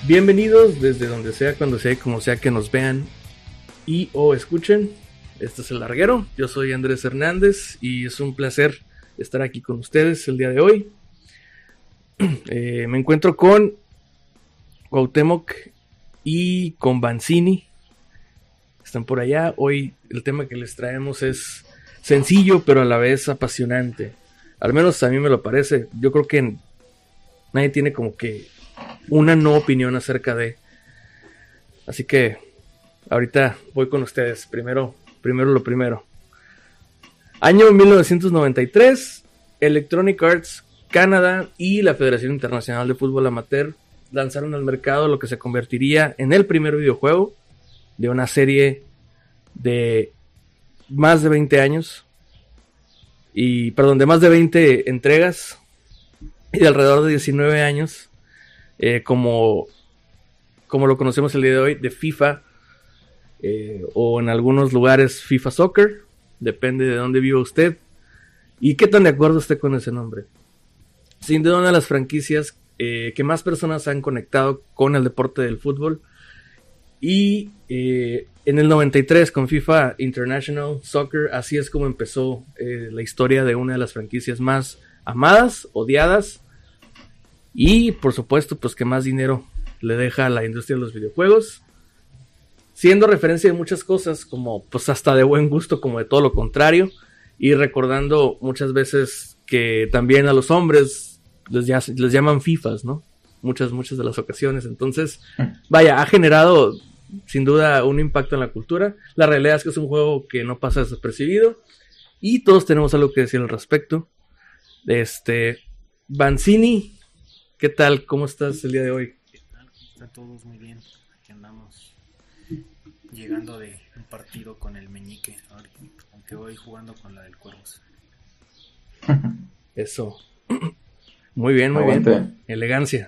Bienvenidos desde donde sea, cuando sea y como sea que nos vean y o escuchen. Este es El Larguero, yo soy Andrés Hernández y es un placer estar aquí con ustedes el día de hoy. Me encuentro con Cuauhtémoc y con Banzini. Están por allá. Hoy el tema que les traemos es sencillo pero a la vez apasionante. Al menos a mí me lo parece. Yo creo que nadie tiene como que una no opinión acerca de. Así que ahorita voy con ustedes. Primero lo primero. Año 1993, Electronic Arts Canadá y la Federación Internacional de Fútbol Amateur lanzaron al mercado lo que se convertiría en el primer videojuego de una serie de más de 20 años. De más de 20 entregas y de alrededor de 19 años. Como lo conocemos el día de hoy, de FIFA, o en algunos lugares FIFA Soccer, depende de dónde viva usted y qué tan de acuerdo esté con ese nombre. Sin duda una de las franquicias que más personas han conectado con el deporte del fútbol, y en el 93 con FIFA International Soccer, así es como empezó la historia de una de las franquicias más amadas, odiadas y por supuesto pues que más dinero le deja a la industria de los videojuegos, siendo referencia de muchas cosas, como pues hasta de buen gusto como de todo lo contrario, y recordando muchas veces que también a los hombres les llaman FIFAs, ¿no? Muchas de las ocasiones. Entonces, vaya, ha generado sin duda un impacto en la cultura. La realidad es que es un juego que no pasa desapercibido y todos tenemos algo que decir al respecto. Banzini, ¿qué tal? ¿Cómo estás el día de hoy? ¿Qué tal? Está todos muy bien. Aquí andamos llegando de un partido con el Meñique, aunque hoy jugando con la del Cuervos. Eso. Muy bien, muy bien. Elegancia.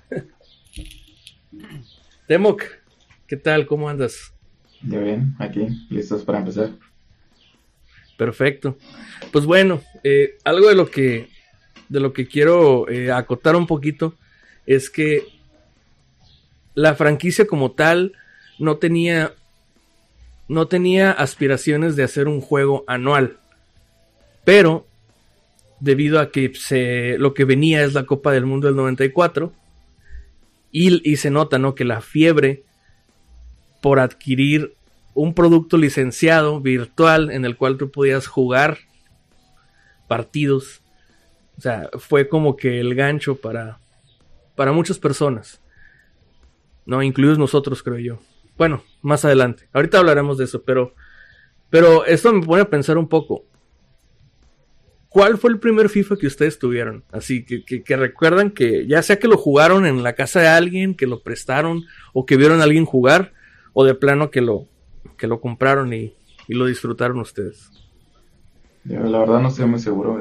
Temoc, ¿qué tal? ¿Cómo andas? Yo bien, aquí, listos para empezar. Perfecto. Pues bueno, algo de lo que quiero acotar un poquito es que la franquicia como tal no tenía aspiraciones de hacer un juego anual, pero debido a que lo que venía es la Copa del Mundo del 94 y se nota, ¿no?, que la fiebre por adquirir un producto licenciado virtual en el cual tú podías jugar partidos, o sea, fue como que el gancho para muchas personas, no, incluidos nosotros, creo yo. Bueno, más adelante, ahorita hablaremos de eso, pero esto me pone a pensar un poco. ¿Cuál fue el primer FIFA que ustedes tuvieron? Así que recuerdan, que ya sea que lo jugaron en la casa de alguien, que lo prestaron, o que vieron a alguien jugar, o de plano que lo compraron y lo disfrutaron ustedes. Yo la verdad no estoy muy seguro.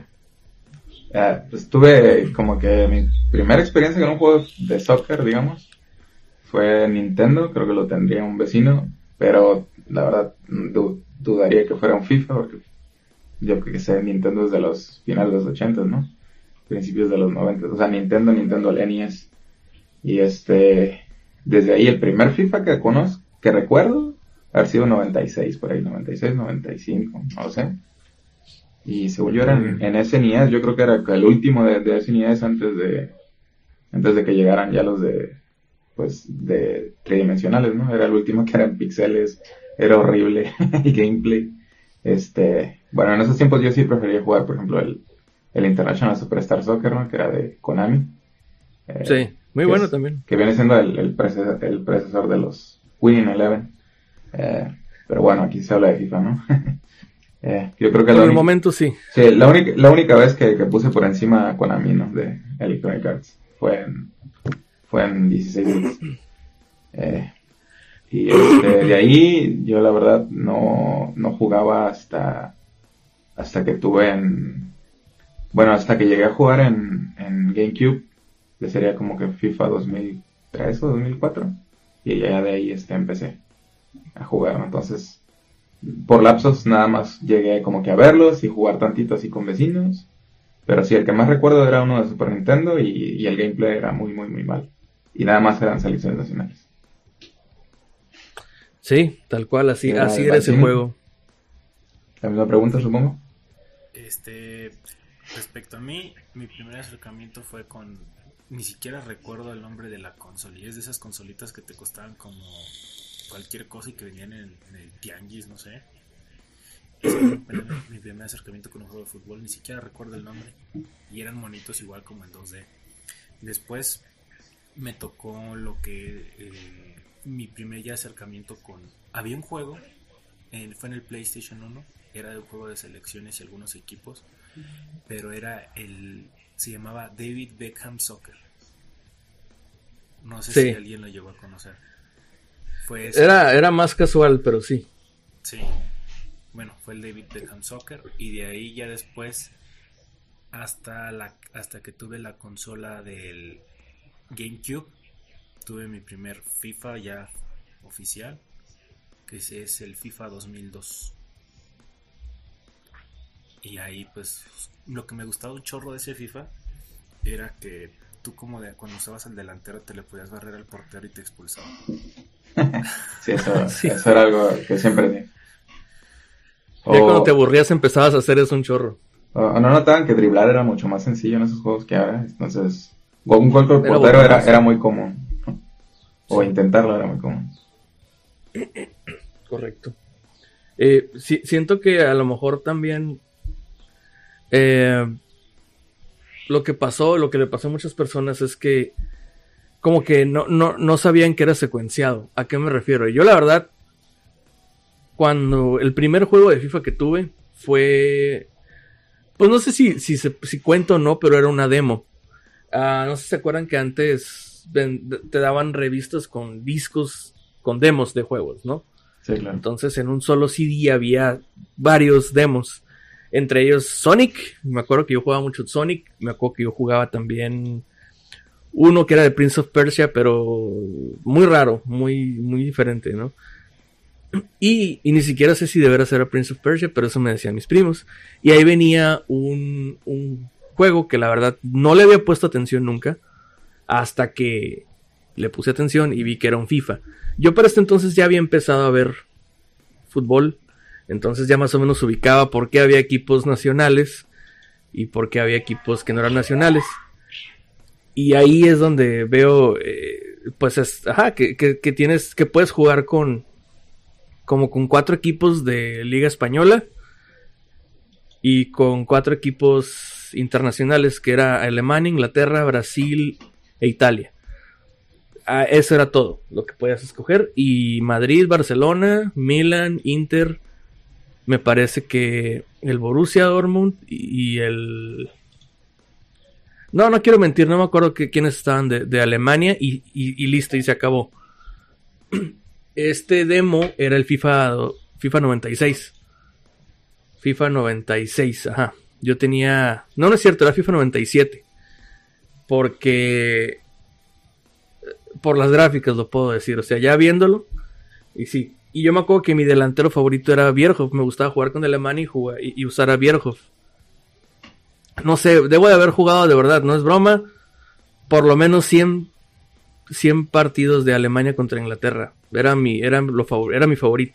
Pues tuve como que mi primera experiencia con un juego de soccer, digamos, fue en Nintendo. Creo que lo tendría un vecino, pero la verdad dudaría que fuera un FIFA, porque yo creo que sé, Nintendo es de los finales de los 80, ¿no? Principios de los 90. O sea, Nintendo el NES. Y desde ahí el primer FIFA que recuerdo, haber sido 96, por ahí, 96, 95, no lo sé. Y según yo era en SNES, yo creo que era el último de SNES antes de que llegaran ya los de tridimensionales, ¿no? Era el último que eran píxeles, era horrible, y gameplay. Bueno, en esos tiempos yo sí prefería jugar, por ejemplo, el International Superstar Soccer, ¿no?, que era de Konami. Sí, muy bueno también. Que viene siendo el predecesor de los Winning Eleven. Pero bueno, aquí se habla de FIFA, ¿no? Yo creo que por el momento sí. Sí, la única vez que puse por encima a Konami, ¿no?, de Electronic Arts fue en 16 bits. Y de ahí yo la verdad no jugaba hasta que hasta que llegué a jugar en GameCube, que sería como que FIFA 2003 o 2004, y ya de ahí empecé a jugar, ¿no? Entonces, por lapsos nada más llegué como que a verlos y jugar tantito así con vecinos, pero sí, el que más recuerdo era uno de Super Nintendo, y el gameplay era muy muy muy mal. y nada más eran selecciones nacionales. Sí, tal cual, así era ese Banzini. juego. La misma pregunta, supongo. Respecto a mí, mi primer acercamiento fue con... Ni siquiera recuerdo el nombre de la consola. Y es de esas consolitas que te costaban como cualquier cosa y que venían en el tianguis, no sé. Ese fue mi primer acercamiento con un juego de fútbol. Ni siquiera recuerdo el nombre. Y eran monitos igual como el 2D. Después me tocó lo que... mi primer ya acercamiento con... Había un juego, fue en el PlayStation 1. Era un juego de selecciones y algunos equipos. Pero se llamaba David Beckham Soccer. No sé si alguien lo llegó a conocer. Fue ese. Era más casual, pero sí. Sí. Bueno, fue el David Beckham Soccer. Y de ahí ya después, hasta que tuve la consola del GameCube, tuve mi primer FIFA ya oficial, que es el FIFA 2002. Y ahí pues lo que me gustaba un chorro de ese FIFA era que tú como cuando usabas al delantero te le podías barrer al portero y te expulsaba. Sí, eso era algo que siempre di. Ya cuando te aburrías empezabas a hacer eso un chorro. ¿No notaban que driblar era mucho más sencillo en esos juegos que ahora? Entonces, un gol con el portero era muy común. O intentarlo era muy común. Correcto. Siento que a lo mejor también lo que le pasó a muchas personas es que como que no sabían que era secuenciado. ¿A qué me refiero? Yo la verdad, cuando el primer juego de FIFA que tuve fue, pues no sé si cuento o no, pero era una demo. No sé si se acuerdan que antes te daban revistas con discos, con demos de juegos, ¿no? Sí, claro. Entonces en un solo CD había varios demos. Entre ellos Sonic, me acuerdo que yo jugaba mucho Sonic, me acuerdo que yo jugaba también uno que era de Prince of Persia, pero muy raro, muy, muy diferente, ¿no? Y ni siquiera sé si de veras era Prince of Persia, pero eso me decían mis primos. Y ahí venía un juego que la verdad no le había puesto atención nunca, hasta que le puse atención y vi que era un FIFA. Yo para este entonces ya había empezado a ver fútbol, entonces ya más o menos ubicaba por qué había equipos nacionales y por qué había equipos que no eran nacionales. Y ahí es donde veo, que puedes jugar con 4 equipos de Liga Española y con 4 equipos internacionales, que era Alemania, Inglaterra, Brasil e Italia. Eso era todo lo que podías escoger. Y Madrid, Barcelona, Milan, Inter, me parece que el Borussia Dortmund y el... No quiero mentir, no me acuerdo quiénes estaban de Alemania y listo, y se acabó. Este demo era el FIFA 96. FIFA 96, ajá. Yo tenía... No es cierto, era FIFA 97. Porque... por las gráficas lo puedo decir, o sea, ya viéndolo. Y sí. Y yo me acuerdo que mi delantero favorito era Bierhoff. Me gustaba jugar con Alemania y usar a Bierhoff. No sé, debo de haber jugado de verdad, no es broma, por lo menos 100 partidos de Alemania contra Inglaterra. Era mi favorito.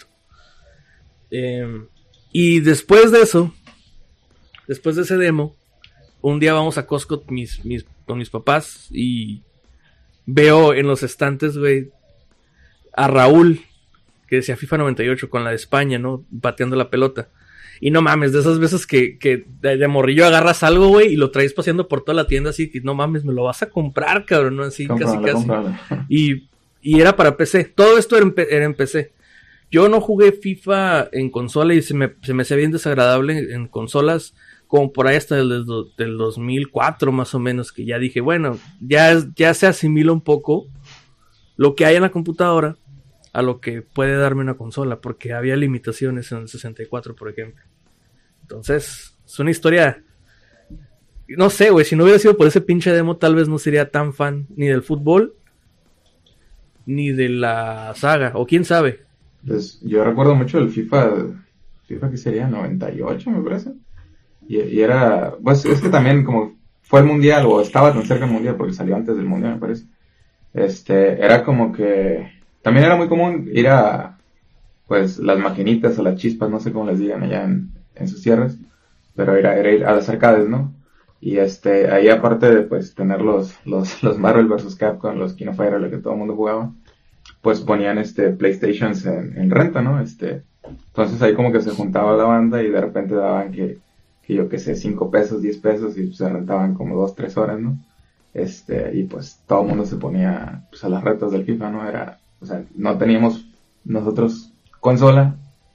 Y después de eso, después de ese demo, un día vamos a Costco con mis papás y veo en los estantes, güey, a Raúl, que decía FIFA 98 con la de España, ¿no? Pateando la pelota. Y no mames, de esas veces que de morrillo agarras algo, güey, y lo traes paseando por toda la tienda así, que no mames, me lo vas a comprar, cabrón, ¿no? Así, casi. Y era para PC. Todo esto era en PC. Yo no jugué FIFA en consola y se me hacía bien desagradable en consolas, como por ahí hasta del 2004 más o menos, que ya dije, bueno, ya se asimila un poco lo que hay en la computadora a lo que puede darme una consola, porque había limitaciones en el 64, por ejemplo. Entonces, es una historia... No sé, güey, si no hubiera sido por ese pinche demo, tal vez no sería tan fan ni del fútbol, ni de la saga, o quién sabe. Pues yo recuerdo mucho el FIFA que sería 98, me parece. Y era... Pues es que también como fue el Mundial, o estaba tan cerca del Mundial, porque salió antes del Mundial, me parece. Era como que también era muy común ir a, pues, las maquinitas o las chispas, no sé cómo les digan allá en sus tierras, pero era ir a las arcades, ¿no? Y ahí aparte de, pues, tener los Marvel vs. Capcom, los King of Fighters, lo que todo el mundo jugaba, pues ponían PlayStations en renta, ¿no? Entonces ahí como que se juntaba la banda y de repente daban que yo qué sé, 5 pesos, 10 pesos y se rentaban como 2, 3 horas, ¿no? Y pues todo el mundo se ponía, pues, a las retas del FIFA, ¿no? O sea, no teníamos nosotros consola,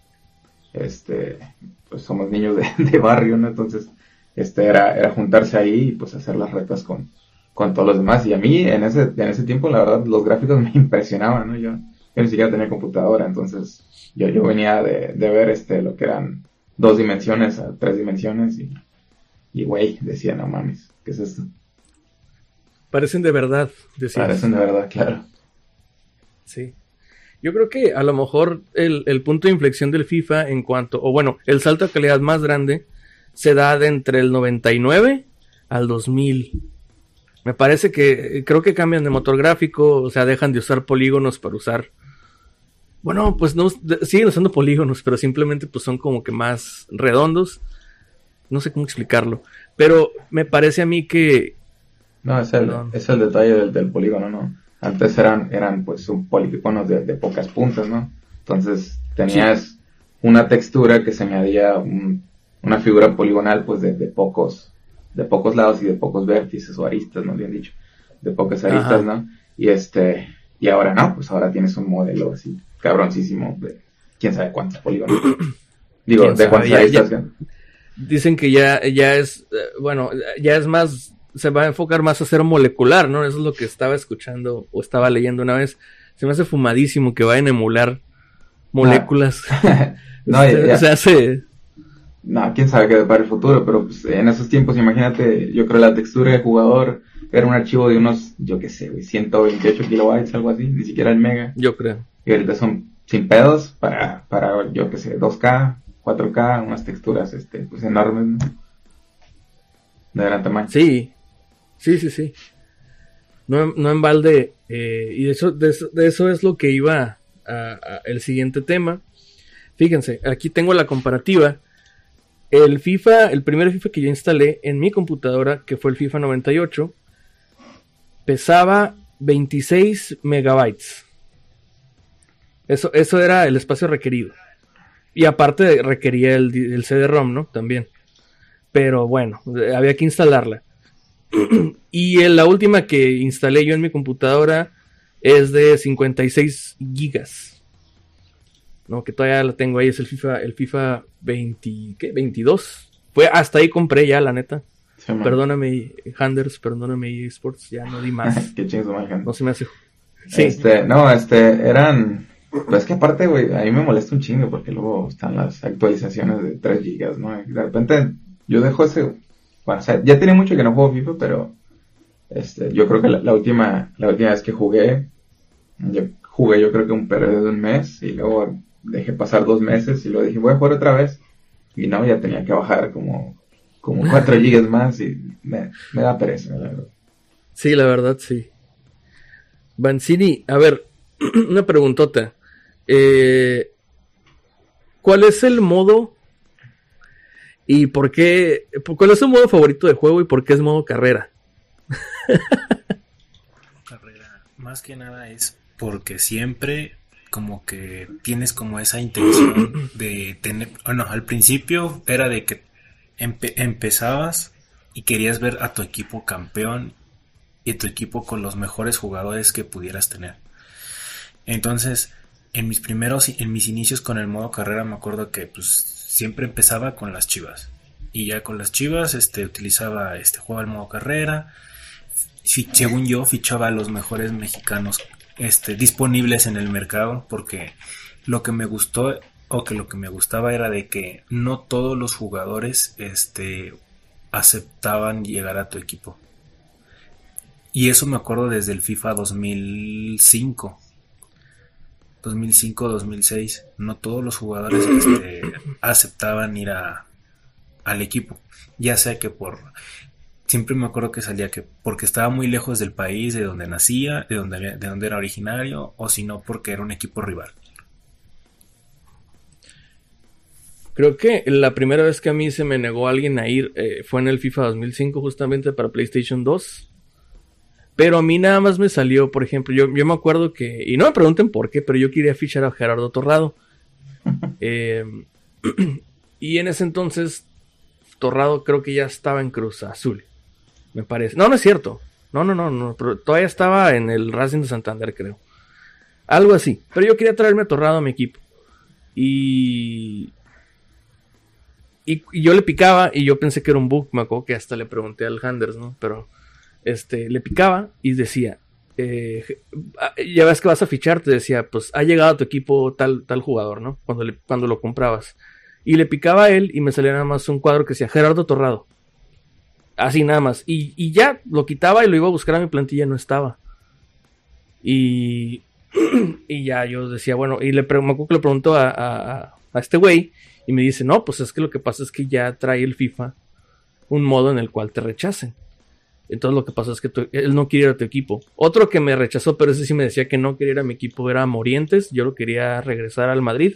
pues somos niños de barrio, ¿no? Entonces, era juntarse ahí y pues hacer las retas con todos los demás. Y a mí en ese tiempo, la verdad, los gráficos me impresionaban, ¿no? Yo ni siquiera tenía computadora, entonces yo venía de ver lo que eran 2 dimensiones a 3 dimensiones y güey, decía, no mames, ¿qué es esto? Parecen de verdad, decías. Parecen de verdad, claro. Sí. Yo creo que a lo mejor el punto de inflexión del FIFA en cuanto, o bueno, el salto de calidad más grande se da de entre el 99 al 2000. Me parece que, creo que cambian de motor gráfico, o sea, dejan de usar polígonos para usar, bueno, pues no, siguen usando polígonos, pero simplemente pues son como que más redondos. No sé cómo explicarlo, pero me parece a mí que... No, es el detalle del polígono, ¿no? Antes eran pues polígonos de pocas puntas, ¿no? Entonces tenías una textura que se añadía una figura poligonal pues de pocos lados y de pocos vértices o aristas, ¿no? Bien dicho, de pocas aristas, ajá, ¿no? Y ahora no, pues ahora tienes un modelo así cabroncísimo de quién sabe cuántos polígonos. Digo, de cuántas aristas. Dicen que ya es, bueno, ya es más, se va a enfocar más a ser molecular, ¿no? Eso es lo que estaba escuchando o estaba leyendo una vez. Se me hace fumadísimo que vayan a emular moléculas. No, ya. Se hace... No, quién sabe qué depara el futuro, pero pues en esos tiempos, imagínate, yo creo la textura de jugador era un archivo de unos, yo qué sé, 128 kilobytes, algo así, ni siquiera el mega. Yo creo. Y ahorita son sin pedos para yo qué sé, 2K, 4K, unas texturas, pues enormes, ¿no? De gran tamaño. Sí. No en balde, y de eso es lo que iba el siguiente tema. Fíjense, aquí tengo la comparativa. El primer FIFA que yo instalé en mi computadora, que fue el FIFA 98, pesaba 26 megabytes. Eso era el espacio requerido. Y aparte requería el CD-ROM, ¿no? También. Pero bueno, había que instalarla. Y la última que instalé yo en mi computadora es de 56 gigas. No, que todavía la tengo ahí, es el FIFA 22. Hasta ahí compré ya, la neta. Sí, perdóname, Handers, perdóname, eSports, ya no di más. Qué chingo, man. No se me hace. Sí. Eran... Pues que aparte, güey, a mí me molesta un chingo porque luego están las actualizaciones de 3 gigas, ¿no? Y de repente yo dejo ese... Bueno, o sea, ya tiene mucho que no juego FIFA, pero... yo creo que la última vez que jugué yo creo que un periodo de un mes y luego dejé pasar 2 meses y luego dije, voy a jugar otra vez. Y no, ya tenía que bajar como 4 gigas más y me da pereza, la verdad. Sí, la verdad, sí. Banzini, a ver, una preguntota. ¿Cuál es el modo y por qué? ¿Cuál es su modo favorito de juego y por qué es modo carrera? Carrera, más que nada es porque siempre como que tienes como esa intención de tener, bueno, al principio era de que empezabas y querías ver a tu equipo campeón y tu equipo con los mejores jugadores que pudieras tener. Entonces, en mis inicios con el modo carrera me acuerdo que pues siempre empezaba con las Chivas y ya con las Chivas jugaba el modo carrera. Según yo fichaba a los mejores mexicanos disponibles en el mercado, porque lo que me gustó o que lo que me gustaba era de que no todos los jugadores aceptaban llegar a tu equipo. Y eso me acuerdo desde el FIFA 2005-2006. No todos los jugadores aceptaban ir al equipo, ya sea que siempre me acuerdo que salía que porque estaba muy lejos del país de donde nacía, de donde era originario, o si no porque era un equipo rival. Creo que la primera vez que a mí se me negó alguien a ir fue en el FIFA 2005 justamente para PlayStation 2. Pero a mí nada más me salió, por ejemplo, yo me acuerdo que, y no me pregunten por qué, pero yo quería fichar a Gerardo Torrado. Y en ese entonces Torrado creo que ya estaba en Cruz Azul, me parece. No es cierto. No, pero todavía estaba en el Racing de Santander, creo. Algo así. Pero yo quería traerme a Torrado a mi equipo. Y yo le picaba y yo pensé que era un bug. Me acuerdo que hasta le pregunté al Handers, ¿no? Pero le picaba y decía, ya ves que vas a fichar, te decía, pues ha llegado a tu equipo tal jugador, ¿no? Cuando lo comprabas. Y le picaba a él y me salía nada más un cuadro que decía Gerardo Torrado. Así nada más. Y ya lo quitaba y lo iba a buscar a mi plantilla, no estaba. Y ya yo decía, bueno, y me acuerdo que le preguntó a este güey y me dice, no, pues es que lo que pasa es que ya trae el FIFA un modo en el cual te rechacen. Entonces lo que pasa es que él no quiere ir a tu equipo. Otro que me rechazó, pero ese sí me decía que no quería ir a mi equipo, era Morientes. Yo lo quería regresar al Madrid.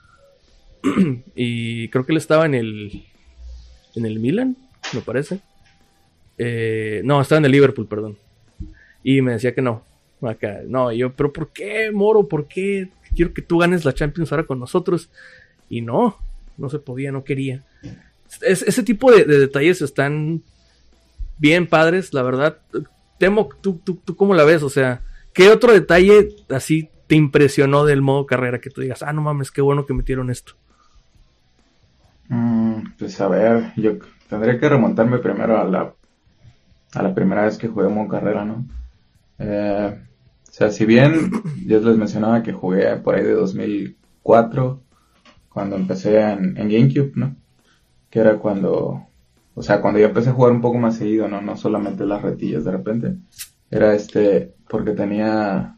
Y creo que él estaba en el Milan, me parece. No, estaba en el Liverpool, perdón. Y me decía que no. Acá, no, y yo, pero ¿por qué, Moro? ¿Por qué? Quiero que tú ganes la Champions ahora con nosotros. Y no se podía, no quería. Ese tipo de detalles están bien padres, la verdad. Temo, ¿tú cómo la ves? O sea, ¿qué otro detalle así te impresionó del modo carrera que tú digas, no mames, qué bueno que metieron esto? Pues a ver, yo tendría que remontarme primero a la primera vez que jugué modo carrera, ¿no? O sea, si bien yo les mencionaba que jugué por ahí de 2004, cuando empecé en GameCube, ¿no? Que era cuando yo empecé a jugar un poco más seguido, no solamente las retillas de repente. Era porque tenía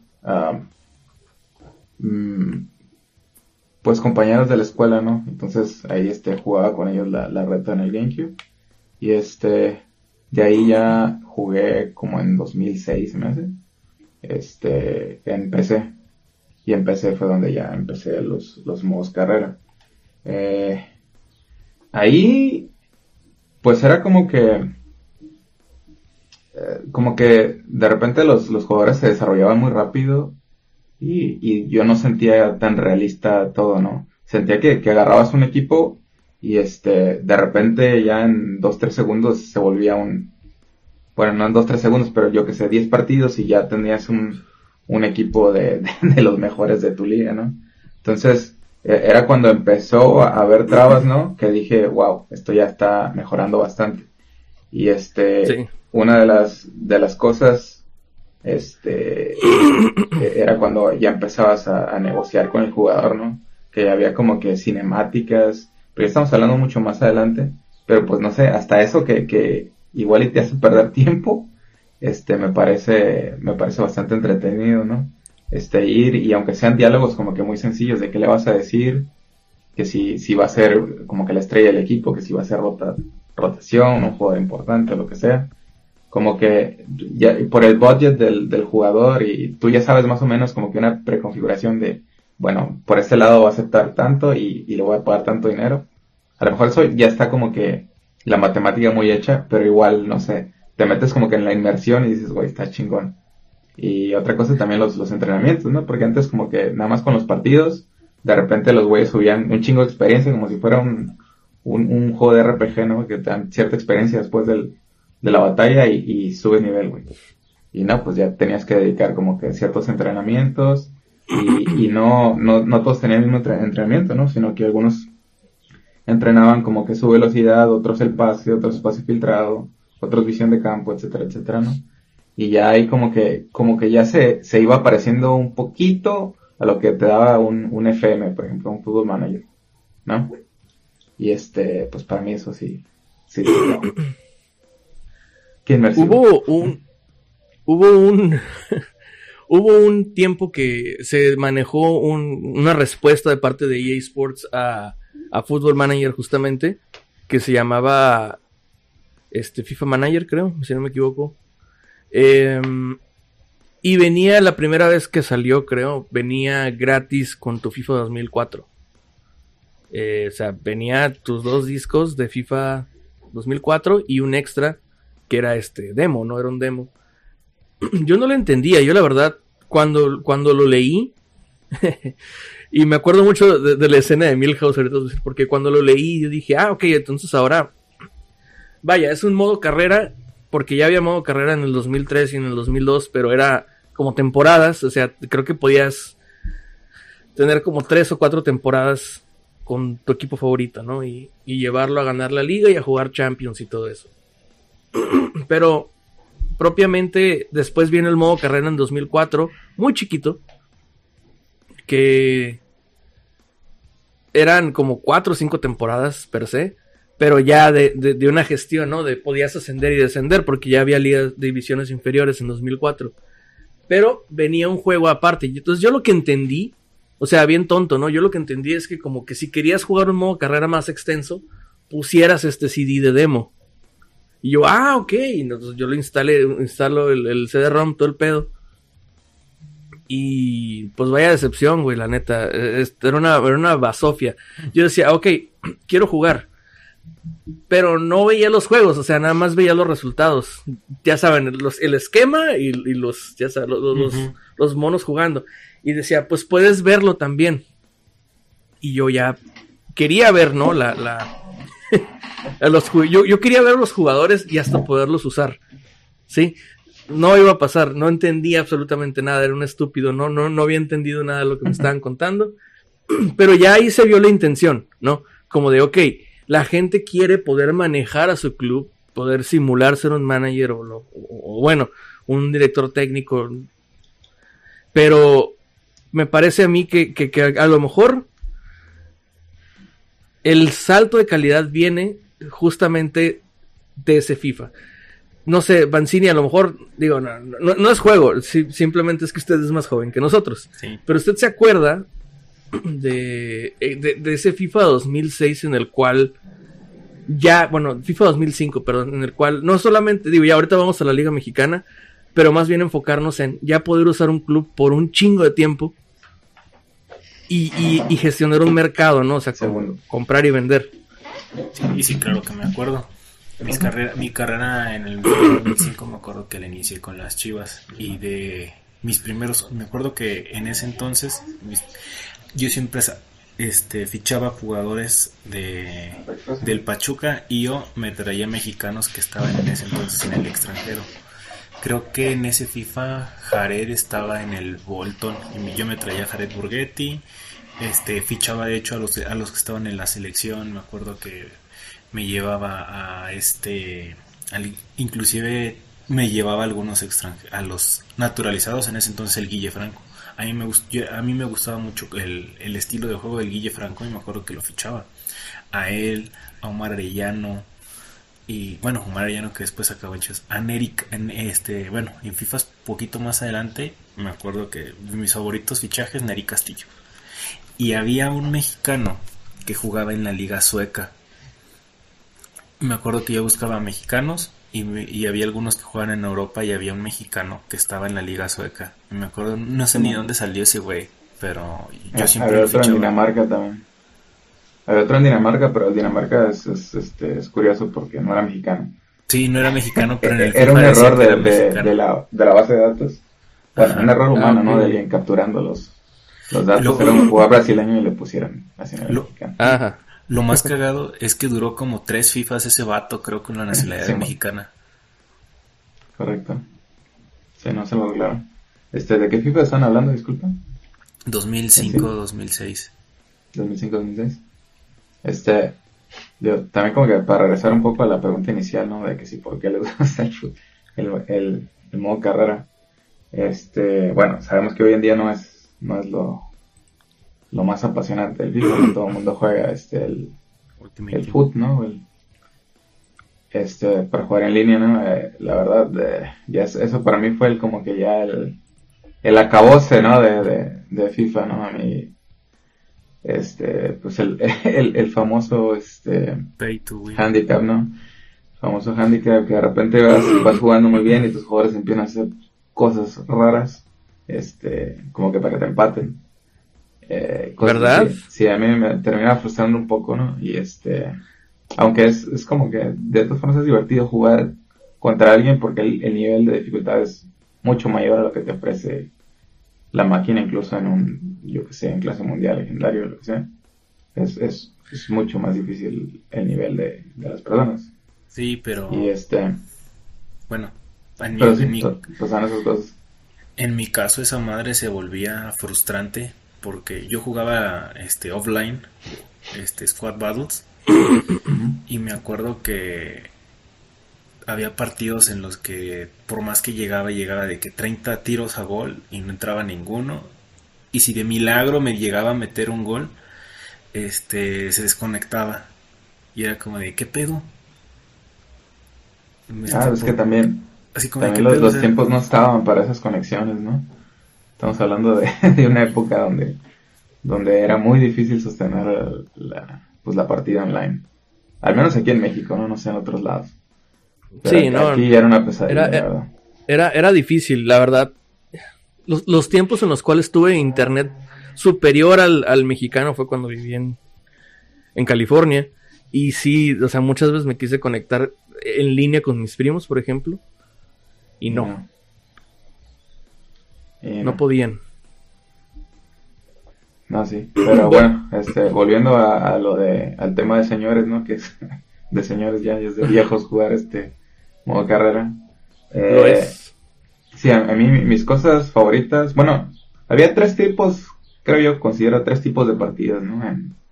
pues compañeros de la escuela, ¿no? Entonces ahí jugaba con ellos la reta en el GameCube. Y de ahí ya jugué como en 2006, me hace. En PC. Y en PC fue donde ya empecé los modos carrera. Ahí pues era como que de repente los jugadores se desarrollaban muy rápido y yo no sentía tan realista todo, ¿no? Sentía que agarrabas un equipo y de repente ya en 2-3 segundos se volvía bueno, no en 2-3 segundos, pero yo que sé, 10 partidos y ya tenías un equipo de los mejores de tu liga, ¿no? Entonces, era cuando empezó a haber trabas, ¿no? Que dije, wow, esto ya está mejorando bastante. Y sí. Una de las cosas, era cuando ya empezabas a negociar con el jugador, ¿no? Que había como que cinemáticas, pero ya estamos hablando mucho más adelante, pero pues no sé, hasta eso que igual y te hace perder tiempo, me parece bastante entretenido, ¿no? Ir y aunque sean diálogos como que muy sencillos de qué le vas a decir, que si va a ser como que la estrella del equipo, que si va a ser rotación, un jugador importante o lo que sea, como que ya por el budget del jugador y tú ya sabes más o menos como que una preconfiguración de, bueno, por este lado va a aceptar tanto y le voy a pagar tanto dinero. A lo mejor eso ya está como que la matemática muy hecha, pero igual, no sé, te metes como que en la inmersión y dices, güey, está chingón. Y otra cosa también los entrenamientos, ¿no? Porque antes como que nada más con los partidos, de repente los güeyes subían un chingo de experiencia como si fuera un juego de RPG, ¿no? Que te dan cierta experiencia después de la batalla y subes nivel, güey. Y no, pues ya tenías que dedicar como que ciertos entrenamientos y no todos tenían el mismo entrenamiento, ¿no? Sino que algunos entrenaban como que su velocidad, otros el pase, otros espacio filtrado, otros visión de campo, etcétera, etcétera, ¿no? Y ya ahí como que ya se iba pareciendo un poquito a lo que te daba un FM, por ejemplo, un Football Manager, ¿no? Y pues para mí eso sí. No. ¿Qué inmersivo? Hubo un tiempo que se manejó una respuesta de parte de EA Sports a Football Manager justamente, que se llamaba FIFA Manager, creo, si no me equivoco. Y venía la primera vez que salió, creo, venía gratis con tu FIFA 2004. O sea, venía tus 2 discos de FIFA 2004 y un extra que era demo, ¿no? Era un demo. Yo no lo entendía, yo la verdad, cuando lo leí, y me acuerdo mucho de la escena de Milhouse ahorita, porque cuando lo leí yo dije, ok, entonces ahora, vaya, es un modo carrera, porque ya había modo carrera en el 2003 y en el 2002, pero era como temporadas, o sea, creo que podías tener como 3 o 4 temporadas con tu equipo favorito, ¿no? Y llevarlo a ganar la liga y a jugar Champions y todo eso. Pero propiamente después viene el modo carrera en 2004, muy chiquito, que eran como 4 o 5 temporadas per se, pero ya de una gestión, ¿no? De podías ascender y descender, porque ya había ligas de divisiones inferiores en 2004. Pero venía un juego aparte, y entonces yo lo que entendí, o sea, bien tonto, ¿no? Yo lo que entendí es que como que si querías jugar un modo carrera más extenso, pusieras este CD de demo. Y yo, ok, entonces yo lo instalo el CD-ROM, todo el pedo. Y pues vaya decepción, güey, la neta. Era una basofia. Yo decía, ok, quiero jugar. Pero no veía los juegos, o sea, nada más veía los resultados. Ya saben, el esquema y los, ya saben, los monos jugando. Y decía, pues puedes verlo también. Y yo ya quería ver, ¿no? Yo quería ver los jugadores y hasta poderlos usar. ¿Sí? No iba a pasar, no entendía absolutamente nada, era un estúpido, no había entendido nada de lo que me estaban contando. Pero ya ahí se vio la intención, ¿no? Como de, ok, la gente quiere poder manejar a su club, poder simular ser un manager o bueno, un director técnico. Pero me parece a mí que a lo mejor el salto de calidad viene justamente de ese FIFA. No sé, Banzini, a lo mejor, digo, no es juego, simplemente es que usted es más joven que nosotros. Sí. Pero usted se acuerda de ese FIFA 2006 en el cual FIFA 2005, perdón, en el cual no solamente, digo, ya ahorita vamos a la Liga Mexicana, pero más bien enfocarnos en ya poder usar un club por un chingo de tiempo y gestionar un mercado, ¿no? O sea, comprar y vender. Sí, claro que me acuerdo. Mi carrera en el 2005 me acuerdo que la inicié con las Chivas y de mis primeros, me acuerdo que en ese entonces yo siempre fichaba jugadores del Pachuca y yo me traía mexicanos que estaban en ese entonces en el extranjero. Creo que en ese FIFA Jared estaba en el Bolton y yo me traía a Jared Borghetti, fichaba de hecho a los que estaban en la selección. Me acuerdo que me llevaba inclusive me llevaba a algunos a los naturalizados, en ese entonces el Guille Franco. A mí me gustaba mucho el estilo de juego del Guille Franco y me acuerdo que lo fichaba. A él, a Omar Arellano y bueno, Omar Arellano que después acabó en Chivas. A Neric, en FIFAs poquito más adelante, me acuerdo que mis favoritos fichajes, Neri Castillo. Y había un mexicano que jugaba en la liga sueca. Me acuerdo que yo buscaba mexicanos y había algunos que jugaban en Europa y había un mexicano que estaba en la liga sueca. Y me acuerdo, no sé ni dónde salió ese güey, pero yo siempre lo fichaba. Había otro en Dinamarca también. Había otro en Dinamarca, pero el Dinamarca es curioso porque no era mexicano. Sí, no era mexicano, pero en el era un error de la base de datos. Bueno, un error humano, ¿no? De alguien capturando los datos. Era un jugador brasileño y le pusieron nacionalidad mexicana. Ajá. Lo más cagado es que duró como 3 FIFAs ese vato, creo, con la nacionalidad mexicana. Correcto. Sí, no se lo arreglaron. ¿De qué FIFA están hablando, disculpa? 2005-2006. 2005-2006. También como que para regresar un poco a la pregunta inicial, ¿no? De que si por qué les gusta el modo carrera. Bueno, sabemos que hoy en día no es lo más apasionante del FIFA, ¿no? Todo el mundo juega el FUT, ¿no? Para jugar en línea, ¿no? La verdad, eso para mí fue como que ya el acabose, ¿no? De FIFA, ¿no? A mí, pues el famoso Pay to win. handicap, ¿no? famoso handicap, que de repente vas jugando muy bien y tus jugadores empiezan a hacer cosas raras, como que para que te empaten. Cosas ¿Verdad? así. Sí, a mí me termina frustrando un poco, ¿no? Y aunque es como que de todas formas es divertido jugar contra alguien porque el nivel de dificultad es mucho mayor a lo que te ofrece la máquina, incluso yo que sé, en clase mundial, legendario, lo que sea. Es mucho más difícil el nivel de las personas. Sí, pero Y bueno, pero sí, pasan esas cosas. en mi caso esa madre se volvía frustrante porque yo jugaba offline, Squad Battles, Ujú. y me acuerdo que había partidos en los que por más que llegaba de que 30 tiros a gol y no entraba ninguno, y si de milagro me llegaba a meter un gol, se desconectaba y era como de ¿qué pedo? Es que Así como de también ¿qué pedo? O los sea, tiempos no estaban para esas conexiones, ¿no? Estamos hablando de, de una época donde era muy difícil sostener pues la partida online. Al menos aquí en México, ¿no? No sé en otros lados. Pero Sí, no, aquí era una era, pesadilla, la verdad. era difícil, la verdad. Los tiempos en los cuales tuve internet superior al mexicano fue cuando viví en California. Y sí, o sea, muchas veces me quise conectar en línea con mis primos, por ejemplo. Y Y no, no, y no no. podían. No, sí. Pero bueno, volviendo al tema de señores, ¿no? Que es de señores ya, y es de viejos jugar modo carrera. Lo Eh, es. sí, a mí mis cosas favoritas, bueno, había tres tipos, creo yo, considero tres tipos de partidas, ¿no?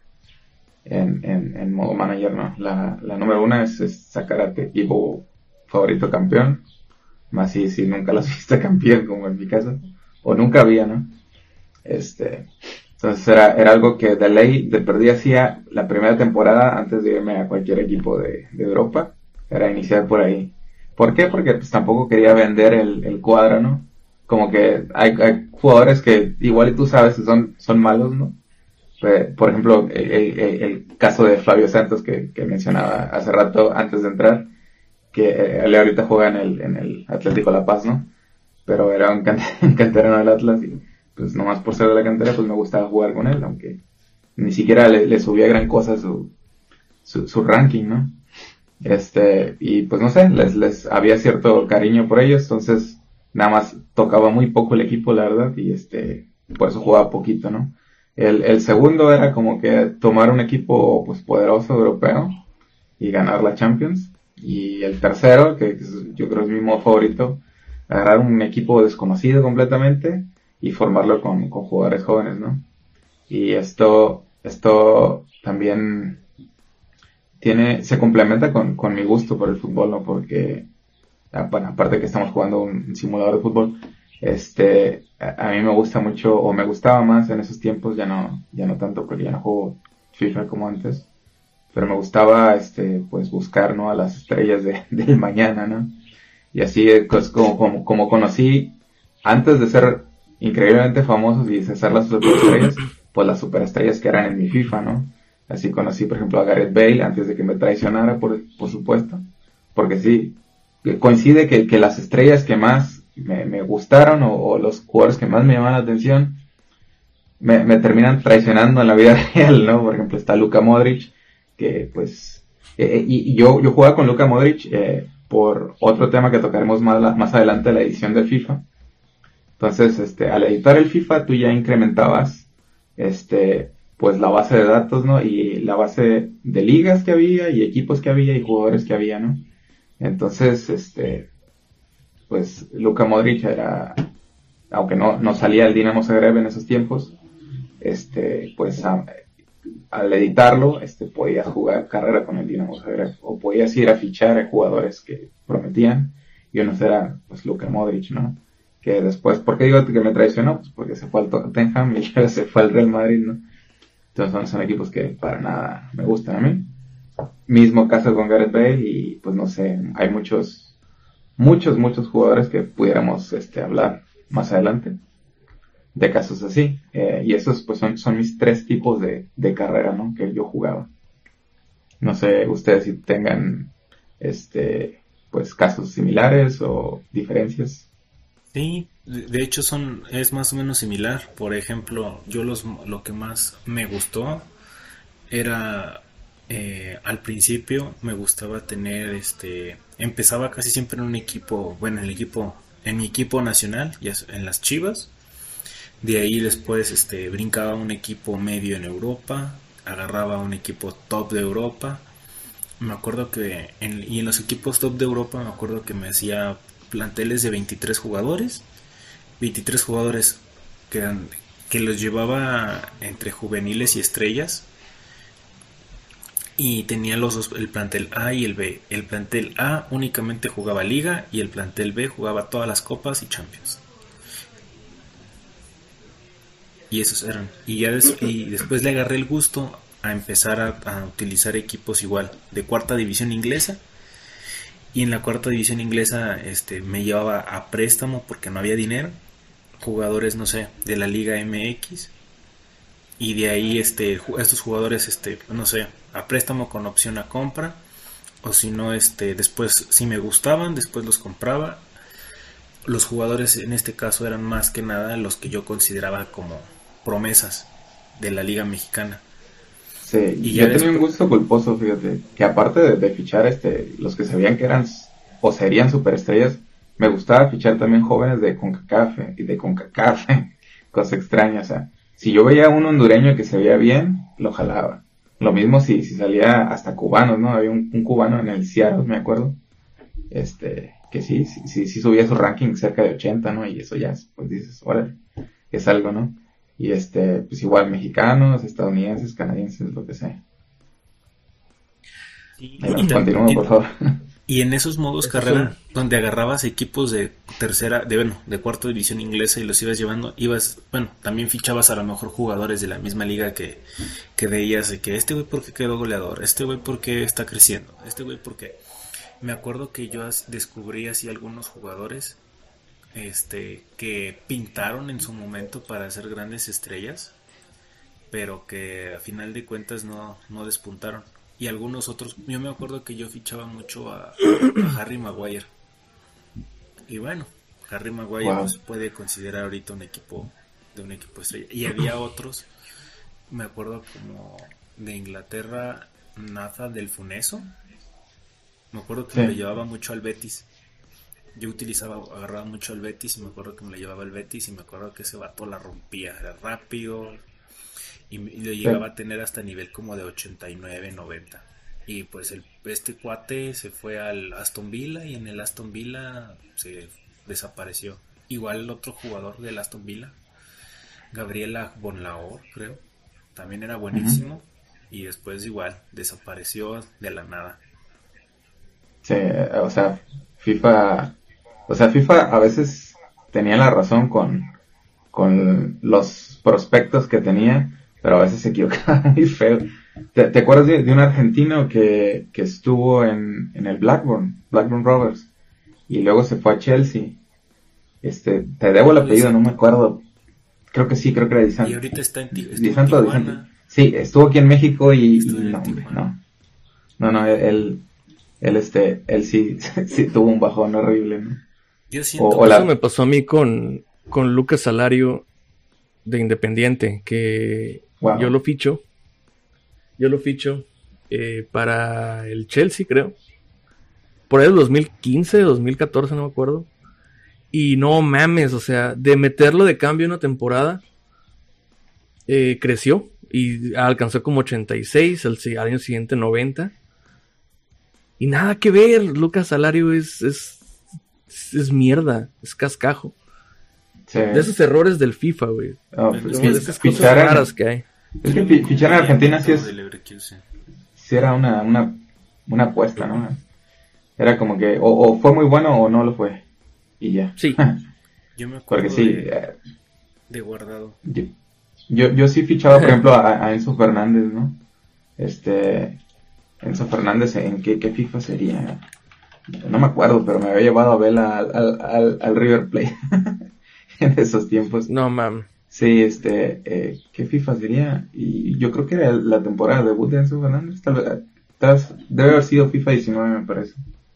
En modo manager, ¿no? La número una es sacar a tu equipo favorito campeón, más si nunca los viste campeón, como en mi caso, o nunca había, ¿no? Entonces era algo que de ley de perdida hacía la primera temporada antes de irme a cualquier equipo de Europa, era iniciar por ahí. ¿Por qué? Porque pues tampoco quería vender el cuadro, ¿no? Como que hay jugadores que igual y tú sabes que son malos, ¿no? Por ejemplo, el caso de Flavio Santos que mencionaba hace rato antes de entrar, que él ahorita juega en el Atlético La Paz, ¿no? Pero era un canterano del Atlas y pues nomás por ser de la cantera pues me gustaba jugar con él, aunque ni siquiera le subía gran cosa su ranking, ¿no? Y pues no sé, les había cierto cariño por ellos, entonces nada más tocaba muy poco el equipo, la verdad, y por eso jugaba poquito, ¿no? El segundo era como que tomar un equipo pues poderoso europeo y ganar la Champions. Y el tercero, yo creo es mi modo favorito, agarrar un equipo desconocido completamente y formarlo con jugadores jóvenes, ¿no? Y esto también se complementa con mi gusto por el fútbol, ¿no? Porque, bueno, aparte que estamos jugando un simulador de fútbol, a mí me gusta mucho, o me gustaba más en esos tiempos, ya no tanto porque ya no juego FIFA como antes, pero me gustaba, pues buscar, ¿no? A las estrellas del mañana, ¿no? Y así, pues, como conocí, antes de ser increíblemente famosos y de ser las superestrellas, pues las superestrellas que eran en mi FIFA, ¿no? Así conocí, por ejemplo, a Gareth Bale antes de que me traicionara, por supuesto. Porque sí, coincide que las estrellas que más me gustaron o los jugadores que más me llamaban la atención me terminan traicionando en la vida real, ¿no? Por ejemplo, está Luka Modric, que pues... y yo jugaba con Luka Modric por otro tema que tocaremos más adelante en la edición de FIFA. Entonces, al editar el FIFA, tú ya incrementabas, pues la base de datos, ¿no? Y la base de ligas que había, y equipos que había, y jugadores que había, ¿no? Entonces, pues Luka Modric era, aunque no salía el Dinamo Zagreb en esos tiempos, pues al editarlo, podías jugar carrera con el Dinamo Zagreb, o podías ir a fichar a jugadores que prometían, y uno era, pues, Luka Modric, ¿no? Que después, ¿por qué digo que me traicionó? Pues porque se fue al Tottenham y luego se fue al Real Madrid, ¿no? Entonces son equipos que para nada me gustan a mí. Mismo caso con Gareth Bale y pues no sé, hay muchos jugadores que pudiéramos hablar más adelante de casos así. Y esos pues son mis tres tipos de carrera, ¿no? Que yo jugaba. No sé ustedes si tengan pues casos similares o diferencias. Sí, de hecho es más o menos similar. Por ejemplo, lo que más me gustó era al principio me gustaba tener empezaba casi siempre en un equipo, bueno, en mi equipo nacional, ya en las Chivas. De ahí después brincaba a un equipo medio en Europa, agarraba un equipo top de Europa. Me acuerdo que y en los equipos top de Europa me acuerdo que me hacía planteles de 23 jugadores. 23 jugadores que los llevaba entre juveniles y estrellas. Y tenía el plantel A y el B. El plantel A únicamente jugaba Liga y el plantel B jugaba todas las copas y Champions. Y esos eran. Y después le agarré el gusto a empezar a utilizar equipos igual de cuarta división inglesa. Y en la cuarta división inglesa me llevaba a préstamo porque no había dinero. Jugadores, no sé, de la Liga MX. Y de ahí estos jugadores, no sé, a préstamo con opción a compra. O si no, después, si me gustaban, después los compraba. Los jugadores en este caso eran más que nada los que yo consideraba como promesas de la Liga Mexicana. Sí, y yo tenía un gusto culposo, fíjate, que aparte de fichar los que sabían que eran o serían superestrellas, me gustaba fichar también jóvenes de CONCACAF y de CONCACAF, cosa extraña, o sea, si yo veía un hondureño que se veía bien, lo jalaba. Lo mismo si salía hasta cubanos, ¿no? Había un cubano en el Seattle, me acuerdo, que sí subía su ranking cerca de 80, ¿no? Y eso ya, pues dices, órale, es algo, ¿no? Y pues igual mexicanos, estadounidenses, canadienses, lo que sea. Sí, continúo, por favor. Y en esos modos carrera, donde agarrabas equipos de de cuarta división inglesa y los ibas llevando, también fichabas a lo mejor jugadores de la misma liga que veías de que este güey porque quedó goleador, este güey porque está creciendo, este güey porque... Me acuerdo que yo descubrí así algunos jugadores que pintaron en su momento para ser grandes estrellas, pero que a final de cuentas no despuntaron. Y algunos otros, yo me acuerdo que yo fichaba mucho a Harry Maguire. Y bueno, Harry Maguire pues, puede considerar ahorita un equipo estrella. Y había otros, me acuerdo como de Inglaterra, Nathan del Funeso. Me acuerdo que me lo llevaba mucho al Betis. Yo agarraba mucho al Betis y me acuerdo que me lo llevaba al Betis y me acuerdo que ese vato la rompía, era rápido y lo llegaba a tener hasta nivel como de 89, 90. Y pues este cuate se fue al Aston Villa y en el Aston Villa se desapareció. Igual el otro jugador del Aston Villa, Gabriela Bonlaor, creo, también era buenísimo. Uh-huh. Y después igual desapareció de la nada. Sí, o sea, FIFA a veces tenía la razón con los prospectos que tenía, pero a veces se equivocaba muy feo. ¿Te acuerdas de un argentino que estuvo en el Blackburn Rovers y luego se fue a Chelsea? Te debo el apellido, no me acuerdo. Creo que era Di Santo. Y ahorita está en Tijuana. Sí, estuvo aquí en México y no, hombre, no, él sí tuvo un bajón horrible, ¿no? Yo siento eso me pasó a mí con Lucas Salario de Independiente, que yo lo ficho para el Chelsea, creo, por ahí el 2015, 2014, no me acuerdo, y no mames, o sea, de meterlo de cambio una temporada, creció y alcanzó como 86, al año siguiente 90. Y nada que ver, Lucas Salario es mierda, es cascajo. Sí. De esos errores del FIFA, güey. De esas cosas raras que hay. Es que fichar en Argentina sí era una apuesta, ¿no? Era como que o fue muy bueno o no lo fue. Y ya. Sí. Yo me acuerdo de Guardado. Yo sí fichaba, por ejemplo, a Enzo Fernández, ¿no? Enzo Fernández, ¿en qué FIFA sería? No me acuerdo, pero me había llevado a ver al River Plate en esos tiempos. No, mam. Sí, ¿qué FIFA sería? Y yo creo que era la temporada debut de Enzo Fernández, tal vez debe haber sido FIFA 19, me parece.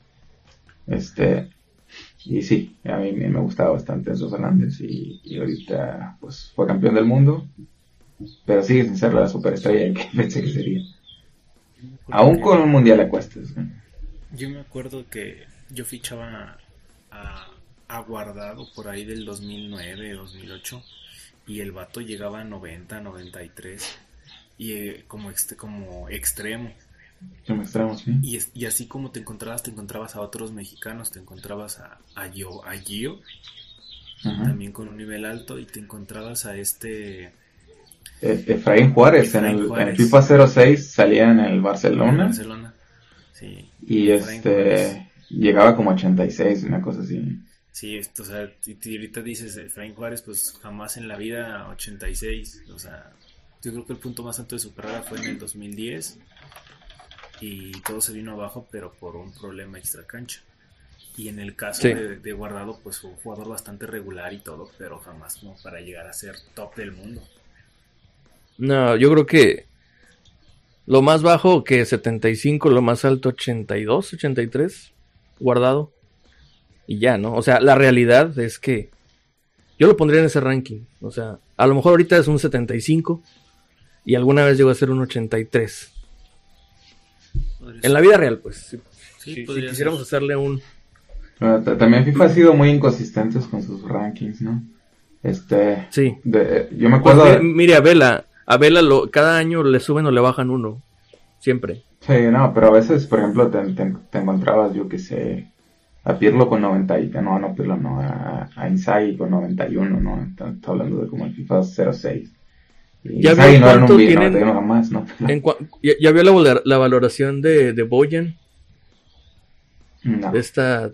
Y sí, a mí me gustaba bastante Enzo Fernández y ahorita pues fue campeón del mundo, pero sigue sin ser la superestrella que pensé que sería. Aún con un mundial a cuestas. Yo me acuerdo que yo fichaba a Guardado por ahí del 2009, 2008 y el vato llegaba a 90, 93 y como extremo. Como extremo, sí. Y así como te encontrabas a otros mexicanos, te encontrabas a Gio, también con un nivel alto, y te encontrabas a Efraín Juárez, en el FIFA 06 salía en el Barcelona. Sí. Y llegaba como 86, una cosa así. Sí, o sea, y ahorita dices Efraín Juárez, pues jamás en la vida 86, o sea, yo creo que el punto más alto de su carrera fue en el 2010 y todo se vino abajo, pero por un problema extracancha. Y en el caso de Guardado, pues fue un jugador bastante regular y todo, pero jamás como para llegar a ser top del mundo. No, yo creo que lo más bajo que 75, lo más alto 82, 83, Guardado. Y ya, ¿no? O sea, la realidad es que yo lo pondría en ese ranking. O sea, a lo mejor ahorita es un 75 y alguna vez llegó a ser un 83. En la vida real, pues. Si quisiéramos hacerle un... También FIFA ha sido muy inconsistentes con sus rankings, ¿no? Sí. Yo me acuerdo... Pues, mire, a Vela cada año le suben o le bajan uno. Siempre. Sí, no, pero a veces, por ejemplo, te encontrabas, yo que sé, a Pirlo con 90 y... No, Pirlo no, a Inzaghi con 91, ¿no? Está hablando de como el FIFA 06. Ya vio cuánto tienen... Más, ¿no? ¿Ya vio la valoración de Bojan? No. Este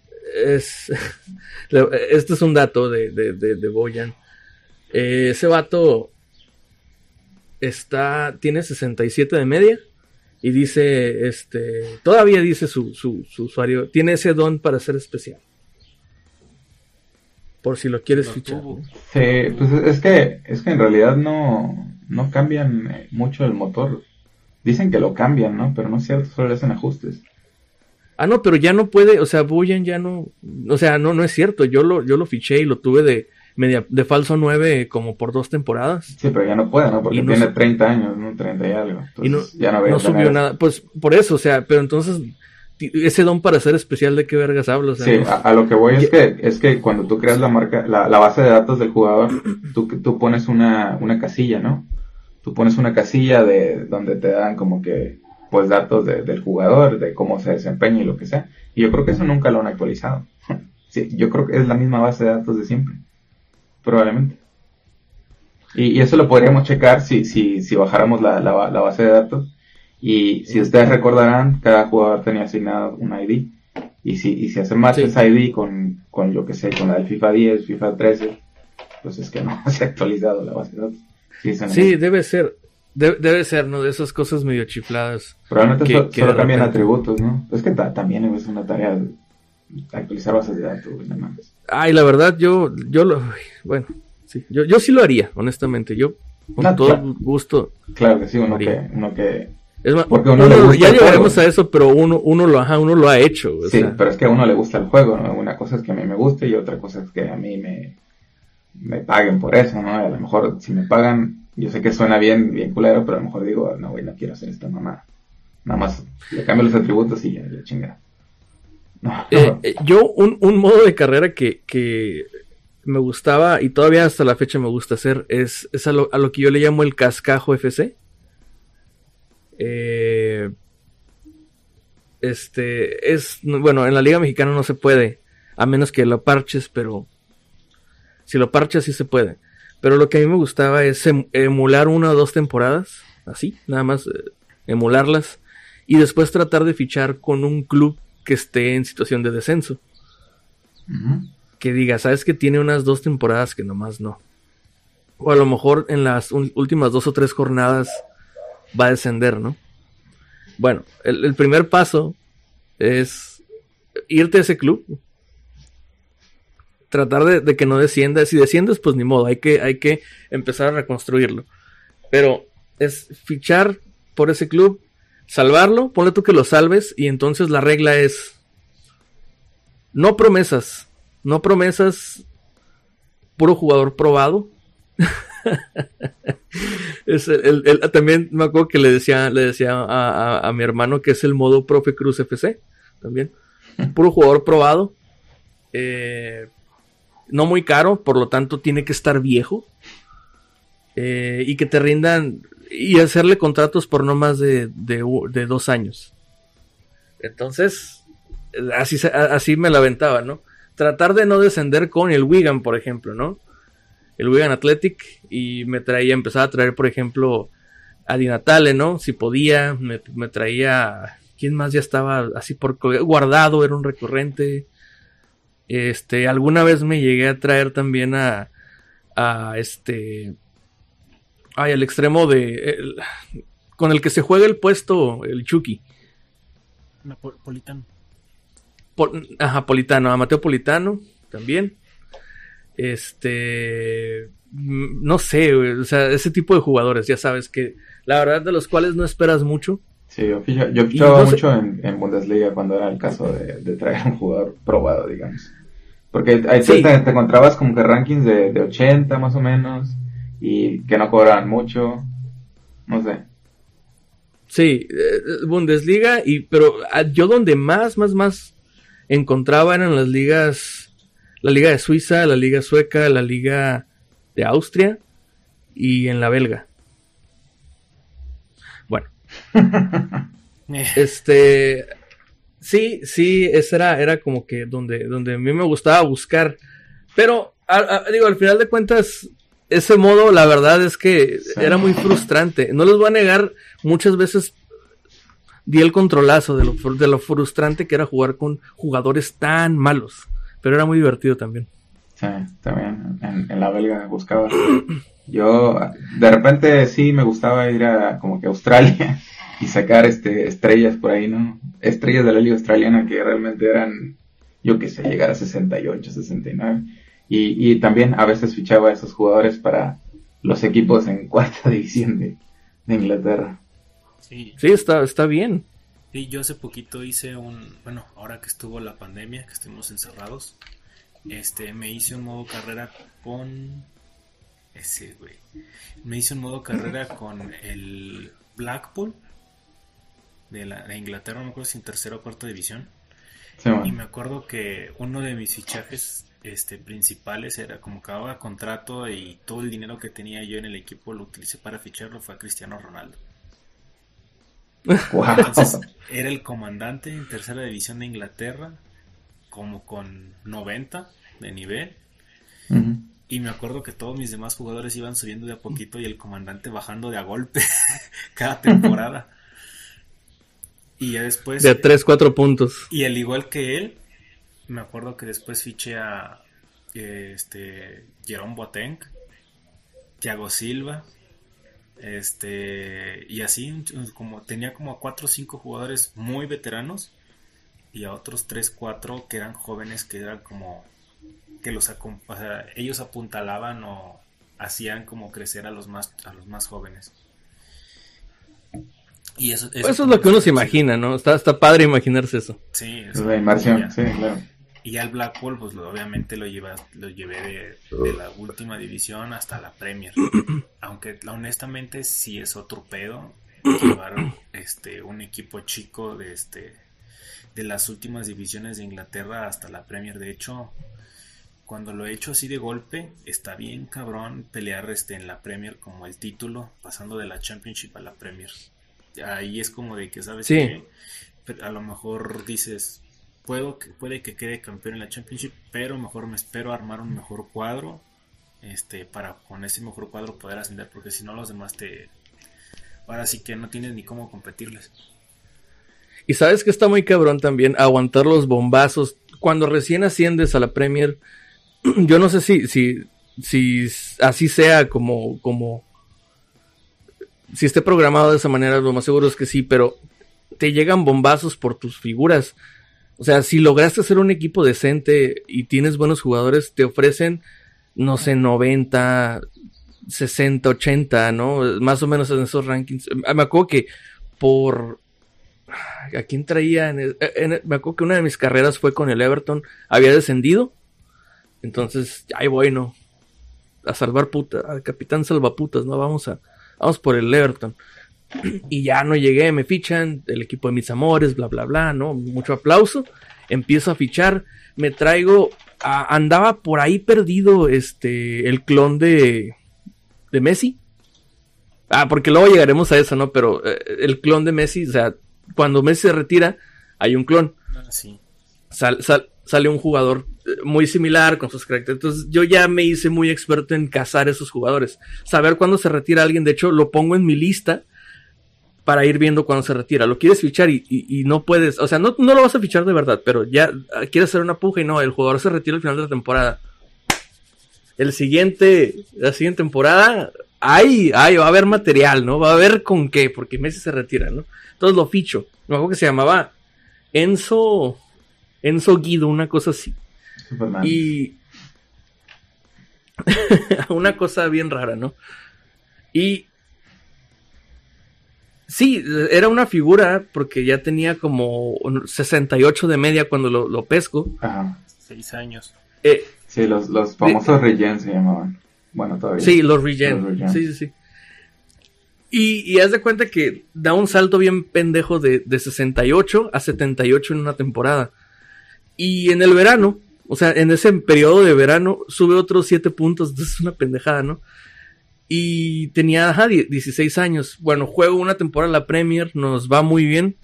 es un dato de Bojan. Ese vato tiene 67 de media y dice, todavía dice su usuario, tiene ese don para ser especial. Por si lo quieres fichar. Sí, pues es que en realidad no cambian mucho el motor. Dicen que lo cambian, ¿no? Pero no es cierto, solo le hacen ajustes. Ah, no, pero ya no puede, o sea, Bojan ya no, o sea, no es cierto, yo lo fiché y lo tuve de falso 9 como por 2 temporadas. Sí, pero ya no puede, ¿no? Porque tiene 30 años, ¿no? 30 y algo. Entonces, y no subió nada, pues por eso, o sea, pero entonces, ese don para ser especial, ¿de qué vergas hablo? O sea, sí, a lo que voy es que cuando tú creas la marca, la base de datos del jugador, tú pones una casilla, ¿no? Tú pones una casilla de donde te dan como que, pues, datos del jugador, de cómo se desempeña y lo que sea. Y yo creo que eso nunca lo han actualizado. Sí, yo creo que es la misma base de datos de siempre. Probablemente. Y eso lo podríamos checar si bajáramos la base de datos. Y si ustedes recordarán, cada jugador tenía asignado un ID. Y si hacen match ese ID con yo que sé, con la del FIFA 10, FIFA 13, pues es que no se ha actualizado la base de datos. Sí, debe ser. Debe ser, ¿no? De esas cosas medio chifladas. Probablemente solo cambian atributos, ¿no? Es que también es una tarea actualizar bases de datos, nada más. Ay, la verdad, bueno, sí, yo sí lo haría, honestamente. Yo, con todo gusto. Claro que sí, uno que es más, porque uno le gusta ya llegaremos a eso, pero uno lo ha hecho. Sí, sea. Pero es que a uno le gusta el juego, ¿no? Una cosa es que a mí me guste y otra cosa es que a mí me paguen por eso, ¿no? A lo mejor si me pagan, yo sé que suena bien culero, pero a lo mejor digo, no, güey, no quiero hacer esta mamá. Nada más le cambio los atributos y ya, chinga. No. Yo, un modo de carrera que me gustaba y todavía hasta la fecha me gusta hacer es a lo que yo le llamo el cascajo FC. Bueno, en la Liga Mexicana no se puede, a menos que lo parches, pero si lo parches sí se puede. Pero lo que a mí me gustaba es emular 1 o 2 temporadas, así, nada más emularlas, y después tratar de fichar con un club que esté en situación de descenso. Uh-huh. Que diga, sabes que tiene unas 2 temporadas que nomás no. O a lo mejor en las últimas 2 o 3 jornadas va a descender, ¿no? Bueno, el primer paso es irte a ese club. Tratar de que no descienda. Si desciendes, pues ni modo, hay que empezar a reconstruirlo. Pero es fichar por ese club, salvarlo, ponle tú que lo salves, y entonces la regla es no promesas, puro jugador probado. También me acuerdo que le decía a mi hermano que es el modo Profe Cruz FC, también, puro jugador probado, no muy caro, por lo tanto tiene que estar viejo, y que te rindan, y hacerle contratos por no más de 2 años. Entonces, así me la aventaba, ¿no? Tratar de no descender con el Wigan, por ejemplo, ¿no? El Wigan Athletic, y empezaba a traer, por ejemplo, a Di Natale, ¿no? Si podía, me traía, ¿quién más ya estaba así por Guardado? Era un recurrente. Alguna vez me llegué a traer también al extremo con el que se juega el puesto, el Chucky. Politano. Politano, a Mateo Politano también. No sé, o sea, ese tipo de jugadores, ya sabes, que la verdad de los cuales no esperas mucho. Sí, yo fichaba mucho en Bundesliga cuando era el caso de traer un jugador probado, digamos. Porque ahí te encontrabas como que rankings de 80 más o menos, y que no cobraban mucho, no sé. Sí, Bundesliga, pero yo donde más encontraba eran las ligas, la liga de Suiza, la liga sueca, la liga de Austria y en la belga. Bueno. Sí, esa era como que donde a mí me gustaba buscar. Pero, al final de cuentas, ese modo, la verdad es que era muy frustrante. No les voy a negar, muchas veces di el controlazo de lo frustrante que era jugar con jugadores tan malos. Pero era muy divertido también. Sí, también en la belga buscaba. Yo, de repente sí me gustaba ir a como que Australia y sacar estrellas por ahí, ¿no? Estrellas de la liga australiana que realmente eran, yo qué sé, llegar a 68, 69. Y también a veces fichaba a esos jugadores para los equipos en cuarta división de Inglaterra. Sí, está bien. Sí, yo hace poquito hice bueno, ahora que estuvo la pandemia, que estuvimos encerrados, me hice un modo carrera con el Blackpool de Inglaterra, no me acuerdo si en tercera o cuarta división. Sí, bueno. Y me acuerdo que uno de mis fichajes principales era como acababa contrato, y todo el dinero que tenía yo en el equipo lo utilicé para ficharlo, fue a Cristiano Ronaldo. Wow. Entonces era el comandante en tercera división de Inglaterra, como con 90 de nivel. Uh-huh. Y me acuerdo que todos mis demás jugadores iban subiendo de a poquito y el comandante bajando de a golpe cada temporada. Y ya después, de 3-4 puntos. Y al igual que él, me acuerdo que después fiché a Jerome Boateng, Thiago Silva, y así, como tenía como 4 o 5 jugadores muy veteranos y a otros 3-4 que eran jóvenes, que eran como que ellos apuntalaban o hacían como crecer a los más jóvenes. Y eso es lo que uno se imagina, ¿no? Está padre imaginarse eso. Sí, la inmersión, sí, claro. Y al Blackpool, pues obviamente lo llevé de la última división hasta la Premier. Aunque honestamente sí es otro pedo llevar un equipo chico de las últimas divisiones de Inglaterra hasta la Premier. De hecho, cuando lo he hecho así de golpe, está bien cabrón pelear en la Premier como el título, pasando de la Championship a la Premier. Ahí es como de que, ¿sabes qué? A lo mejor dices, puede que quede campeón en la Championship, pero mejor me espero a armar un mejor cuadro, para con ese mejor cuadro poder ascender, porque si no los demás ahora sí que no tienes ni cómo competirles. Y sabes que está muy cabrón también aguantar los bombazos cuando recién asciendes a la Premier. Yo no sé si así sea como si esté programado de esa manera, lo más seguro es que sí, pero te llegan bombazos por tus figuras. O sea, si lograste hacer un equipo decente y tienes buenos jugadores, te ofrecen, no sé, 90, 60, 80, ¿no? Más o menos en esos rankings. Me acuerdo que por ¿A quién traía? Me acuerdo que una de mis carreras fue con el Everton. Había descendido. Entonces, ahí voy, ¿no? A salvar putas, al capitán salvaputas, ¿no? Vamos por el Everton. Y ya no llegué, me fichan, el equipo de mis amores, bla, bla, bla, ¿no? Mucho aplauso. Empiezo a fichar, me traigo, andaba por ahí perdido, el clon de Messi. Porque luego llegaremos a eso, ¿no? Pero el clon de Messi, o sea, cuando Messi se retira, hay un clon. Sí. Sale un jugador muy similar con sus características. Entonces yo ya me hice muy experto en cazar esos jugadores. Saber cuándo se retira alguien, de hecho lo pongo en mi lista para ir viendo cuándo se retira. Lo quieres fichar y no puedes, o sea, no lo vas a fichar de verdad, pero ya quieres hacer una puja y no, el jugador se retira al final de la temporada. La siguiente temporada, ahí va a haber material, ¿no? Va a haber con qué, porque Messi se retira, ¿no? Entonces lo ficho. Me acuerdo que se llamaba Enzo Guido, una cosa así. Superman. Y una cosa bien rara, ¿no? Y sí, era una figura porque ya tenía como 68 de media cuando lo pesco. Ajá. 6 años. Sí, los famosos regen se llamaban. Bueno, todavía. Sí, los regen. Sí. Y haz de cuenta que da un salto bien pendejo de 68 a 78 en una temporada. Y en el verano, o sea, en ese periodo de verano, sube otros 7 puntos. Entonces es una pendejada, ¿no? Y tenía 16 años. Bueno, juego una temporada en la Premier, nos va muy bien.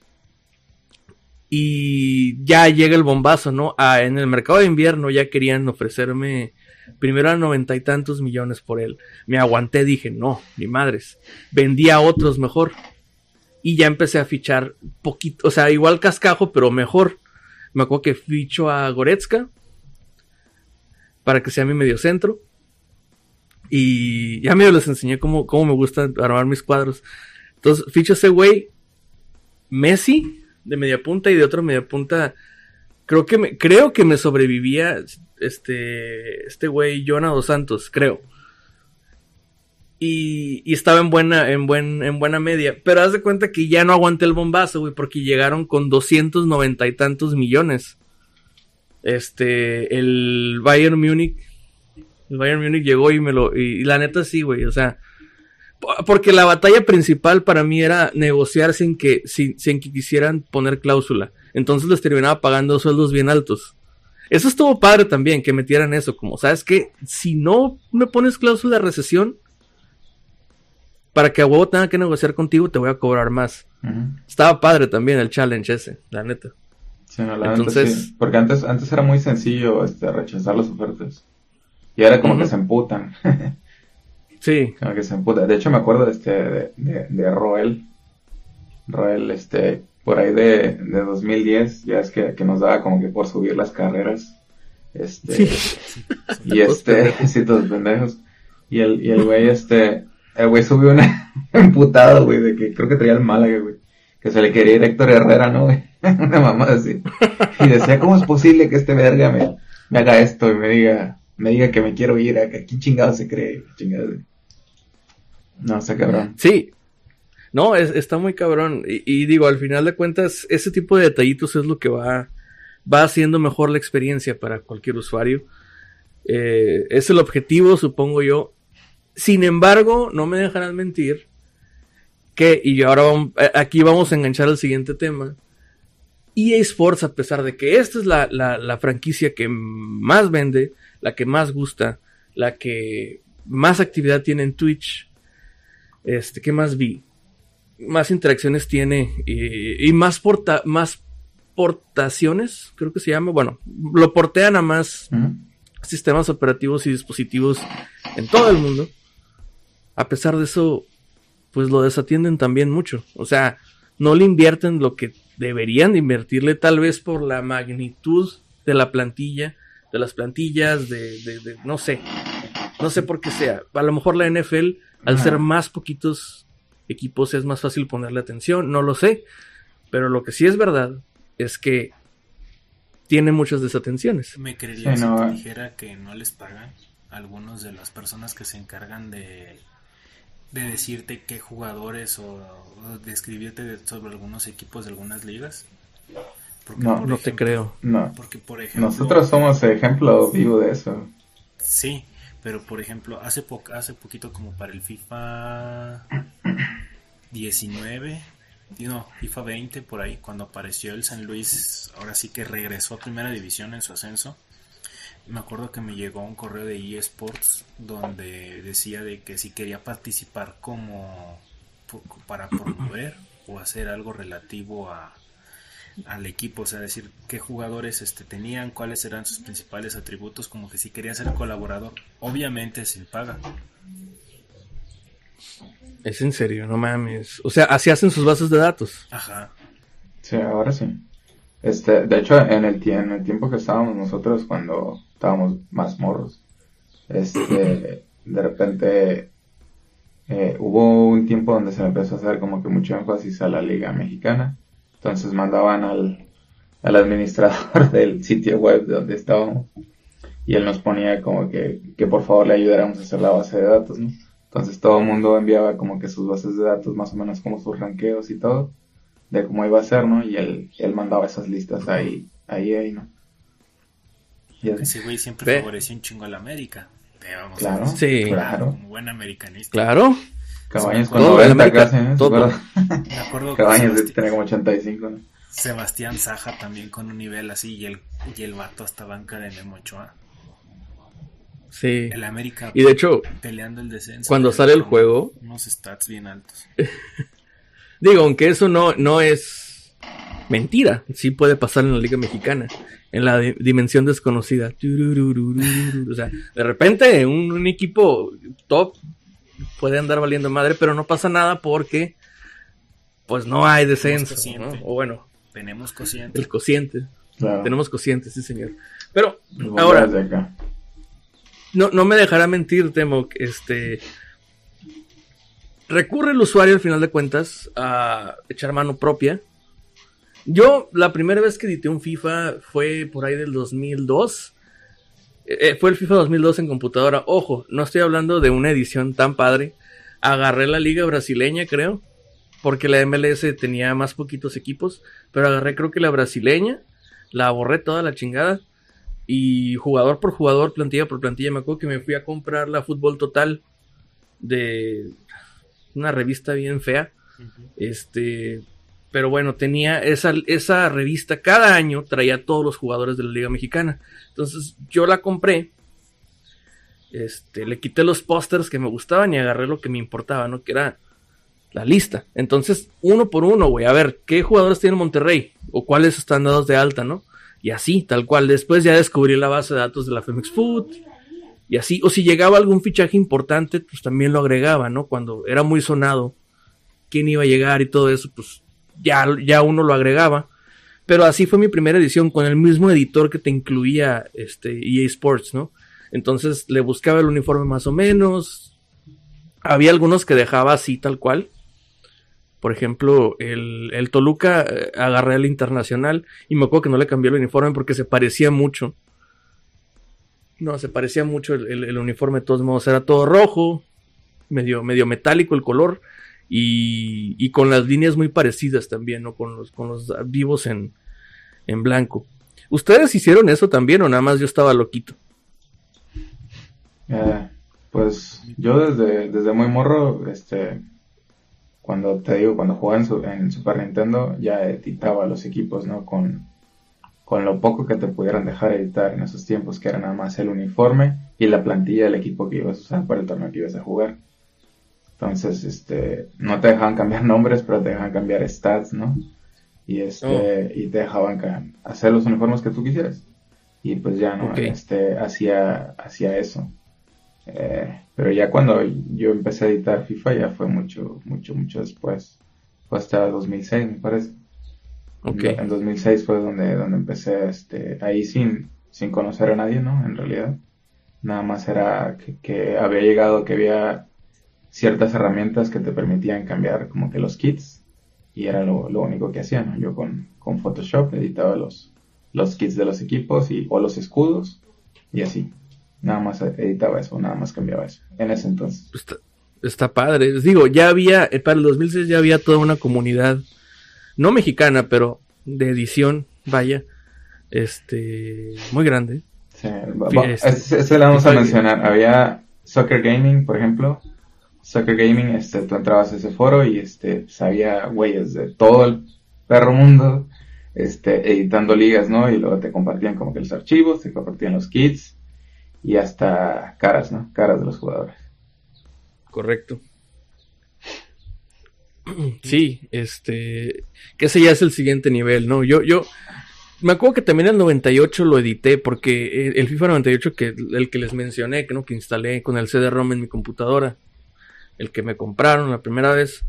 Y ya llega el bombazo, ¿no? En el mercado de invierno ya querían ofrecerme primero a 90 y tantos millones por él. Me aguanté, dije, no, ni madres. Vendí a otros mejor. Y ya empecé a fichar poquito, o sea, igual cascajo, pero mejor. Me acuerdo que ficho a Goretzka para que sea mi mediocentro. Y ya medio les enseñé cómo me gusta armar mis cuadros. Entonces ficho a ese güey, Messi de media punta, y de otro media punta creo que me sobrevivía este güey Jonah dos Santos, creo. Y estaba en buena media, pero haz de cuenta que ya no aguanté el bombazo, güey, porque llegaron con 290 y tantos millones. El Bayern Múnich llegó y la neta sí, güey, o sea, porque la batalla principal para mí era negociar sin que quisieran poner cláusula. Entonces les terminaba pagando sueldos bien altos. Eso estuvo padre también, que metieran eso, como, ¿sabes qué? Si no me pones cláusula de recesión, para que a huevo tenga que negociar contigo, te voy a cobrar más. Uh-huh. Estaba padre también el challenge ese, la neta. Sí, no, la neta sí. Porque antes era muy sencillo rechazar las ofertas. Y ahora como que se emputan. Sí. Como que se emputan. De hecho me acuerdo de Roel. Roel, por ahí de 2010, ya es que nos daba como que por subir las carreras. Sí. Y sí, todos pendejos. Y el güey, el güey subió una emputado, güey, de que creo que traía el Málaga, güey. Que se le quería ir Héctor Herrera, ¿no, güey? Una mamada así. Y decía, ¿cómo es posible que este verga me haga esto y me diga que me quiero ir? ¿A qué chingado se cree? Chingado. No, está cabrón. Sí. No, está muy cabrón. Y digo, al final de cuentas, ese tipo de detallitos es lo que va haciendo mejor la experiencia para cualquier usuario. Es el objetivo, supongo yo. Sin embargo, no me dejarán mentir y ahora aquí vamos a enganchar al siguiente tema. EA Sports, a pesar de que esta es la franquicia que más vende, la que más gusta, la que más actividad tiene en Twitch, ¿qué más vi? Más interacciones tiene y más portaciones, creo que se llama. Bueno, lo portean a más sistemas operativos y dispositivos en todo el mundo. A pesar de eso, pues lo desatienden también mucho. O sea, no le invierten lo que deberían de invertirle, tal vez por la magnitud de la plantilla, de las plantillas, de no sé por qué sea. A lo mejor la NFL, al ser más poquitos equipos, es más fácil ponerle atención, no lo sé. Pero lo que sí es verdad es que tiene muchas desatenciones. Me creería si te dijera que no les pagan a algunos de las personas que se encargan de de decirte qué jugadores o describirte sobre algunos equipos de algunas ligas? Porque, no te creo. No. Porque, por ejemplo, nosotros somos ejemplo vivo de eso. Sí, pero por ejemplo, hace poquito, como para el FIFA 19, no, FIFA 20, por ahí, cuando apareció el San Luis, ahora sí que regresó a primera división en su ascenso. Me acuerdo que me llegó un correo de eSports donde decía de que si quería participar como para promover o hacer algo relativo al equipo, o sea, decir qué jugadores tenían, cuáles eran sus principales atributos, como que si quería ser colaborador, obviamente sin paga. Es en serio, no mames. O sea, así hacen sus bases de datos. Ajá. Sí, ahora sí. De hecho, en el tiempo que estábamos nosotros, cuando estábamos más morros, de repente hubo un tiempo donde se empezó a hacer como que mucho énfasis a la Liga Mexicana. Entonces mandaban al administrador del sitio web de donde estábamos y él nos ponía como que por favor le ayudáramos a hacer la base de datos, ¿no? Entonces todo el mundo enviaba como que sus bases de datos, más o menos como sus ranqueos y todo, de cómo iba a ser, ¿no? Y él mandaba esas listas ahí, ¿no? Y ese güey siempre favoreció un chingo a la América. Vamos, claro, sí, claro. Como buen americanista. Claro. Cabañas con 90 casi, ¿no? Todo. Me acuerdo Cabañas tenía como 85, ¿no? Sebastián Saja también con un nivel así y el vato hasta banca de Memo Ochoa. Sí. El América y de hecho peleando el descenso. Cuando sale el juego, unos stats bien altos. Digo, aunque eso no es mentira, sí puede pasar en la Liga Mexicana, en la dimensión desconocida. O sea, de repente un equipo top puede andar valiendo madre, pero no pasa nada porque pues no hay descenso, ¿no? O bueno, tenemos cociente. El cociente. Claro. Tenemos cociente, sí señor. Pero ahora no me dejará mentir, Temo, recurre el usuario al final de cuentas a echar mano propia. Yo la primera vez que edité un FIFA fue por ahí del 2002. Fue el FIFA 2002 en computadora. Ojo, no estoy hablando de una edición tan padre. Agarré la liga brasileña, creo, porque la MLS tenía más poquitos equipos, pero agarré creo que la brasileña, la borré toda la chingada, y jugador por jugador, plantilla por plantilla, me acuerdo que me fui a comprar la Fútbol Total de una revista bien fea, pero bueno, tenía esa revista, cada año traía todos los jugadores de la Liga Mexicana, entonces yo la compré, le quité los pósters que me gustaban y agarré lo que me importaba, ¿no? Que era la lista. Entonces, uno por uno, güey, a ver, ¿qué jugadores tiene Monterrey? O cuáles están dados de alta, ¿no? Y así, tal cual. Después ya descubrí la base de datos de la Femex Food. Y así, o si llegaba algún fichaje importante, pues también lo agregaba, ¿no? Cuando era muy sonado quién iba a llegar y todo eso, pues ya uno lo agregaba. Pero así fue mi primera edición, con el mismo editor que te incluía EA Sports, ¿no? Entonces le buscaba el uniforme más o menos. Había algunos que dejaba así tal cual. Por ejemplo, el Toluca, agarré el Internacional y me acuerdo que no le cambié el uniforme porque se parecía mucho. No, se parecía mucho el uniforme de todos modos. Era todo rojo, medio metálico el color y con las líneas muy parecidas también, ¿no? Con los vivos en blanco. ¿Ustedes hicieron eso también o nada más yo estaba loquito? Pues yo desde muy morro, cuando jugaba en Super Nintendo, ya editaba los equipos, ¿no? Con lo poco que te pudieran dejar editar en esos tiempos, que era nada más el uniforme y la plantilla del equipo que ibas a usar para el torneo que ibas a jugar. Entonces, no te dejaban cambiar nombres, pero te dejaban cambiar stats, ¿no? Y y te dejaban hacer los uniformes que tú quisieras. Y pues ya, ¿no? Okay. Hacía eso. Pero ya cuando yo empecé a editar FIFA ya fue mucho después. Fue hasta 2006, me parece. Okay. En 2006 fue donde empecé ahí sin conocer a nadie, ¿no? En realidad. Nada más era que había llegado, que había ciertas herramientas que te permitían cambiar como que los kits. Y era lo único que hacía, ¿no? Yo con Photoshop editaba los kits de los equipos o los escudos y así. Nada más editaba eso, nada más cambiaba eso. En ese entonces. Está padre. Les digo, ya había, para el 2006 ya había toda una comunidad, no mexicana, pero de edición, vaya, muy grande. Sí, ese le vamos a mencionar. Había Soccer Gaming, por ejemplo. Soccer Gaming, tú entrabas a ese foro y pues había güeyes de todo el perro mundo, editando ligas, ¿no? Y luego te compartían como que los archivos, te compartían los kits y hasta caras, ¿no? Caras de los jugadores. Correcto. Sí, que ese ya es el siguiente nivel, ¿no? Yo me acuerdo que también el 98 lo edité el FIFA 98 el que les mencioné, ¿no? Que instalé con el CD-ROM en mi computadora, el que me compraron la primera vez,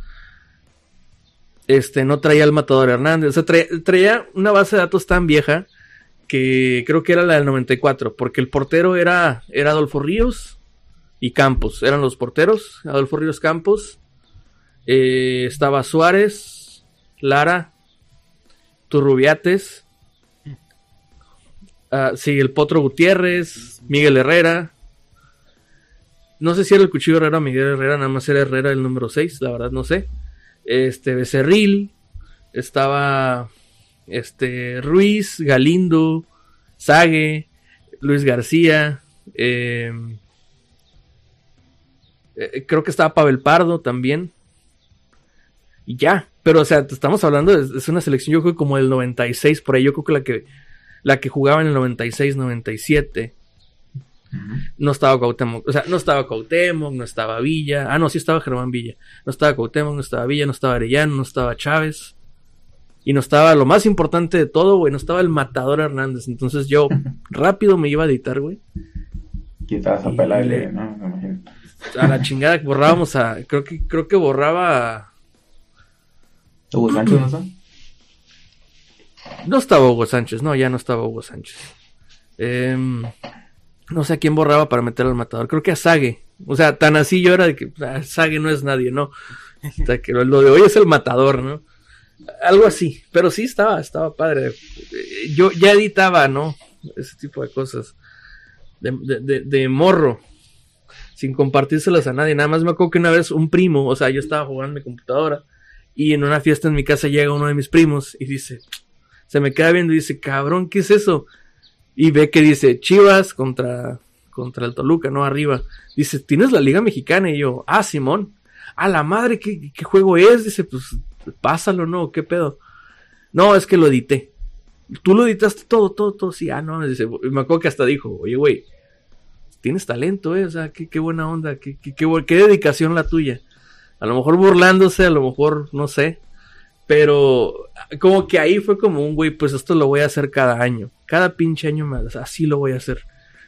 no traía el Matador Hernández, o sea, traía una base de datos tan vieja que creo que era la del 94, porque el portero era Adolfo Ríos y Campos, eran los porteros, Adolfo Ríos, Campos, estaba Suárez, Lara, Turrubiates, sí, el Potro Gutiérrez, Miguel Herrera, no sé si era el Cuchillo Herrera o Miguel Herrera, nada más era Herrera el número 6, la verdad no sé, Becerril, estaba Ruiz, Galindo, Sague, Luis García, creo que estaba Pavel Pardo también. Y ya, pero o sea, estamos hablando es una selección, yo creo como del 96, por ahí yo creo que la que jugaba en el 96, 97. No estaba Cuauhtémoc, o sea, no estaba Cuauhtémoc, no estaba Villa. No, sí estaba Germán Villa. No estaba Cuauhtémoc, no estaba Villa, no estaba Arellano, no estaba Chávez. Y no estaba, lo más importante de todo, güey, no estaba el Matador Hernández. Entonces yo rápido me iba a editar, güey. Quitabas a Peláez, ¿no? Me imagino. A la chingada que borrábamos creo que borraba... ¿Hugo Sánchez no está? No estaba Hugo Sánchez, no, ya no estaba Hugo Sánchez. No sé a quién borraba para meter al Matador, creo que a Sague. O sea, tan así yo era de que Sague no es nadie, ¿no? O sea, que lo de hoy es el Matador, ¿no? Algo así, pero sí estaba padre. Yo ya editaba, ¿no? Ese tipo de cosas. De morro. Sin compartírselas a nadie. Nada más me acuerdo que una vez un primo, o sea, yo estaba jugando en mi computadora y en una fiesta en mi casa llega uno de mis primos y dice, se me queda viendo y dice, cabrón, ¿qué es eso? Y ve que dice Chivas contra el Toluca, ¿no? Arriba. Dice, ¿tienes la Liga Mexicana? Y yo, Simón. A la madre, ¿qué juego es? Dice, pues, pásalo, ¿no? ¿Qué pedo? No, es que lo edité. ¿Tú lo editaste todo? Sí, no. Dice, me acuerdo que hasta dijo, oye, güey, tienes talento, o sea, qué buena onda, qué dedicación la tuya. A lo mejor burlándose, a lo mejor, no sé. Pero como que ahí fue como un güey, pues esto lo voy a hacer cada año. Cada pinche año así lo voy a hacer.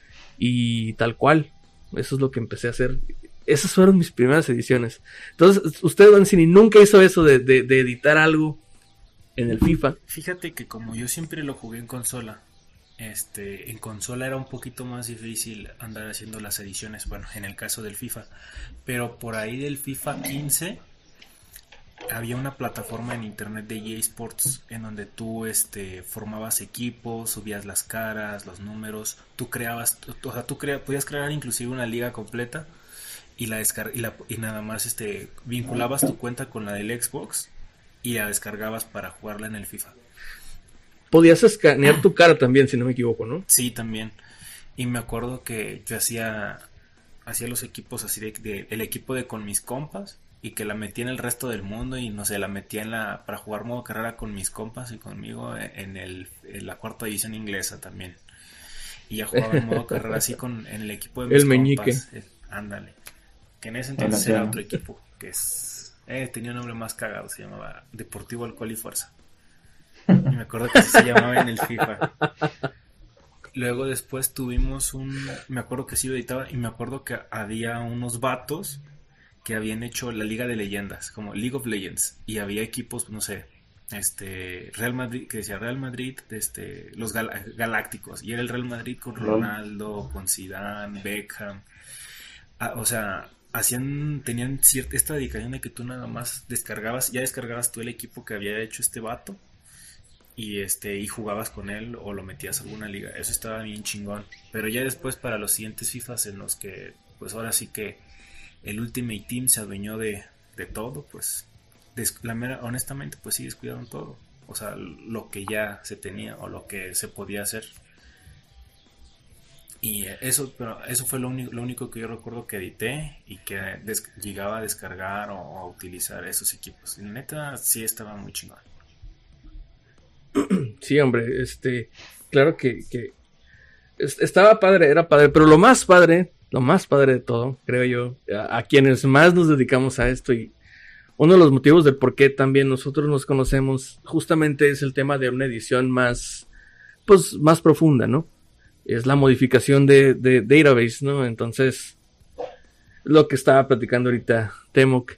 Y tal cual. Eso es lo que empecé a hacer. Esas fueron mis primeras ediciones. Entonces, usted, Mancini, nunca hizo eso de editar algo en el FIFA. Fíjate que como yo siempre lo jugué en consola, en consola era un poquito más difícil andar haciendo las ediciones, bueno, en el caso del FIFA. Pero por ahí del FIFA 15 había una plataforma en internet de EA Sports en donde tú formabas equipos, subías las caras, los números, tú creabas, o sea, podías crear inclusive una liga completa y y nada más vinculabas tu cuenta con la del Xbox y la descargabas para jugarla en el FIFA. Podías escanear tu cara también, si no me equivoco, ¿no? Sí, también. Y me acuerdo que yo hacía los equipos así el equipo de con mis compas y que la metía en el resto del mundo y no sé, la metía para jugar modo carrera con mis compas y conmigo en la cuarta división inglesa también. Y ya jugaba en modo carrera así en el equipo de mis compas. Meñique. Ándale. Que en ese entonces era otro equipo que tenía un nombre más cagado, se llamaba Deportivo Alcohol y Fuerza. Y me acuerdo que así se llamaba en el FIFA. Luego después tuvimos me acuerdo que sí lo editaba y me acuerdo que había unos vatos que habían hecho la Liga de Leyendas, como League of Legends, y había equipos, no sé, Real Madrid, que decía Real Madrid, los Galácticos, y era el Real Madrid con Ronaldo, con Zidane, Beckham, o sea, tenían esta dedicación de que tú nada más descargabas tú el equipo que había hecho este vato, y jugabas con él o lo metías a alguna liga. Eso estaba bien chingón. Pero ya después para los siguientes FIFAs en los que pues ahora sí que el Ultimate Team se adueñó de todo, pues honestamente pues sí descuidaron todo, o sea, lo que ya se tenía o lo que se podía hacer. Y pero eso fue lo único que yo recuerdo que edité y que llegaba a descargar o a utilizar esos equipos. Y neta sí estaba muy chingón. Sí, hombre, claro que estaba padre, era padre, pero lo más padre de todo, creo yo, a quienes más nos dedicamos a esto, y uno de los motivos del por qué también nosotros nos conocemos, justamente es el tema de una edición más profunda, ¿no? Es la modificación de database, ¿no? Entonces, lo que estaba platicando ahorita Temoc.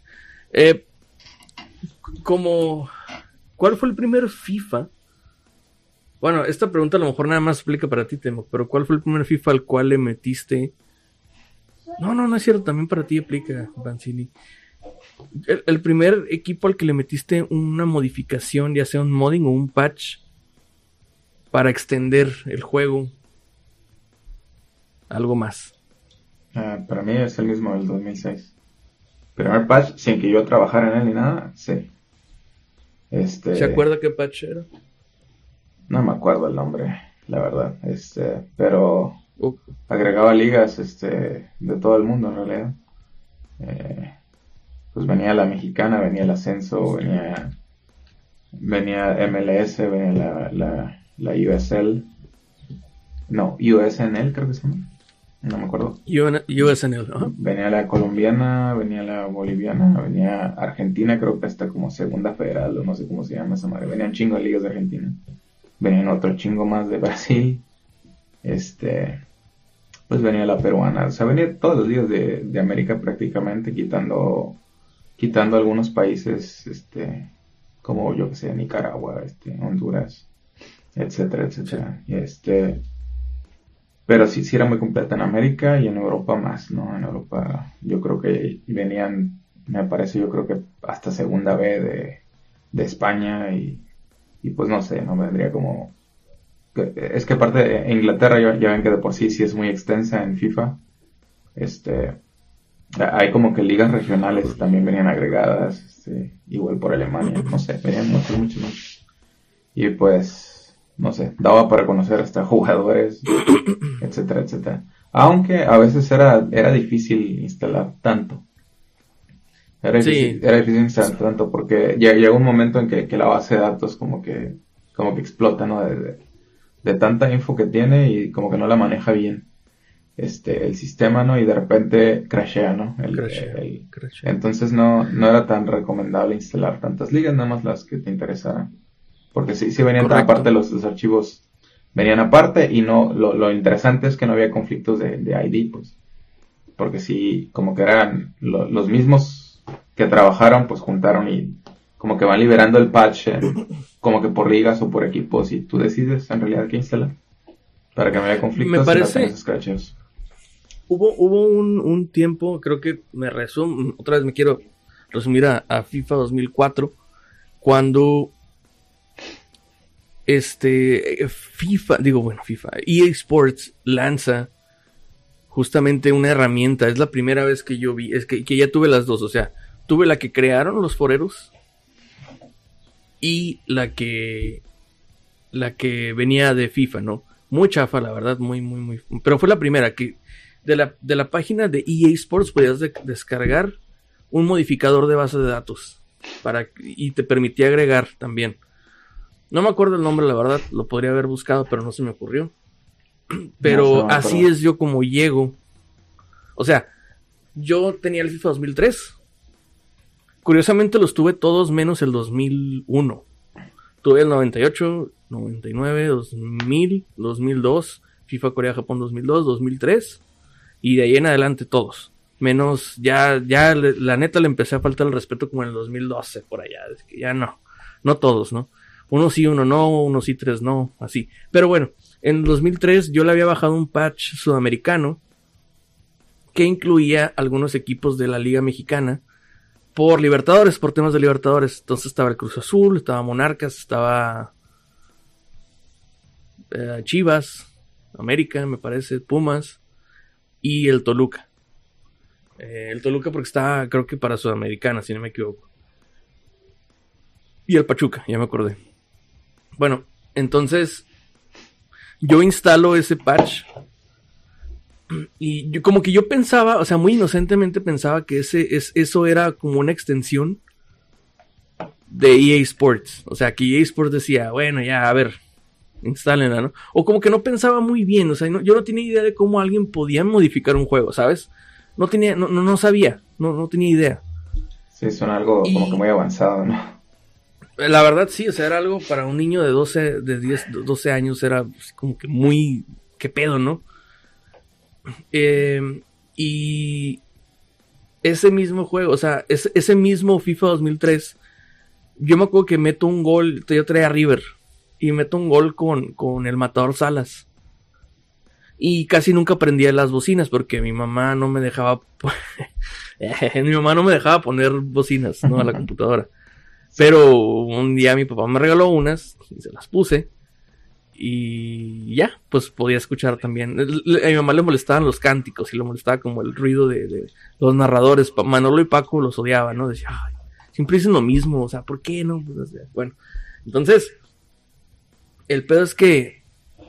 ¿Cuál fue el primer FIFA? Bueno, esta pregunta a lo mejor nada más aplica para ti, Temoc, pero ¿cuál fue el primer FIFA al cual le metiste? No es cierto, también para ti aplica, Banzini. El primer equipo al que le metiste una modificación, ya sea un modding o un patch, para extender el juego. Algo más. Para mí es el mismo del 2006. Primer patch, sin que yo trabajara en él ni nada, sí. ¿Se acuerda qué patch era? No me acuerdo el nombre, la verdad. Pero agregaba ligas de todo el mundo en realidad. Pues venía la mexicana, venía el ascenso, venía MLS, venía la USL. No, USNL creo que se llama. No me acuerdo. USNL, ¿no? Venía la colombiana, venía la boliviana, venía Argentina, creo que hasta como segunda federal, o no sé cómo se llama esa madre. Venían chingo de ligas de Argentina. Venían otro chingo más de Brasil. Pues venía la peruana. O sea, venía todos los ligas de América prácticamente, quitando algunos países, como yo que sé, Nicaragua, Honduras, etcétera, etcétera. Pero sí era muy completa en América y en Europa más, ¿no? En Europa yo creo que venían, me parece, yo creo que hasta segunda B de España y pues no sé, no vendría como... Es que aparte de Inglaterra ya ven que de por sí es muy extensa en FIFA. Hay como que ligas regionales también venían agregadas, igual por Alemania, no sé, venían muchos. Y pues... no sé, daba para conocer hasta jugadores, etcétera, etcétera. Aunque a veces era difícil instalar tanto. Era difícil instalar tanto porque llega un momento en que la base de datos como que explota, ¿no? De tanta info que tiene y como que no la maneja bien el sistema, ¿no? Y de repente crashea, ¿no? Crashea. Entonces no era tan recomendable instalar tantas ligas, nada más las que te interesaran. Porque sí venían aparte, los archivos venían aparte y no, lo interesante es que no había conflictos de ID, pues. Porque sí, como que eran los mismos que trabajaron, pues juntaron y como que van liberando el patch, como que por ligas o por equipos y tú decides en realidad qué instalar. Para que no haya conflictos. Me parece... esos crasheos. Hubo un tiempo, creo que otra vez me quiero resumir a FIFA 2004, cuando... FIFA, EA Sports lanza justamente una herramienta. Es la primera vez que yo vi, es que ya tuve las dos, o sea, tuve la que crearon los foreros y la que venía de FIFA, ¿no? Muy chafa, la verdad, muy, pero fue la primera que de la página de EA Sports podías descargar un modificador de base de datos y te permitía agregar también. No me acuerdo el nombre, la verdad, lo podría haber buscado, pero no se me ocurrió. Pero así es yo como llego. O sea, yo tenía el FIFA 2003. Curiosamente los tuve todos menos el 2001. Tuve el 98, 99, 2000, 2002, FIFA Corea-Japón 2002, 2003. Y de ahí en adelante todos. Menos, ya la neta le empecé a faltar el respeto como en el 2012, por allá. Es que ya no todos, ¿no? Uno sí, uno no, uno sí, tres no, así. Pero bueno, en 2003 yo le había bajado un patch sudamericano que incluía algunos equipos de la Liga Mexicana por Libertadores, por temas de Libertadores. Entonces estaba el Cruz Azul, estaba Monarcas, estaba Chivas, América, me parece, Pumas y el Toluca. El Toluca porque está, creo que para Sudamericana, si no me equivoco. Y el Pachuca, ya me acordé. Bueno, entonces yo instalo ese patch. Y yo, como que yo pensaba, o sea, muy inocentemente pensaba que eso era como una extensión de EA Sports. O sea, que EA Sports decía, bueno, ya, a ver, instálenla, ¿no? O como que no pensaba muy bien, o sea, yo no tenía idea de cómo alguien podía modificar un juego, ¿sabes? No sabía, no tenía idea. Sí, suena algo como que muy avanzado, ¿no? La verdad sí, o sea, era algo para un niño de 12 años, era como que muy, qué pedo, ¿no? Y ese mismo juego, o sea, ese mismo FIFA 2003, yo me acuerdo que meto un gol, yo traía River, y meto un gol con el Matador Salas. Y casi nunca prendía las bocinas porque mi mamá no me dejaba poner bocinas, ¿no? A la computadora. Pero un día mi papá me regaló unas y se las puse. Y ya, pues podía escuchar también. A mi mamá le molestaban los cánticos y le molestaba como el ruido de los narradores. Manolo y Paco los odiaban, ¿no? Decía, ay, siempre dicen lo mismo, o sea, ¿por qué no? Pues, o sea, bueno, entonces, el pedo es que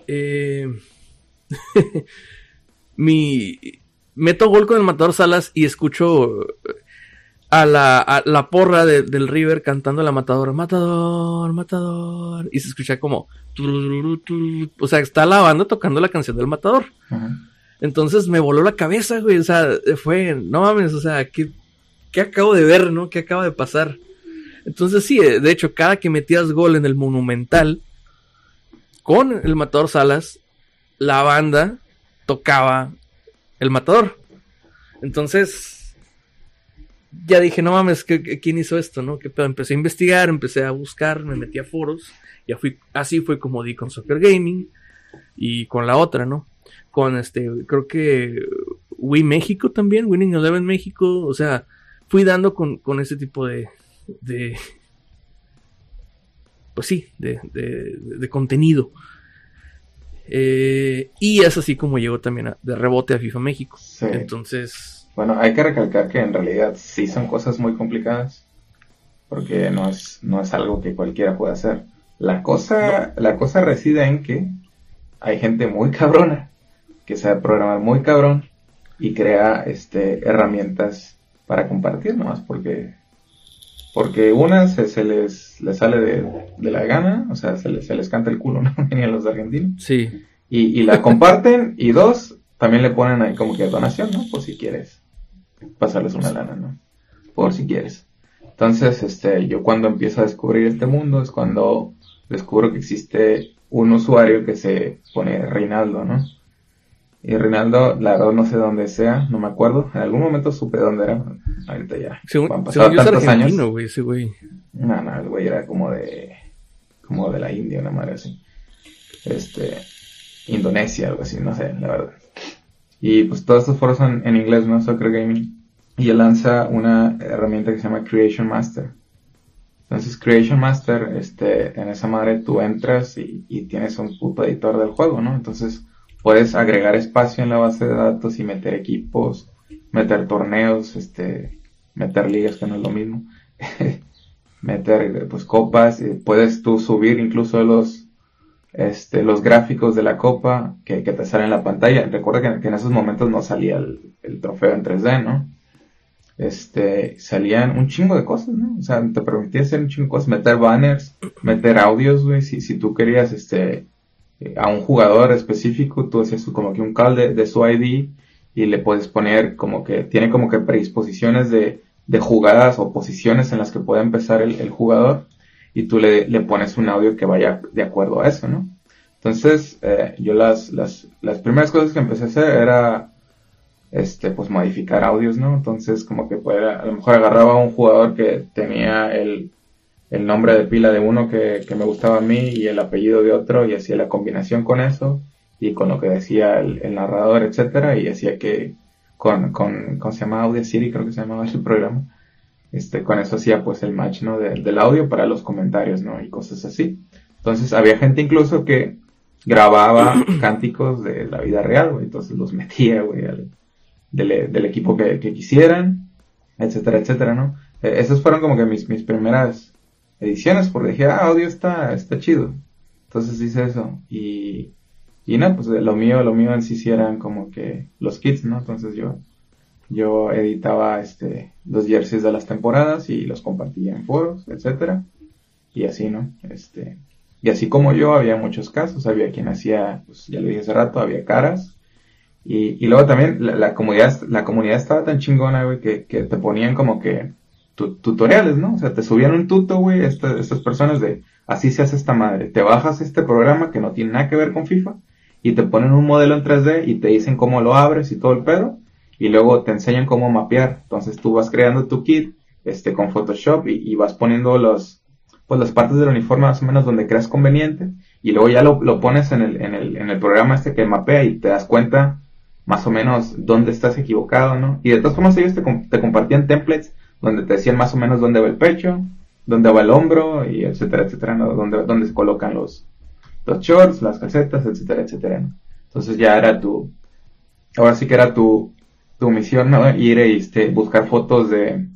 meto gol con el Matador Salas y escucho a la porra del River cantando la Matador, Matador, Matador, y se escucha como o sea, está la banda tocando la canción del Matador. Uh-huh. Entonces me voló la cabeza, güey, o sea, fue, no mames, o sea, ¿qué acabo de ver, no? ¿Qué acaba de pasar? Entonces sí, de hecho, cada que metías gol en el Monumental con el Matador Salas, la banda tocaba el Matador. Entonces ya dije, no mames, ¿quién hizo esto, no? ¿Qué pedo? Empecé a investigar, empecé a buscar, me metí a foros. Así fue como di con Soccer Gaming y con la otra, ¿no? Con creo que Wii México también, Winning Eleven México, o sea, fui dando con ese tipo de pues sí, de contenido. Y es así como llegó también de rebote a FIFA México. Sí. Entonces, bueno, hay que recalcar que en realidad sí son cosas muy complicadas, porque no es algo que cualquiera pueda hacer. La cosa reside en que hay gente muy cabrona que sabe programar muy cabrón y crea herramientas para compartir nomás porque una se les sale de la gana, o sea, se les canta el culo, ¿no? Ni a los argentinos. Sí. Y la comparten, y dos, también le ponen ahí como que donación, ¿no? Por si quieres pasarles una lana, ¿no? Por si quieres. Entonces, yo cuando empiezo a descubrir este mundo es cuando descubro que existe un usuario que se pone Reinaldo, ¿no? Y Reinaldo, la verdad no sé dónde sea, no me acuerdo. En algún momento supe dónde era. Ahorita ya. Según yo es argentino, güey, ese güey. No, el güey era como de la India, una madre así. Indonesia, algo así, no sé, la verdad. Y pues todos estos foros son en inglés, ¿no? Soccer Gaming. Y él lanza una herramienta que se llama Creation Master. Entonces Creation Master, en esa madre tú entras y tienes un puto editor del juego, ¿no? Entonces puedes agregar espacio en la base de datos y meter equipos, meter torneos, meter ligas, que no es lo mismo, meter pues copas, puedes tú subir incluso los gráficos de la copa que te salen en la pantalla. Recuerda que en esos momentos no salía el trofeo en 3D, ¿no? Salían un chingo de cosas, ¿no? O sea, te permitía hacer un chingo de cosas, meter banners, meter audios, güey, si tú querías, a un jugador específico, tú hacías como que un call de su ID y le puedes poner como que, tiene como que predisposiciones de jugadas o posiciones en las que puede empezar el jugador y tú le pones un audio que vaya de acuerdo a eso, ¿no? Entonces, yo las primeras cosas que empecé a hacer era pues modificar audios, ¿no? Entonces como que a lo mejor agarraba a un jugador que tenía el nombre de pila de uno que me gustaba a mí y el apellido de otro y hacía la combinación con eso y con lo que decía el narrador, etcétera, y hacía que con se llama Audacity, creo que se llamaba el programa, con eso hacía pues el match, ¿no? Del audio para los comentarios, ¿no? Y cosas así. Entonces había gente incluso que grababa cánticos de la vida real, güey, entonces los metía, güey, del equipo que quisieran, etcétera, etcétera, ¿no? Esas fueron como que mis primeras ediciones, porque dije, audio está chido. Entonces hice eso. Y no, pues lo mío en sí eran como que los kits, ¿no? Entonces yo editaba los jerseys de las temporadas y los compartía en foros, etcétera. Y así, ¿no? Y así como yo, había muchos casos. Había quien hacía, pues ya lo dije hace rato, había caras. Y luego también la comunidad estaba tan chingona, güey, que te ponían como que tutoriales, ¿no? O sea, te subían un tuto, güey, estas personas de así se hace esta madre. Te bajas este programa que no tiene nada que ver con FIFA y te ponen un modelo en 3D y te dicen cómo lo abres y todo el pedo. Y luego te enseñan cómo mapear. Entonces tú vas creando tu kit con Photoshop y vas poniendo las partes del uniforme más o menos donde creas conveniente. Y luego ya lo pones en el programa que mapea y te das cuenta más o menos dónde estás equivocado, ¿no? Y de todas formas ellos te compartían templates donde te decían más o menos dónde va el pecho, dónde va el hombro, y etcétera, etcétera, ¿no? Dónde se colocan los shorts, las calcetas, etcétera, etcétera, ¿no? Entonces ya era ahora sí que era tu misión, ¿no? Ir buscar fotos de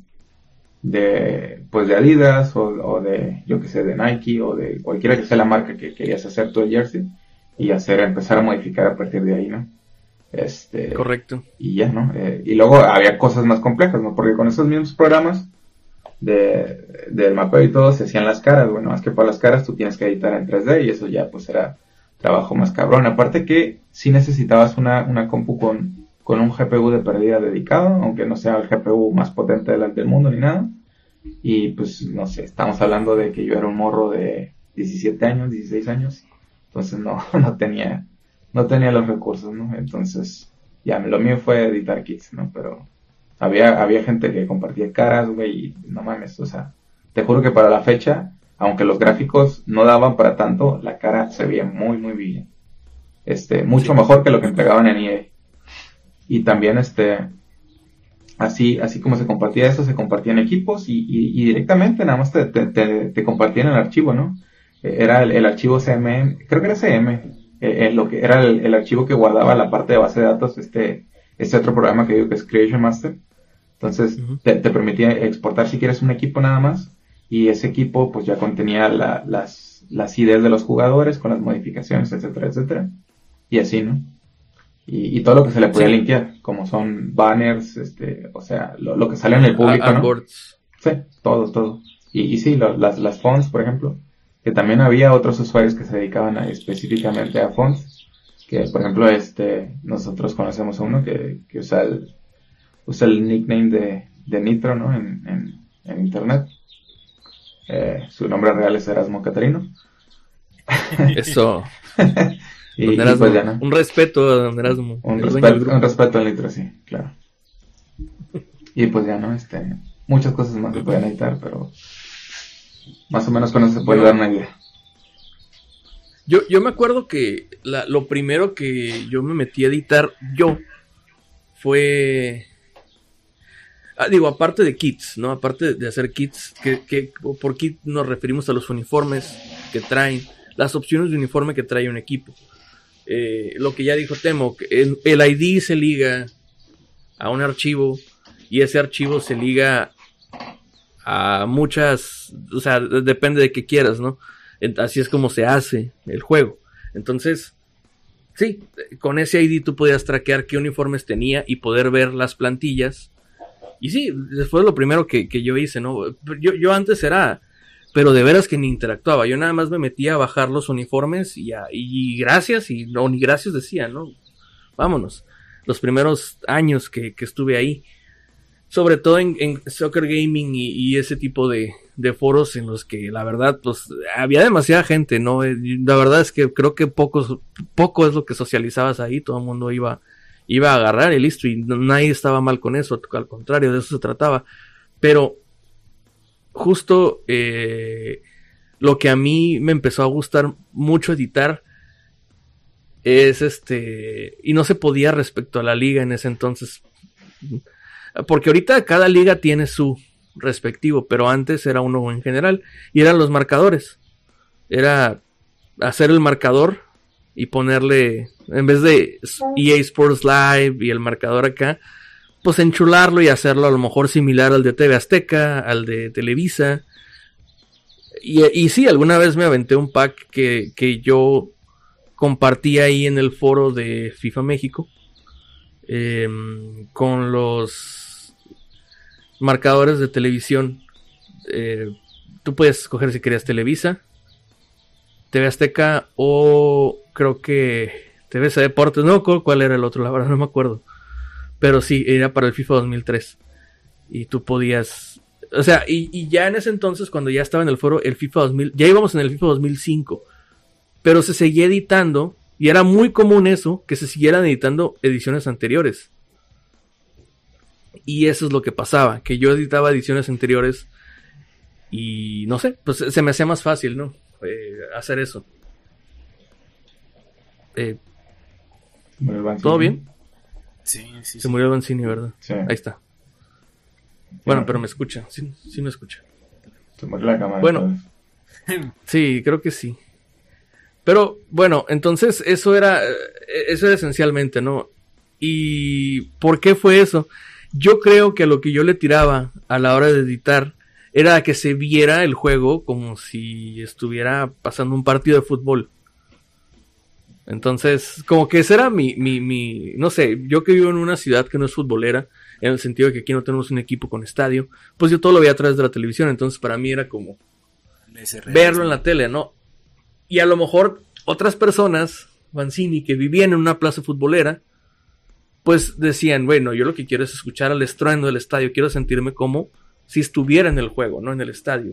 Adidas o de, yo que sé, de Nike o de cualquiera que sea la marca que querías hacer tu jersey y empezar a modificar a partir de ahí, ¿no? Correcto. Y ya, ¿no? Y luego había cosas más complejas, ¿no? Porque con esos mismos programas del mapeo y todo se hacían las caras, bueno, más que para las caras tú tienes que editar en 3D y eso ya pues era trabajo más cabrón. Aparte que sí necesitabas una compu con un GPU de pérdida dedicado, aunque no sea el GPU más potente del mundo ni nada. Y pues no sé, estamos hablando de que yo era un morro de 17 años, 16 años, entonces no tenía los recursos, ¿no? Entonces, ya, lo mío fue editar kits, ¿no? Pero había gente que compartía caras, güey, y no mames, o sea, te juro que para la fecha, aunque los gráficos no daban para tanto, la cara se veía muy, muy bien. Mucho mejor que lo que entregaban en EA. Y también, así como se compartía eso, se compartían equipos y directamente nada más te compartían el archivo, ¿no? Era el archivo CMM, creo que era CM, lo que era el archivo que guardaba la parte de base de datos, este otro programa que digo que es Creation Master. Entonces, te permitía exportar si quieres un equipo nada más, y ese equipo pues ya contenía las IDs de los jugadores con las modificaciones, etcétera, etcétera. Y así, ¿no? Y todo lo que se le podía linkear, como son banners, o sea, lo que sale en el público, ¿no? Sí, todo. Y sí, las fonts, por ejemplo, que también había otros usuarios que se dedicaban específicamente a fonts, que por ejemplo nosotros conocemos a uno que usa el nickname de Nitro, ¿no? En internet. Su nombre real es Erasmo Catarino. Eso. y pues ya, ¿no? Un respeto a don Erasmo. Un respeto al Nitro, sí, claro. Y pues ya, ¿no? Muchas cosas más se pueden editar, pero más o menos con eso se puede dar una idea. Yo me acuerdo que lo primero que yo me metí a editar fue... aparte de kits, ¿no? Aparte de hacer kits, que por kit nos referimos a los uniformes que traen, las opciones de uniforme que trae un equipo. Lo que ya dijo Temo, el ID se liga a un archivo y ese archivo se liga a muchas, o sea, depende de qué quieras, ¿no? Así es como se hace el juego. Entonces, sí, con ese ID tú podías traquear qué uniformes tenía y poder ver las plantillas. Y sí, fue lo primero que yo hice, ¿no? Yo antes pero de veras que ni interactuaba. Yo nada más me metía a bajar los uniformes y gracias, y no, ni gracias decía, ¿no? Vámonos. Los primeros años que estuve ahí, sobre todo en Soccer Gaming y ese tipo de foros en los que la verdad pues había demasiada gente, ¿no? La verdad es que creo que poco es lo que socializabas ahí, todo el mundo iba a agarrar y listo, y nadie estaba mal con eso, al contrario, de eso se trataba. Pero justo lo que a mí me empezó a gustar mucho editar es y no se podía respecto a la liga en ese entonces, porque ahorita cada liga tiene su respectivo, pero antes era uno en general, y eran los marcadores. Era hacer el marcador y ponerle, en vez de EA Sports Live y el marcador acá, pues enchularlo y hacerlo a lo mejor similar al de TV Azteca, al de Televisa. Y sí, alguna vez me aventé un pack que yo compartí ahí en el foro de FIFA México, con los marcadores de televisión. Tú puedes escoger si querías Televisa, TV Azteca o creo que TVC Deportes. No, ¿cuál era el otro? La verdad no me acuerdo. Pero sí, era para el FIFA 2003. Y tú podías... O sea, y ya en ese entonces, cuando ya estaba en el foro, el FIFA 2000... Ya íbamos en el FIFA 2005. Pero se seguía editando. Y era muy común eso, que se siguieran editando ediciones anteriores. Y eso es lo que pasaba. Que yo editaba ediciones anteriores. Y no sé, pues se me hacía más fácil, ¿no? Hacer eso. ¿Todo bien? Sí. Se murió Banzini, ¿verdad? Sí. Ahí está. Bueno, pero me escucha. Sí me escucha. Se murió la cámara. Bueno. Sí, creo que sí. Pero, bueno, entonces eso era esencialmente, ¿no? ¿Y por qué fue eso? Yo creo que a lo que yo le tiraba a la hora de editar era que se viera el juego como si estuviera pasando un partido de fútbol. Entonces, como que ese era mi, no sé, yo que vivo en una ciudad que no es futbolera, en el sentido de que aquí no tenemos un equipo con estadio, pues yo todo lo veía a través de la televisión, entonces para mí era como verlo en la tele, ¿no? Y a lo mejor otras personas, Banzini, que vivían en una plaza futbolera, pues decían, bueno, yo lo que quiero es escuchar al estruendo del estadio, quiero sentirme como si estuviera en el juego, no en el estadio.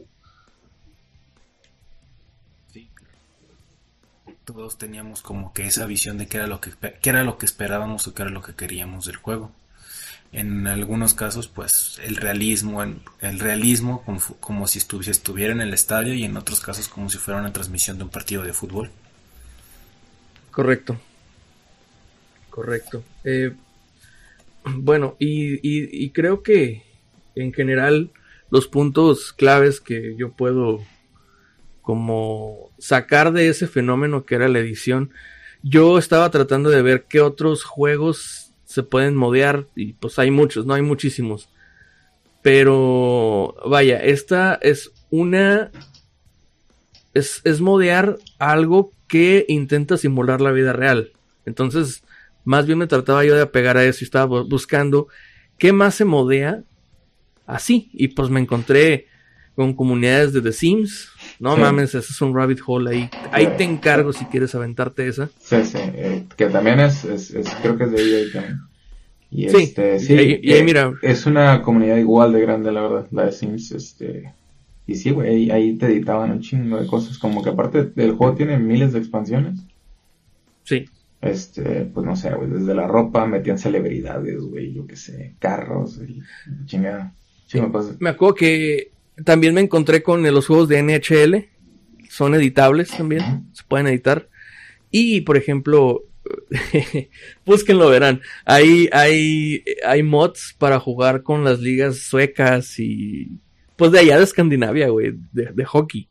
Todos teníamos como que esa visión de qué era lo que esperábamos o qué era lo que queríamos del juego. En algunos casos, pues el realismo como si estuviera en el estadio, y en otros casos como si fuera una transmisión de un partido de fútbol. Correcto. Bueno, y creo que en general los puntos claves que yo puedo como sacar de ese fenómeno que era la edición, yo estaba tratando de ver qué otros juegos se pueden modear, y pues hay muchos, no hay muchísimos, pero vaya, esta es es modear algo que intenta simular la vida real. Entonces más bien me trataba yo de apegar a eso y estaba buscando qué más se modea así, y pues me encontré con comunidades de The Sims. No sí. Mames, ese es un rabbit hole ahí. Ahí te encargo si quieres aventarte esa. Sí, que también es creo que es de EA también. Y sí, y ahí mira. Es una comunidad igual de grande, la verdad, la de Sims, y sí, güey, ahí te editaban un chingo de cosas, como que aparte el juego tiene miles de expansiones. Sí. Pues no sé, güey, desde la ropa metían celebridades, güey, yo qué sé, carros, y chingada cosas. Me acuerdo que también me encontré con los juegos de NHL, son editables también, se pueden editar. Y por ejemplo, búsquenlo, verán, hay mods para jugar con las ligas suecas y pues de allá de Escandinavia, güey, de hockey.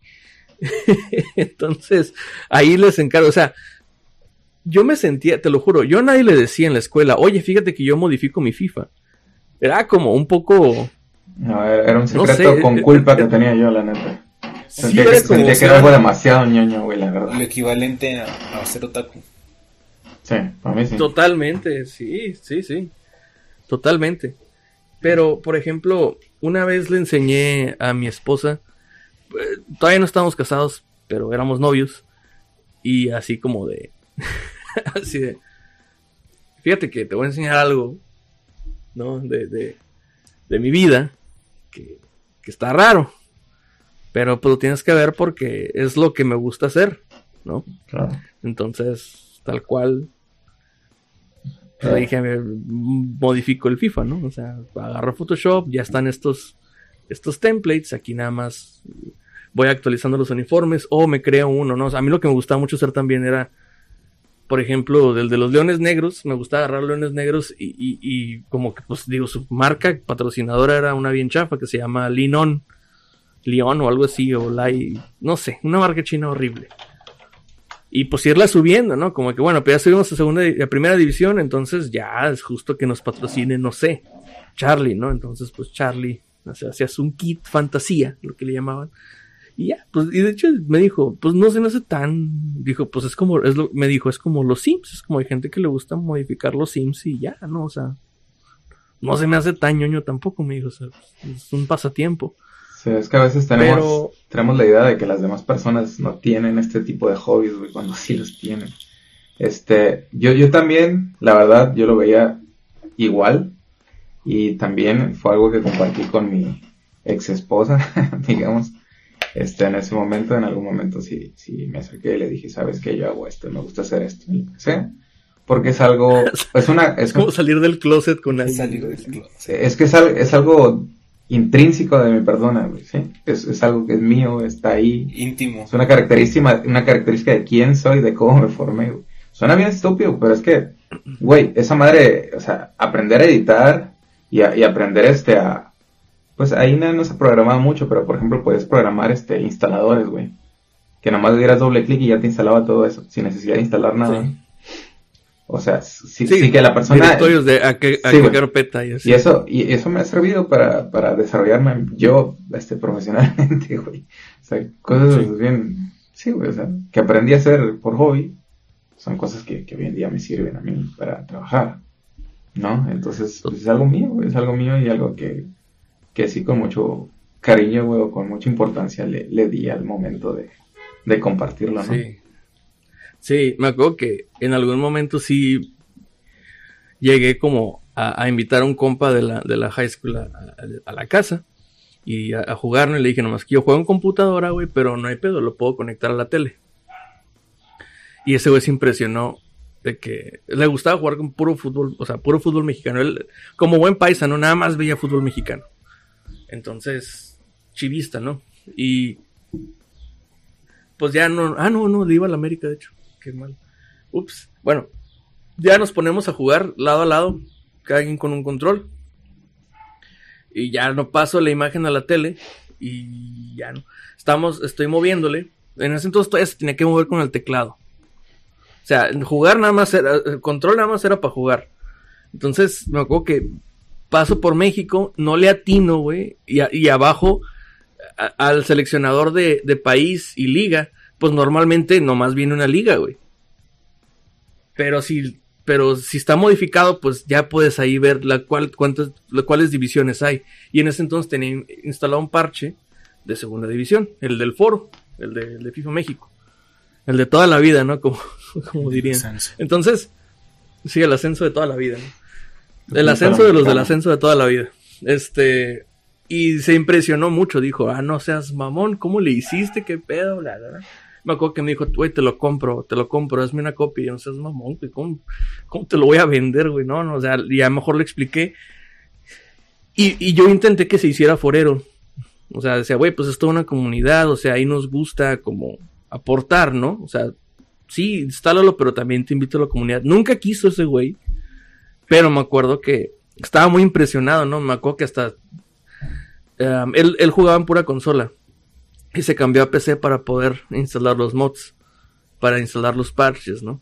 Entonces, ahí les encargo, o sea, yo me sentía, te lo juro, yo a nadie le decía en la escuela, oye, fíjate que yo modifico mi FIFA. Era como un poco... No, era un secreto, no sé, con culpa que tenía yo, la neta. Sí, sentía que era algo demasiado ñoño, güey, la verdad. Lo equivalente a ser otaku. Sí, para mí sí. Totalmente, sí. Totalmente. Pero, por ejemplo, una vez le enseñé a mi esposa, todavía no estábamos casados, pero éramos novios, y así como de... así de... Fíjate que te voy a enseñar algo, ¿no? De mi vida, que está raro, pero pues lo tienes que ver porque es lo que me gusta hacer, ¿no? Claro. Entonces, tal cual, le dije, modifico el FIFA, ¿no? O sea, agarro Photoshop, ya están estos templates, aquí nada más voy actualizando los uniformes, o me creo uno, ¿no? O sea, a mí lo que me gustaba mucho hacer también era, por ejemplo, del de los Leones Negros, me gustaba agarrar Leones Negros y como que, pues digo, su marca patrocinadora era una bien chafa que se llama Leon o algo así, o no sé, una marca china horrible. Y pues irla subiendo, ¿no? Como que bueno, pues ya subimos a primera división, entonces ya es justo que nos patrocinen, no sé, Charlie, ¿no? Entonces, pues Charlie, o sea, hacías un kit fantasía, lo que le llamaban. Y ya, pues, y de hecho me dijo, pues no se me hace dijo, pues es como, me dijo, es como los Sims, es como hay gente que le gusta modificar los Sims y ya, ¿no? O sea, no se me hace tan ñoño tampoco, me dijo, o sea, es un pasatiempo. Sí, es que a veces tenemos la idea de que las demás personas no tienen este tipo de hobbies, güey, cuando sí los tienen. Yo también, la verdad, yo lo veía igual, y también fue algo que compartí con mi ex esposa, digamos. En ese momento, en algún momento sí me acerqué y le dije, ¿sabes qué? Yo hago esto, me gusta hacer esto. Y empecé, porque es algo, es como salir del closet con alguien. Salir del closet. Es que es algo intrínseco de mi persona, güey, ¿sí? Es algo que es mío, está ahí. Íntimo. Es una característica de quién soy, de cómo me formé, güey. Suena bien estúpido, pero es que, güey, esa madre, o sea, aprender a editar y aprender pues ahí no se programaba mucho, pero por ejemplo puedes programar instaladores, güey. Que nomás le dieras doble clic y ya te instalaba todo eso, sin necesidad de instalar nada. Sí. O sea, sí que la persona... Directorios de a qué carpeta y así. Y eso me ha servido para desarrollarme yo, profesionalmente, güey. O sea, cosas bien... Sí, güey, o sea, que aprendí a hacer por hobby. Son cosas que hoy en día me sirven a mí para trabajar, ¿no? Entonces, pues es algo mío, güey, y algo que sí con mucho cariño, güey, o con mucha importancia le di al momento de compartirlo, ¿no? Sí, me acuerdo que en algún momento sí llegué como a invitar a un compa de la high school a la casa y a jugar, ¿no? Y le dije nomás que yo juego en computadora, güey, pero no hay pedo, lo puedo conectar a la tele. Y ese güey se impresionó de que le gustaba jugar con puro fútbol, o sea, puro fútbol mexicano. Él, como buen paisano, nada más veía fútbol mexicano. Entonces, chivista, ¿no? Y pues ya no, le iba a la América, de hecho. Qué mal. Ups. Bueno, ya nos ponemos a jugar lado a lado, cada quien con un control. Y ya no paso la imagen a la tele y ya no. Estoy moviéndole. En ese entonces todavía se tenía que mover con el teclado. O sea, jugar nada más era, el control nada más era para jugar. Entonces, me acuerdo que paso por México, no le atino, güey, y abajo al seleccionador de país y liga, pues normalmente nomás viene una liga, güey. Pero si está modificado, pues ya puedes ahí ver cuáles divisiones hay. Y en ese entonces tenía instalado un parche de segunda división, el del foro, el de FIFA México. El de toda la vida, ¿no? Como dirían. Entonces, sí, el ascenso de toda la vida, ¿no? El ascenso de los del ascenso de toda la vida. Y se impresionó mucho, dijo, no seas mamón, ¿cómo le hiciste? ¿Qué pedo? Bla, bla, bla. Me acuerdo que me dijo, güey, te lo compro, hazme una copia. Y yo, no seas mamón, güey, ¿cómo te lo voy a vender, güey? No, o sea, y a lo mejor le expliqué. Y yo intenté que se hiciera forero. O sea, decía, güey, pues es toda una comunidad, o sea, ahí nos gusta como aportar, ¿no? O sea, sí, instálalo, pero también te invito a la comunidad. Nunca quiso ese güey, pero me acuerdo que estaba muy impresionado, ¿no? Me acuerdo que hasta él jugaba en pura consola y se cambió a PC para poder instalar los mods, para instalar los parches, ¿no?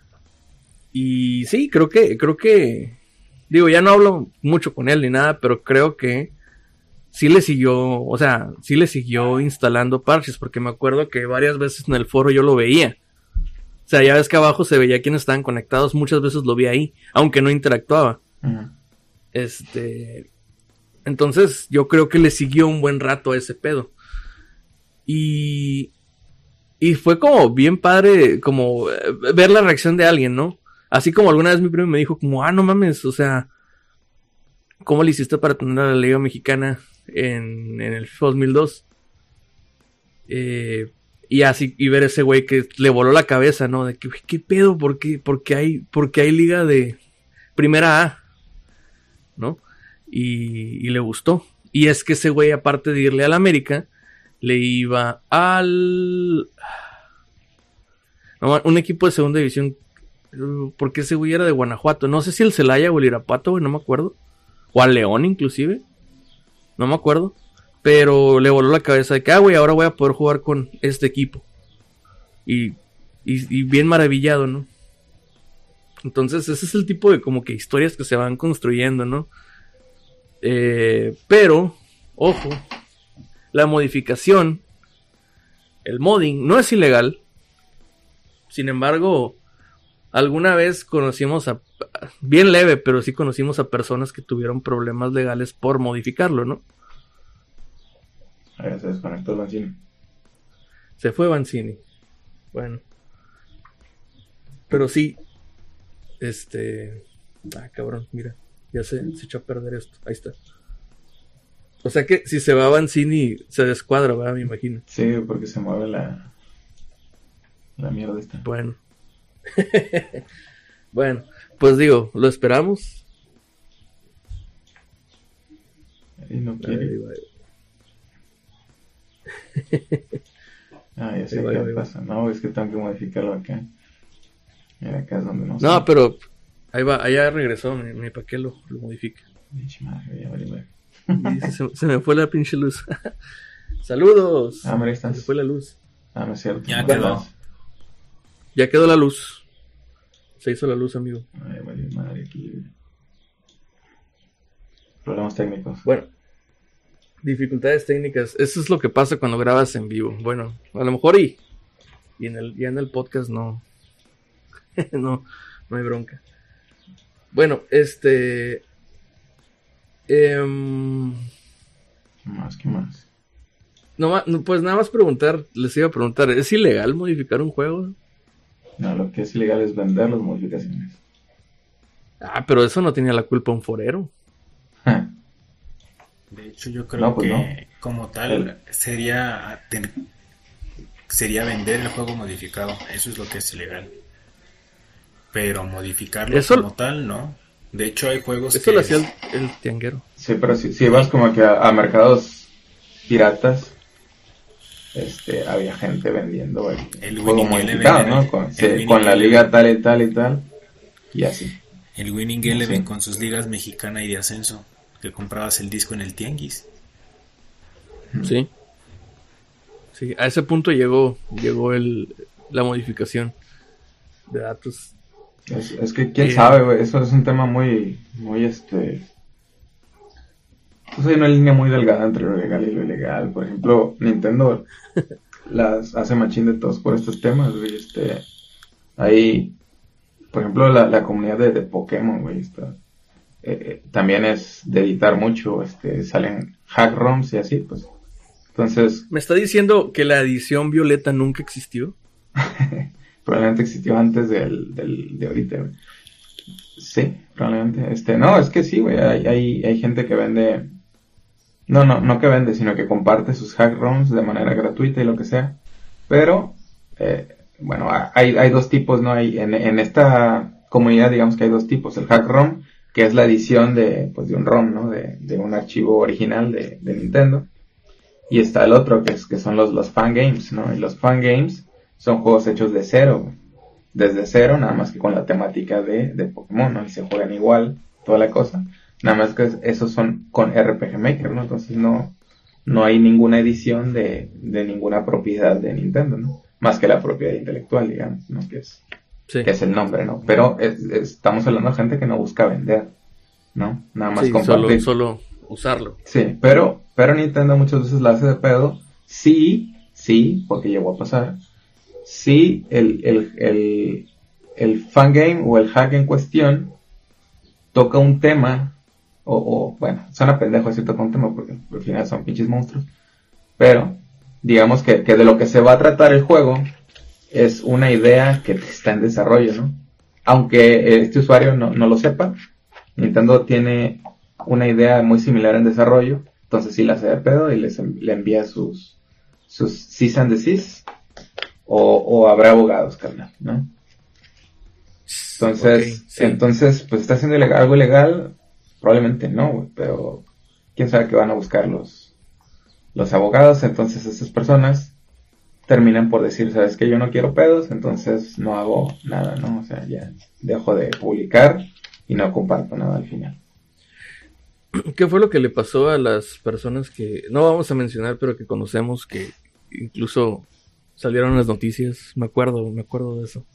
Y sí, creo que digo, ya no hablo mucho con él ni nada, pero creo que sí le siguió instalando parches, porque me acuerdo que varias veces en el foro yo lo veía. O sea, ya ves que abajo se veía quiénes estaban conectados, muchas veces lo vi ahí, aunque no interactuaba. Uh-huh. Entonces, yo creo que le siguió un buen rato a ese pedo. Y fue como bien padre, como ver la reacción de alguien, ¿no? Así como alguna vez mi primo me dijo como, no mames, o sea, ¿cómo le hiciste para tener a la Liga Mexicana en el FIFA 2002? Y así, y ver ese güey que le voló la cabeza, ¿no? De que, ¿qué pedo? ¿Por qué hay liga de primera A? ¿No? Y le gustó. Y es que ese güey, aparte de irle al América, le iba un equipo de segunda división, porque ese güey era de Guanajuato. No sé si el Celaya o el Irapuato, güey, no me acuerdo. O al León, inclusive. No me acuerdo. Pero le voló la cabeza de que, güey, ahora voy a poder jugar con este equipo. Y bien maravillado, ¿no? Entonces, ese es el tipo de como que historias que se van construyendo, ¿no? Pero, ojo, la modificación, el modding, no es ilegal. Sin embargo, alguna vez conocimos bien leve, pero sí conocimos a personas que tuvieron problemas legales por modificarlo, ¿no? Ahí se desconectó el Banzini. Se fue Banzini. Bueno. Pero sí. Cabrón, mira. Ya se echó a perder esto. Ahí está. O sea que si se va Banzini, se descuadra, ¿verdad? Me imagino. Sí, porque se mueve la mierda esta. Bueno. Bueno, pues digo, lo esperamos. Y no quiere. Ya sé qué pasa. No, es que tengo que modificarlo acá. Mira, acá es donde no sé. No, pero ahí va, allá regresó, ni para qué lo modifica. Pinche madre, ya vale, güey. Se me fue la pinche luz. Saludos. Mira, ahí estás. Se fue la luz. No es cierto. Ya quedó. Ya quedó la luz. Se hizo la luz, amigo. Ay, vale, madre, aquí. Problemas técnicos. Bueno, dificultades técnicas. Eso es lo que pasa cuando grabas en vivo. Bueno, a lo mejor ya en el podcast no. no hay bronca. Bueno, ¿qué más? Pues nada más les iba a preguntar, ¿es ilegal modificar un juego? No, lo que es ilegal es vender las modificaciones. Pero eso no tenía la culpa un forero. De hecho, yo creo que como tal sería vender el juego modificado. Eso es lo que es ilegal. Pero modificarlo como tal, no. De hecho, hay juegos eso lo hacía el tianguero. Sí, pero si vas como que a mercados piratas, había gente vendiendo el juego modificado, ¿no? Con la liga tal y tal y tal. Y así. El Winning Eleven con sus ligas mexicana y de ascenso. Que comprabas el disco en el tianguis. Sí. Sí, a ese punto llegó la modificación de datos. Es que quién sabe, güey. Eso es un tema muy pues hay una línea muy delgada entre lo legal y lo ilegal. Por ejemplo, Nintendo las hace machín de todos por estos temas, güey. Ahí, por ejemplo, la comunidad de Pokémon, güey, también es de editar mucho, salen hack ROMs y así, pues. Entonces, ¿me está diciendo que la edición violeta nunca existió? Probablemente existió antes de ahorita, güey. Sí, probablemente. No, es que sí, güey. Hay gente que vende. No que vende, sino que comparte sus hack ROMs de manera gratuita y lo que sea. Pero, bueno, hay dos tipos, ¿no? En esta comunidad, digamos que hay dos tipos. El hack ROM, que es la edición de un ROM, ¿no? De un archivo original de Nintendo. Y está el otro, que son los fangames, ¿no? Y los fangames son juegos hechos de cero, güey. Desde cero, nada más que con la temática de Pokémon, ¿no? Y se juegan igual, toda la cosa. Nada más que esos son con RPG Maker, ¿no? Entonces no hay ninguna edición de ninguna propiedad de Nintendo, ¿no? Más que la propiedad intelectual, digamos, ¿no? Que es el nombre, ¿no? Pero estamos hablando de gente que no busca vender, ¿no? Nada más compartir. Solo usarlo. Sí, pero Nintendo muchas veces la hace de pedo. Sí, porque llegó a pasar. Sí, el fangame o el hack en cuestión toca un tema, bueno, suena pendejo decir toca un tema porque al final son pinches monstruos, pero digamos que de lo que se va a tratar el juego es una idea que está en desarrollo, ¿no? Aunque este usuario no lo sepa, Nintendo tiene una idea muy similar en desarrollo, entonces sí la hace de pedo y le envía sus cease and desist. O habrá abogados, carnal, ¿no? Entonces, pues está haciendo algo ilegal, probablemente no, güey, pero quién sabe qué van a buscar los abogados. Entonces esas personas terminan por decir, sabes que yo no quiero pedos, entonces no hago nada, ¿no? O sea, ya dejo de publicar y no comparto nada al final. ¿Qué fue lo que le pasó a las personas que no vamos a mencionar, pero que conocemos, que incluso salieron en las noticias? Me acuerdo de eso.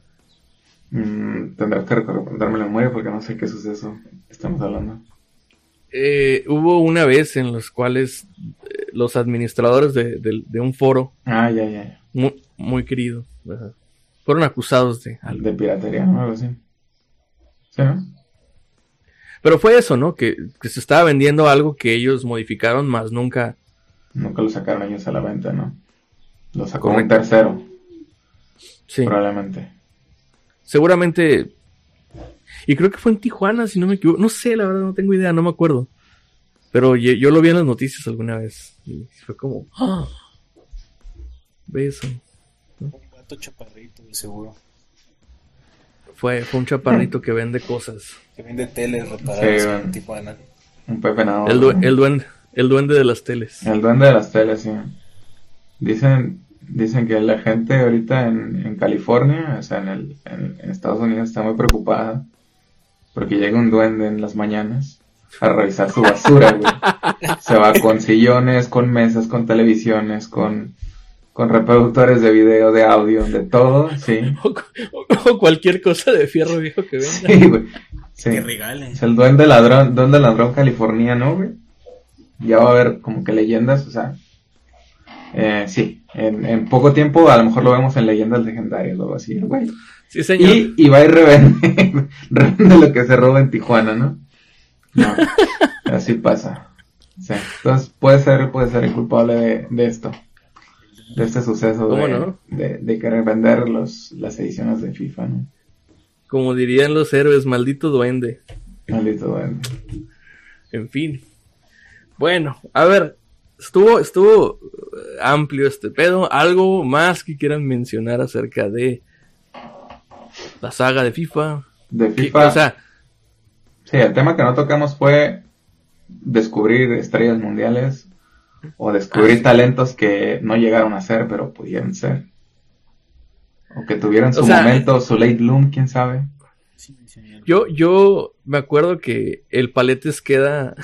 Tendrás que recordarme la memoria porque no sé qué suceso estamos hablando. hubo una vez en los cuales los administradores de un foro Ya. muy, muy querido, ajá, fueron acusados de algo. De piratería, ¿no? Algo así. Sí, ¿no? Pero fue eso, ¿no? Que se estaba vendiendo algo que ellos modificaron, más nunca... Nunca lo sacaron ellos a la venta, ¿no? Lo sacó un Correcto. tercero, Sí, probablemente. seguramente... Y creo que fue en Tijuana, si no me equivoco. No sé, la verdad, no tengo idea, no me acuerdo. Pero yo lo vi en las noticias alguna vez. Y fue como... ¡ah! Ve eso. Un vato chaparrito, de seguro. Fue un chaparrito que vende cosas. Que vende teles reparadas Sí, en bueno. Tijuana. Un Pepe Nado. El, ¿no? el duende de las teles. El duende de las teles, sí. Dicen que la gente ahorita en California, o sea, en Estados Unidos, está muy preocupada porque llega un duende en las mañanas a revisar su basura, güey. Se va con sillones, con mesas, con televisiones, con reproductores de video, de audio, de todo, sí. O cualquier cosa de fierro viejo que venda. Sí, güey. Sí. Que regalen. Es el duende ladrón californiano, güey. Ya va a haber como que leyendas, o sea, sí, en poco tiempo a lo mejor lo vemos en leyendas legendarias o algo así, güey. Sí, señor. Y va y revende, revende lo que se roba en Tijuana, ¿no? No, así pasa. Sí. Entonces puede ser el culpable de esto, de este suceso ¿Cómo no? de querer vender las ediciones de FIFA, ¿no? Como dirían los héroes, maldito duende. Maldito duende. En fin. Bueno, a ver, estuvo amplio este pedo. ¿Algo más que quieran mencionar acerca de la saga de FIFA? De FIFA. O sea, Sí, el tema que no tocamos fue descubrir estrellas mundiales o descubrir sí. talentos que no llegaron a ser, pero pudieron ser. O que tuvieron su O sea, momento, su late bloom, quién sabe. Sí, señor. yo me acuerdo que el Paletes queda...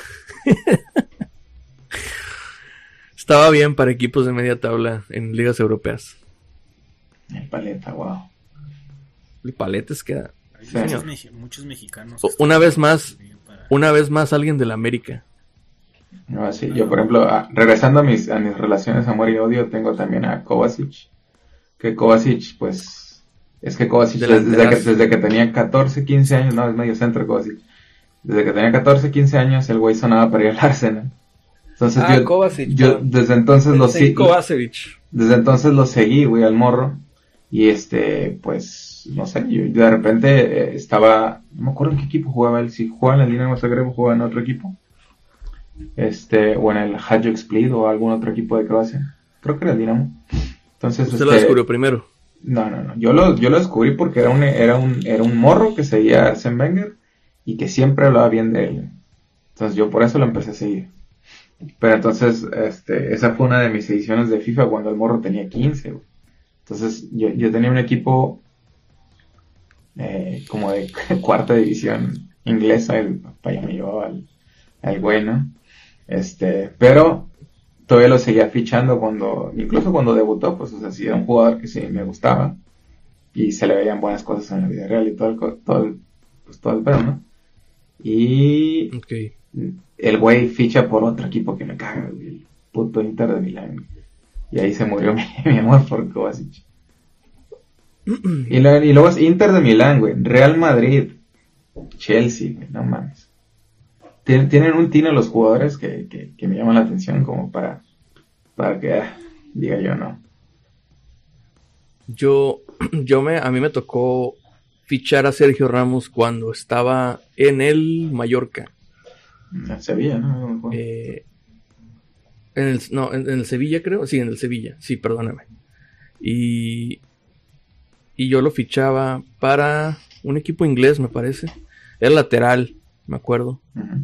Estaba bien para equipos de media tabla en ligas europeas. El paleta, wow. El Paletes queda... Hay Sí. muchos mexicanos. Una vez más, Para... una vez más alguien de la América. No, así, yo por ejemplo, regresando a mis relaciones amor y odio, tengo también a Kovacic. Que Kovacic, pues, es que Kovacic desde que tenía 14, 15 años, no, es medio centro Kovacic. Desde que tenía 14, 15 años, el güey sonaba para ir al Arsenal. Entonces Kovacic, yo desde entonces lo seguí. Kovacevic. Desde entonces lo seguí, güey, al morro. Y pues, no sé, yo de repente estaba, no me acuerdo en qué equipo jugaba él, si jugaba en el Dinamo Zagreb o jugaba en otro equipo. O en el Hajduk Split o algún otro equipo de Croacia. Creo que era el Dinamo. Entonces, Usted lo descubrió primero. No. Yo lo descubrí porque era un morro que seguía a Arsene Wenger y que siempre hablaba bien de él. Entonces yo por eso lo empecé a seguir. Pero entonces, esa fue una de mis ediciones de FIFA cuando el morro tenía 15, güey. Entonces yo tenía un equipo como de cuarta división inglesa, el papá ya me llevaba al güey, ¿no? Pero todavía lo seguía fichando incluso cuando debutó, pues, o sea, sí era un jugador que sí me gustaba y se le veían buenas cosas en la vida real y todo el pedo, ¿no? Y Okay. el güey ficha por otro equipo que me caga, güey, el puto Inter de Milán. Y ahí se murió mi amor por Kovacic. Y luego es Inter de Milán, güey, Real Madrid, Chelsea, güey, no mames. Tienen un tino los jugadores que me llaman la atención como para que diga yo no. A mí me tocó fichar a Sergio Ramos cuando estaba en el Mallorca. En Sevilla, ¿no? En el Sevilla, creo. Sí, en el Sevilla. Sí, perdóname. Y yo lo fichaba para un equipo inglés, me parece. Era lateral, me acuerdo. Uh-huh.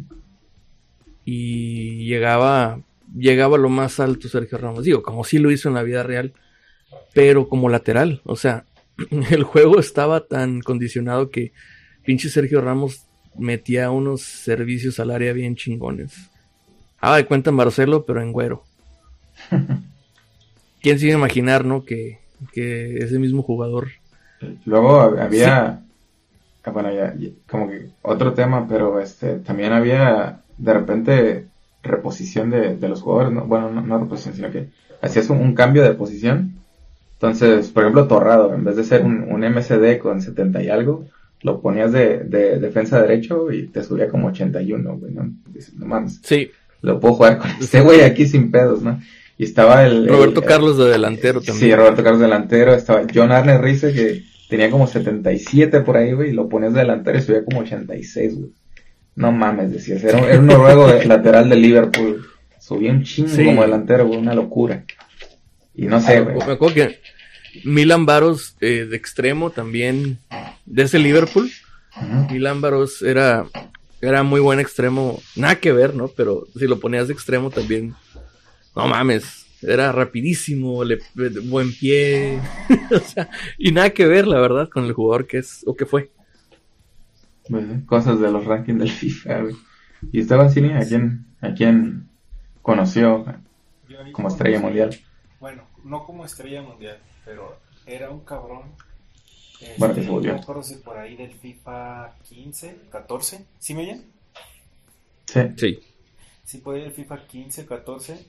Y llegaba a lo más alto Sergio Ramos. Digo, como sí lo hizo en la vida real, pero como lateral. O sea, el juego estaba tan condicionado que pinche Sergio Ramos metía unos servicios al área bien chingones. De cuenta Marcelo, pero en güero. ¿Quién se iba a imaginar, no? Que ese mismo jugador. Luego había, bueno, ya como que otro tema, pero también había de repente reposición de los jugadores, ¿no? Bueno, no reposición, sino que hacías un cambio de posición. Entonces, por ejemplo, Torrado, en vez de ser un MCD con 70 y algo, lo ponías de defensa derecho y te subía como 81, güey, ¿no? Dices, no mames. Sí. Lo puedo jugar con este güey aquí sin pedos, ¿no? Y estaba Roberto Carlos de delantero también. Sí, Roberto Carlos delantero. Estaba John Arne Rice, que tenía como 77 por ahí, güey, y lo ponías de delantero y subía como 86, güey. No mames, decías. Era un noruego lateral de Liverpool. Subía un chingo como delantero, güey, una locura. Y no sé, güey. Me acuerdo que Milan Baros de extremo también, de ese Liverpool. Uh-huh. Milan Baros era muy buen extremo. Nada que ver, ¿no? Pero si lo ponías de extremo también, no mames. Era rapidísimo, buen pie. O sea, y nada que ver, la verdad, con el jugador que es o que fue. Bueno, cosas de los rankings del FIFA, güey. ¿Y Esteban Cini, a quién conoció como estrella mundial? Bueno, no como estrella mundial, pero era un cabrón. Bueno, que se volvió. No me acuerdo si por ahí del FIFA 15, 14, ¿sí me oyen? Sí. Sí, por ahí del FIFA 15, 14,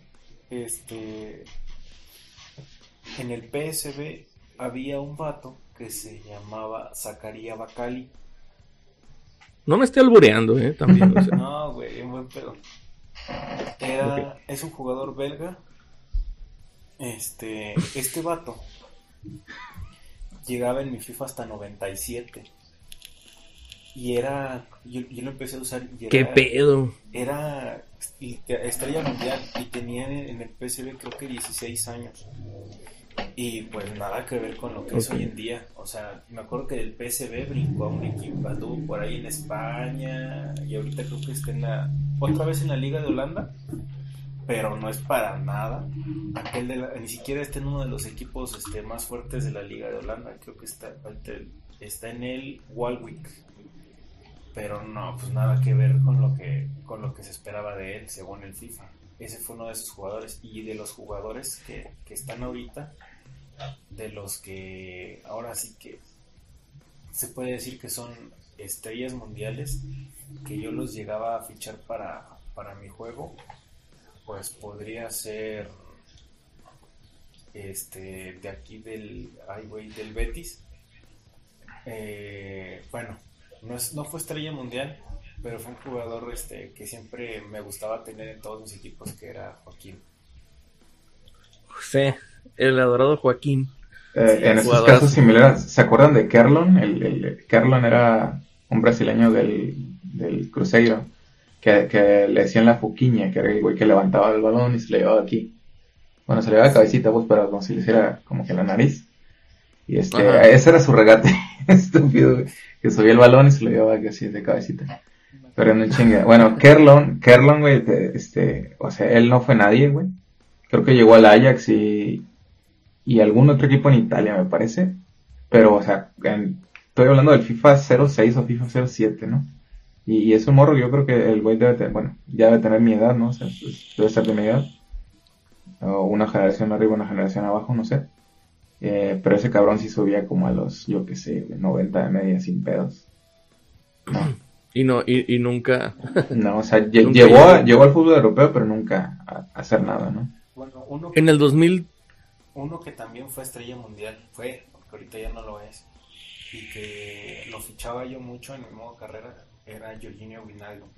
en el PSV había un vato que se llamaba Zakaria Bakali. No me estoy albureando, también. O sea. No, güey, un buen pedo. Es un jugador belga. Este vato llegaba en mi FIFA hasta 97. Y yo lo empecé a usar. ¿Qué pedo? Era estrella mundial y tenía en el PSV creo que 16 años. Y pues nada que ver con lo que es hoy en día. O sea, me acuerdo que del PSV brincó a un equipo, anduvo por ahí en España y ahorita creo que está otra vez en la Liga de Holanda, pero no es para nada ni siquiera está en uno de los equipos más fuertes de la Liga de Holanda. Creo que está en el Walwick, pero no, pues nada que ver con lo que se esperaba de él según el FIFA. Ese fue uno de esos jugadores. Y de los jugadores que están ahorita, de los que ahora sí que se puede decir que son estrellas mundiales, que yo los llegaba a fichar para mi juego, pues podría ser de aquí del Betis. Bueno, no fue estrella mundial, pero fue un jugador que siempre me gustaba tener en todos mis equipos, que era Joaquín. Sí, el adorado Joaquín. En esos casos similares, ¿se acuerdan de Kerlon? Kerlon era un brasileño del Cruzeiro, que le decían la fuquiña, que era el güey que levantaba el balón y se le llevaba aquí. Bueno, se le llevaba cabecita, pues, pero como si le hiciera como que la nariz. Y ese era su regate, estúpido, güey, que subía el balón y se lo llevaba así de cabecita. Pero no chinga. Bueno, Kerlon, güey, o sea, él no fue nadie, güey. Creo que llegó al Ajax y algún otro equipo en Italia, me parece. Pero, o sea, estoy hablando del FIFA 06 o FIFA 07, ¿no? Y es un morro que yo creo que el güey ya debe tener mi edad, ¿no? O sea, pues, debe ser de mi edad. O una generación arriba, una generación abajo, no sé. Pero ese cabrón sí subía como a los, yo qué sé, 90 de media sin pedos. ¿No? Y nunca. No, o sea, llegó al fútbol europeo, pero nunca a hacer nada, ¿no? Bueno, en el 2000. Uno que también fue estrella mundial, porque ahorita ya no lo es, y que lo fichaba yo mucho en mi modo carrera, era Jorginho Wijnaldum.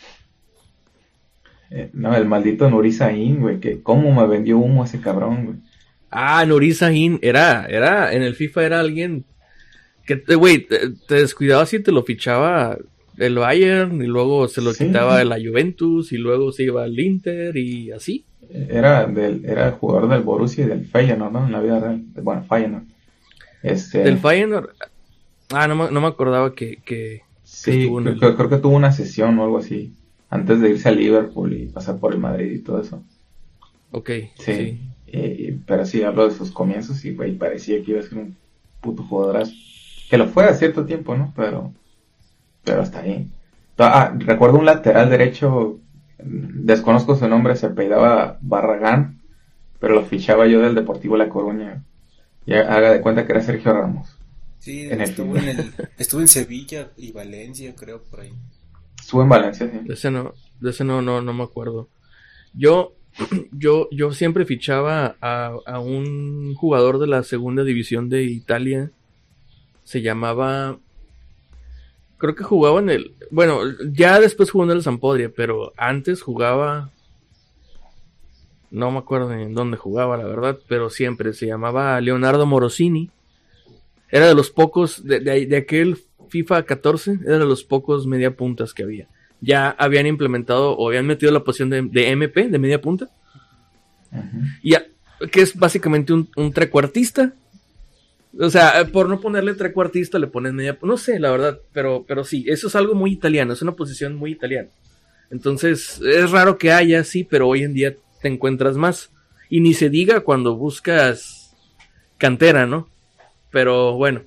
No, el maldito Nuri Sahin, güey, que cómo me vendió humo ese cabrón, güey. Nuri Sahin, era, en el FIFA era alguien que, güey, te descuidabas y te lo fichaba el Bayern, y luego se lo quitaba de la Juventus, y luego se iba al Inter, y así. Era el jugador del Borussia y del Feyenoord, ¿no? En la vida real. Bueno, Feyenoord. Del Feyenoord. No me acordaba que sí, creo que tuvo una sesión o algo así antes de irse a Liverpool y pasar por el Madrid y todo eso. Ok. Sí. Pero sí, hablo de sus comienzos y, güey, parecía que iba a ser un puto jugadorazo. Que lo fue a cierto tiempo, ¿no? Pero hasta ahí. Recuerdo un lateral derecho, desconozco su nombre, se apellidaba Barragán, pero lo fichaba yo del Deportivo La Coruña. Y haga de cuenta que era Sergio Ramos. Sí, estuvo en Sevilla y Valencia, creo, por ahí. Estuvo en Valencia, sí. Ese De ese no me acuerdo. Yo siempre fichaba a un jugador de la segunda división de Italia. Se llamaba... Creo que jugaba en el... Bueno, ya después jugó en el Sampdoria, pero antes jugaba... No me acuerdo en dónde jugaba, la verdad, pero siempre se llamaba Leonardo Morosini. Era de los pocos, de aquel FIFA 14, era de los pocos media puntas que había. Ya habían implementado o habían metido la posición de MP, de media punta. Ujú. Que es básicamente un trecuartista. O sea, por no ponerle trecuartista le pones media punta. No sé, la verdad, pero sí, eso es algo muy italiano, es una posición muy italiana. Entonces, es raro que haya, sí, pero hoy en día te encuentras más. Y ni se diga cuando buscas cantera, ¿no? Pero bueno,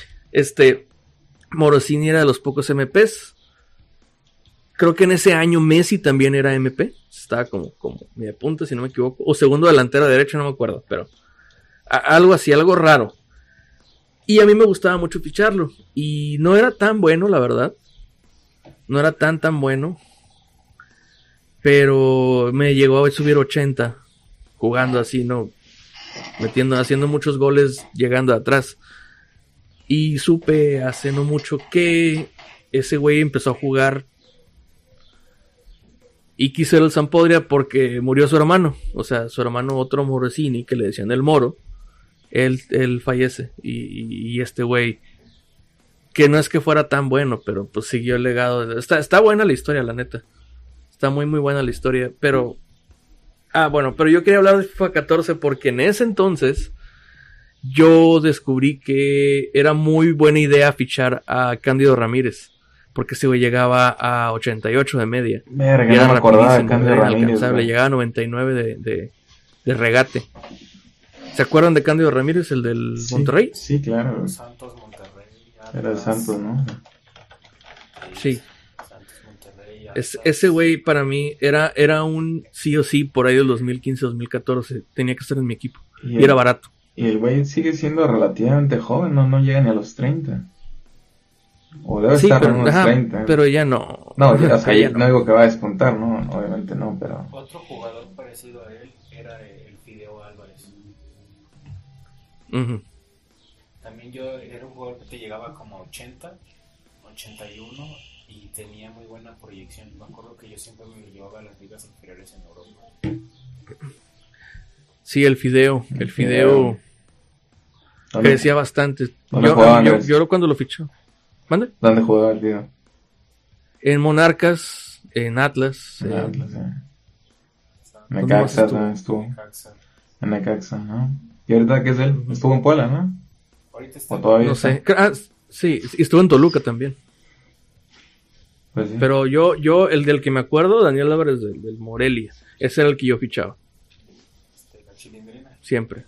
Morosini era de los pocos MPs. Creo que en ese año Messi también era MP. Estaba como media punta, si no me equivoco. O segundo delantero derecho, no me acuerdo. Pero algo así, algo raro. Y a mí me gustaba mucho ficharlo. Y no era tan bueno, la verdad. No era tan bueno. Pero me llegó a subir 80. Jugando así, ¿no? Haciendo muchos goles, llegando de atrás. Y supe hace no mucho que ese güey empezó a jugar y quiso ir al Sampdoria porque murió su hermano. O sea, su hermano, otro Morosini, que le decían el Moro, él fallece. Y este güey, que no es que fuera tan bueno, pero pues siguió el legado. Está buena la historia, la neta. Está muy buena la historia, pero... bueno, pero yo quería hablar de FIFA 14 porque en ese entonces yo descubrí que era muy buena idea fichar a Cándido Ramírez, porque ese güey llegaba a 88 de media. Verga, Y era no me acordaba de rapidísimo, Cándido era Ramírez, inalcanzable, güey. llegaba a 99 de regate. ¿Se acuerdan de Cándido Ramírez, el del Sí, Monterrey? sí, claro. Santos, Monterrey, Atlas. Era el Santos, ¿no? Sí. Santos, Monterrey, Atlas. Ese güey para mí era un sí o sí por ahí del 2015-2014. Tenía que estar en mi equipo. Y era barato. Y el güey sigue siendo relativamente joven, no llega ni a los 30. O debe Sí, estar pero, en unos 30. pero ya no. No, o sea, Ya no digo que va a despuntar, no, obviamente no, pero... Otro jugador parecido a él era el Fideo Álvarez. Ujú. También yo era un jugador que te llegaba como 80, 81 y tenía muy buena proyección. Me acuerdo que yo siempre me lo llevaba a las ligas inferiores en Europa. Sí, el Fideo ¿Dónde- crecía bastante. ¿Dónde jugaba Yo Andrés? cuando lo fichó. ¿Mande? ¿Dónde jugaba el tío? En Monarcas, en Atlas. En en- Atlas, ¿Dónde más Necaxa estuvo? también estuvo. Necaxa. En Necaxa, ¿no? ¿Y ahorita qué es él? Estuvo en Puebla, ¿no? Ahorita está O todavía No está. sé. Sí, y estuvo en Toluca también. Pues sí. Pero yo el del que me acuerdo, Daniel Álvarez del Morelia. Ese era el que yo fichaba. la Chilindrina. Siempre.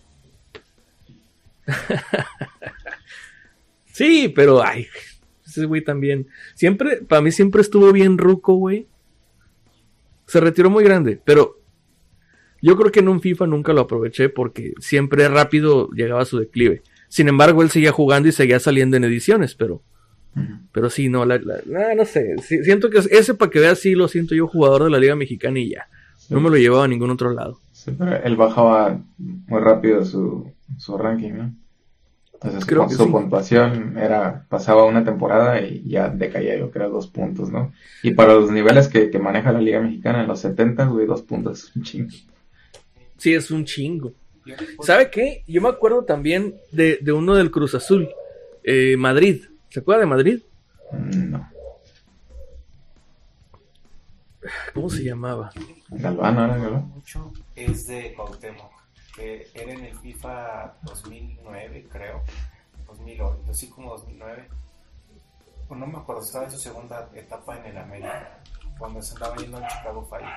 Sí, pero ay, ese güey también. Para mí siempre estuvo bien ruco, güey. Se retiró muy grande, pero yo creo que en un FIFA nunca lo aproveché porque siempre rápido llegaba a su declive. Sin embargo, él seguía jugando y seguía saliendo en ediciones, pero sí, no, no sé. Siento que ese, para que veas, sí lo siento yo, jugador de la Liga Mexicana y ya. No me lo llevaba a ningún otro lado. Sí, pero él bajaba muy rápido su ranking, ¿no? Entonces Creo que su sí. puntuación pasaba una temporada y ya decaía, yo creo, 2 puntos, ¿no? Y para los niveles que maneja la Liga Mexicana en los 70, güey, 2 puntos es un chingo. Sí, es un chingo. ¿Sabe qué? Yo me acuerdo también de uno del Cruz Azul, Madrid. ¿Se acuerda de Madrid? No. ¿Cómo se llamaba? Galván, ¿no era Galván? Mucho es de Cuauhtémoc, que era en el FIFA 2009, creo, 2008, así como 2009. Pues no me acuerdo, estaba en su segunda etapa en el América, cuando se andaba yendo al Chicago Fire.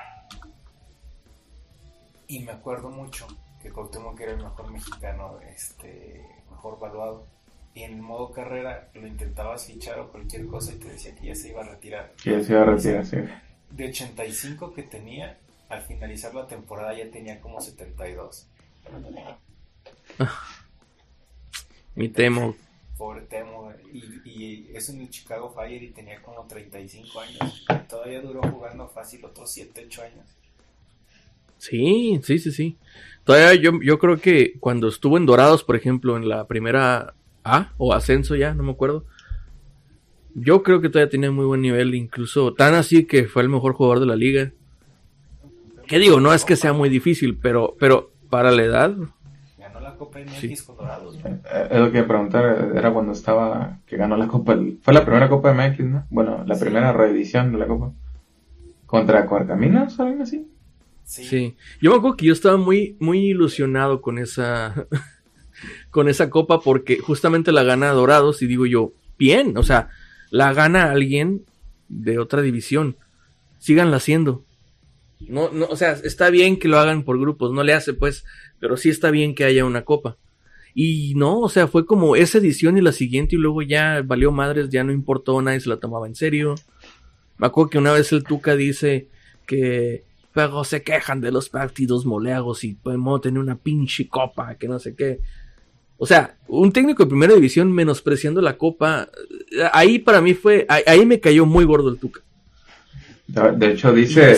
Y me acuerdo mucho que Cuauhtémoc era el mejor mexicano, mejor valuado. Y en modo carrera lo intentabas fichar o cualquier cosa y te decía que ya se iba a retirar. Que ya se iba a retirar, sí. De 85 que tenía, al finalizar la temporada ya tenía como 72. Mi Temo. Pobre Temo, y es en el Chicago Fire y tenía como 35 años. Todavía duró jugando fácil otros 7, 8 años. Sí. Todavía yo creo que cuando estuvo en Dorados, por ejemplo, en la primera A o ascenso ya, no me acuerdo. Yo creo que todavía tenía muy buen nivel, incluso tan así que fue el mejor jugador de la liga. ¿Qué digo? No es que sea muy difícil, pero para la edad... Ganó la Copa MX con Dorados, ¿no? Es lo que preguntar, era cuando estaba, que ganó la Copa, fue la primera Copa MX, ¿no? Bueno, la primera reedición de la Copa. ¿Contra Correcaminos o algo así? Sí. Yo me acuerdo que yo estaba muy, muy ilusionado con esa con esa copa porque justamente la gana Dorados y digo yo, bien, o sea, la gana alguien de otra división. Síganla haciendo. No, o sea, está bien que lo hagan por grupos, no le hace pues, pero sí está bien que haya una copa. Y no, o sea, fue como esa edición y la siguiente y luego ya valió madres, ya no importó, nadie se la tomaba en serio. Me acuerdo que una vez el Tuca dice que pero se quejan de los partidos moleagos y podemos tener una pinche copa, que no sé qué. O sea, un técnico de primera división menospreciando la copa, ahí para mí ahí me cayó muy gordo el Tuca. De hecho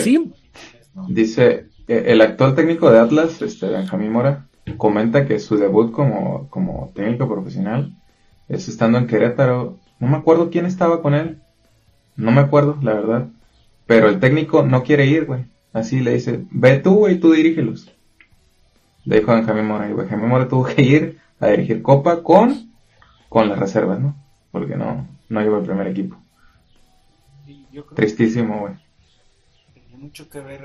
dice, el actual técnico de Atlas, Benjamín Mora, comenta que su debut como técnico profesional es estando en Querétaro. No me acuerdo quién estaba con él, no me acuerdo, la verdad, pero el técnico no quiere ir, güey. Así le dice, ve tú, güey, tú dirígelos. Le dijo a Benjamín Mora, y Benjamín Mora tuvo que ir a dirigir Copa con las reservas, ¿no? Porque no llevó el primer equipo. Tristísimo, güey. Tiene mucho que ver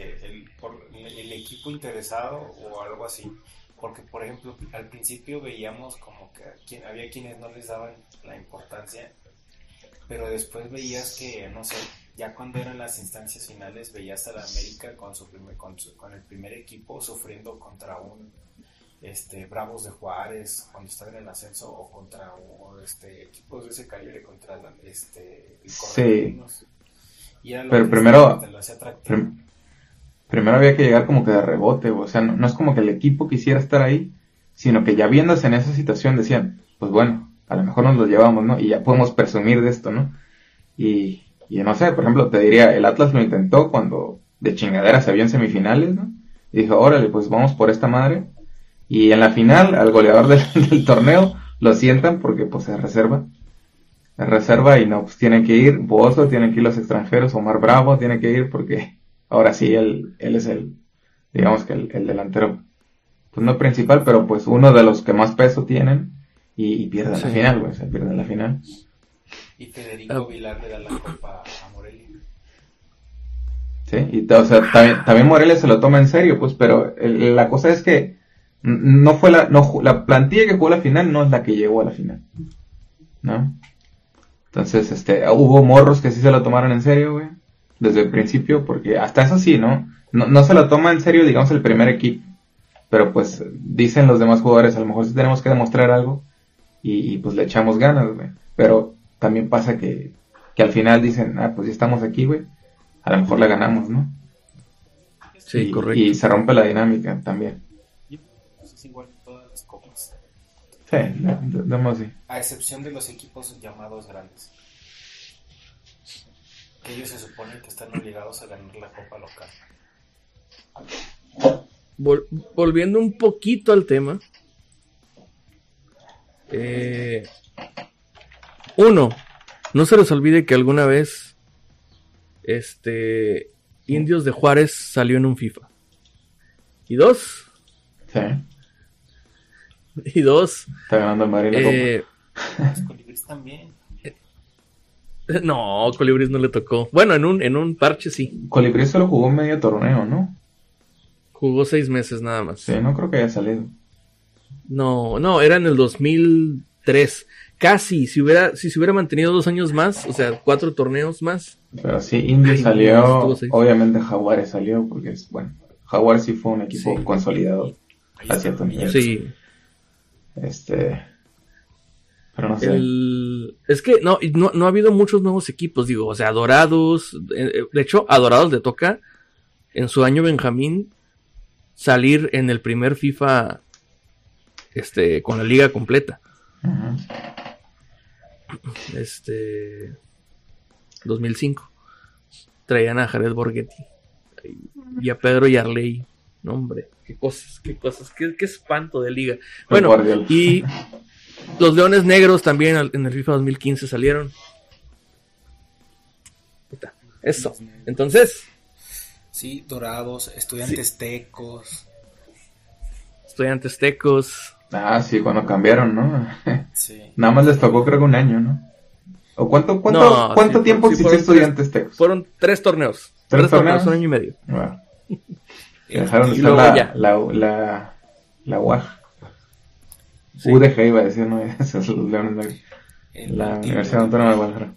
el equipo interesado o algo así. Porque, por ejemplo, al principio veíamos como que había quienes no les daban la importancia, pero después veías que, no sé, ya cuando eran las instancias finales veías a la América con el primer equipo sufriendo contra un Bravos de Juárez cuando estaba en el ascenso o contra equipos de ese calibre contra el Correcaminos. Y era lo pero que primero te lo hacía atractivo. Primero había que llegar como que de rebote, o sea, no es como que el equipo quisiera estar ahí, sino que ya viéndose en esa situación decían, pues bueno, a lo mejor nos lo llevamos, ¿no? Y ya podemos presumir de esto, ¿no? Y no sé, por ejemplo, te diría, el Atlas lo intentó cuando de chingadera se vio en semifinales, ¿no? Y dijo, órale, pues vamos por esta madre. Y en la final, al goleador del torneo, lo sientan porque pues es reserva y no, pues tienen que ir Bozo, tienen que ir los extranjeros, Omar Bravo tiene que ir porque ahora sí él es digamos que el delantero, pues no principal, pero pues uno de los que más peso tienen y pierden la final, güey, se pierden la final. Y Federico Vilar le da la copa a Morelia. Sí, y o sea, también Morelia se lo toma en serio, pues, pero la cosa es que no fue la plantilla que jugó la final no es la que llegó a la final, ¿no? Entonces, hubo morros que sí se lo tomaron en serio, güey, desde el principio, porque hasta eso sí, ¿no? No se lo toma en serio, digamos, el primer equipo, pero pues dicen los demás jugadores, a lo mejor sí tenemos que demostrar algo y pues le echamos ganas, güey, pero también pasa que al final dicen, pues ya estamos aquí, güey, a lo mejor la ganamos, ¿no? Sí, correcto. Y se rompe la dinámica también. Es igual en todas las copas. Sí, damos así. A excepción de los equipos llamados grandes. Que ellos se suponen que están obligados a ganar la copa local. Volviendo un poquito al tema. Uno, no se les olvide que alguna vez Indios de Juárez salió en un FIFA. Y dos, está ganando el Madrid la copa. Los Colibríes también. No, Colibríes no le tocó. Bueno, en un parche sí. Colibríes solo jugó medio torneo, ¿no? Jugó 6 meses nada más. Sí, no creo que haya salido. No, era en el 2003. Casi, si se hubiera mantenido 2 años más, o sea, 4 torneos más. Pero sí, Indios salió, obviamente Jaguares salió, porque Jaguares sí fue un equipo consolidado a cierto nivel. Sí. Pero no sé. Es que no ha habido muchos nuevos equipos, digo, o sea, Dorados, de hecho, a Dorados le toca, en su año Benjamín, salir en el primer FIFA, con la liga completa. Uh-huh. 2005. Traían a Jared Borghetti y a Pedro Yarley. No, hombre, qué cosas, qué espanto de liga. Bueno, y los Leones Negros también en el FIFA 2015 salieron. Eso. Entonces, sí, Dorados, Estudiantes Tecos. Estudiantes Tecos. Ah, sí, cuando cambiaron, ¿no? Sí. Nada más les tocó creo que un año, ¿no? ¿O cuánto tiempo existió Estudiantes Tecos? Fueron 3 torneos. ¿Tres torneos? Un año y medio. Bueno. Dejaron de estar la UAG. Sí. UDG iba a decir, ¿no? Esos Leones Negros. La Universidad Autónoma de Guadalajara.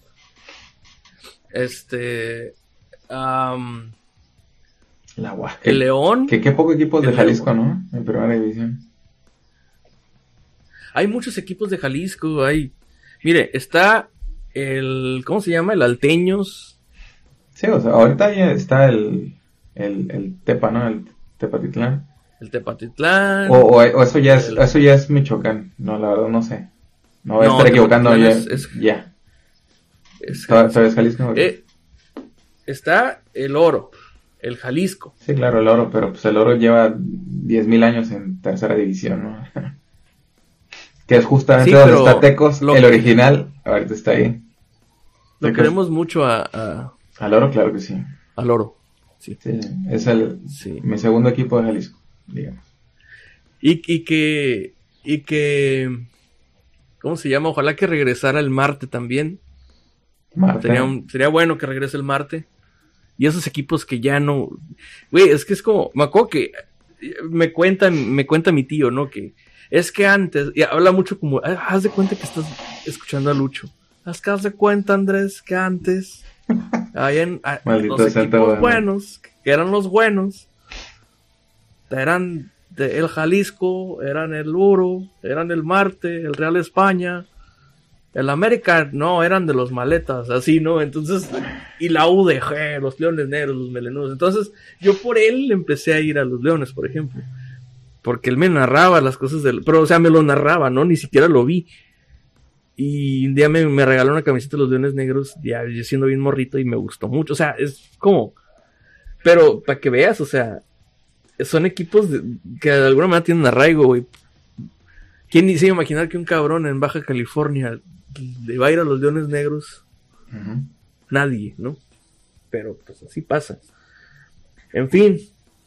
La UAG. El León. Qué poco equipos de Jalisco, ¿no? En primera división. Hay muchos equipos de Jalisco. Mire, está ¿cómo se llama? El Alteños. Sí, o sea, ahorita ya está el Tepa, ¿no? El Tepatitlán. El Tepatitlán. O eso ya es Michoacán. No, la verdad no sé. No voy a estar equivocando ya. Ya. ¿Sabes Jalisco? Está el Oro, el Jalisco. Sí, claro, el Oro, pero pues el Oro lleva 10,000 años en tercera división, ¿no? Que es justamente donde está Tecos, el original, ahorita está ahí. Lo queremos mucho al Oro, claro que sí. Al Oro, sí. Sí, es mi segundo equipo de Jalisco, digamos. Y que ¿cómo se llama? Ojalá que regresara el Marte también. Sería bueno que regrese el Marte. Y esos equipos que ya no... Güey, es que es como... Me acuerdo que me cuenta mi tío, ¿no? Que es que antes... Y habla mucho como... Haz de cuenta que estás escuchando a Lucho. Haz de cuenta, Andrés, que antes... los equipos buenos, que eran los buenos, eran el Jalisco, eran el Oro, eran el Marte, el Real España, el América, no, eran de los maletas, así, ¿no? Entonces, y la UDG, los Leones Negros, los Melenudos. Entonces, yo por él empecé a ir a los Leones, por ejemplo, porque él me narraba las cosas pero, o sea, me lo narraba, ¿no? Ni siquiera lo vi. Y un día me regaló una camiseta de los Leones Negros, ya yo siendo bien morrito, y me gustó mucho. O sea, es como... Pero, para que veas, o sea, son equipos que de alguna manera tienen arraigo, güey. ¿Quién se iba a imaginar que un cabrón en Baja California le va a ir a los Leones Negros? Uh-huh. Nadie, ¿no? Pero, pues, así pasa. En fin.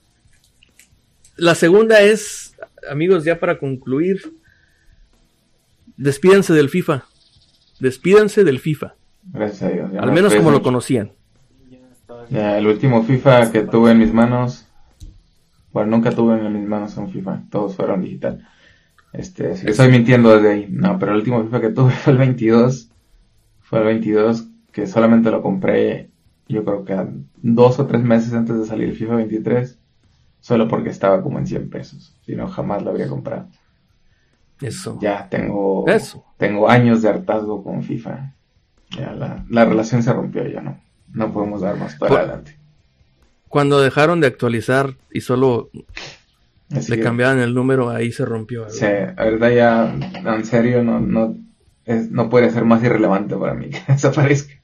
La segunda es, amigos, ya para concluir... Despídanse del FIFA. Despídanse del FIFA. Gracias a Dios. Al menos como lo conocían. Ya, el último FIFA que tuve en mis manos... Bueno, nunca tuve en mis manos un FIFA. Todos fueron digital. Así que estoy mintiendo desde ahí. No, pero el último FIFA que tuve fue el 22. Fue el 22 que solamente lo compré, yo creo que 2 o 3 meses antes de salir el FIFA 23. Solo porque estaba como en 100 pesos. Si no, jamás lo habría comprado. Eso. Ya tengo años de hartazgo con FIFA. Ya la relación se rompió, ya no podemos dar más para adelante. Cuando dejaron de actualizar y solo le cambiaban el número, ahí se rompió algo. Sí, la verdad ya, en serio, no puede ser más irrelevante para mí que desaparezca.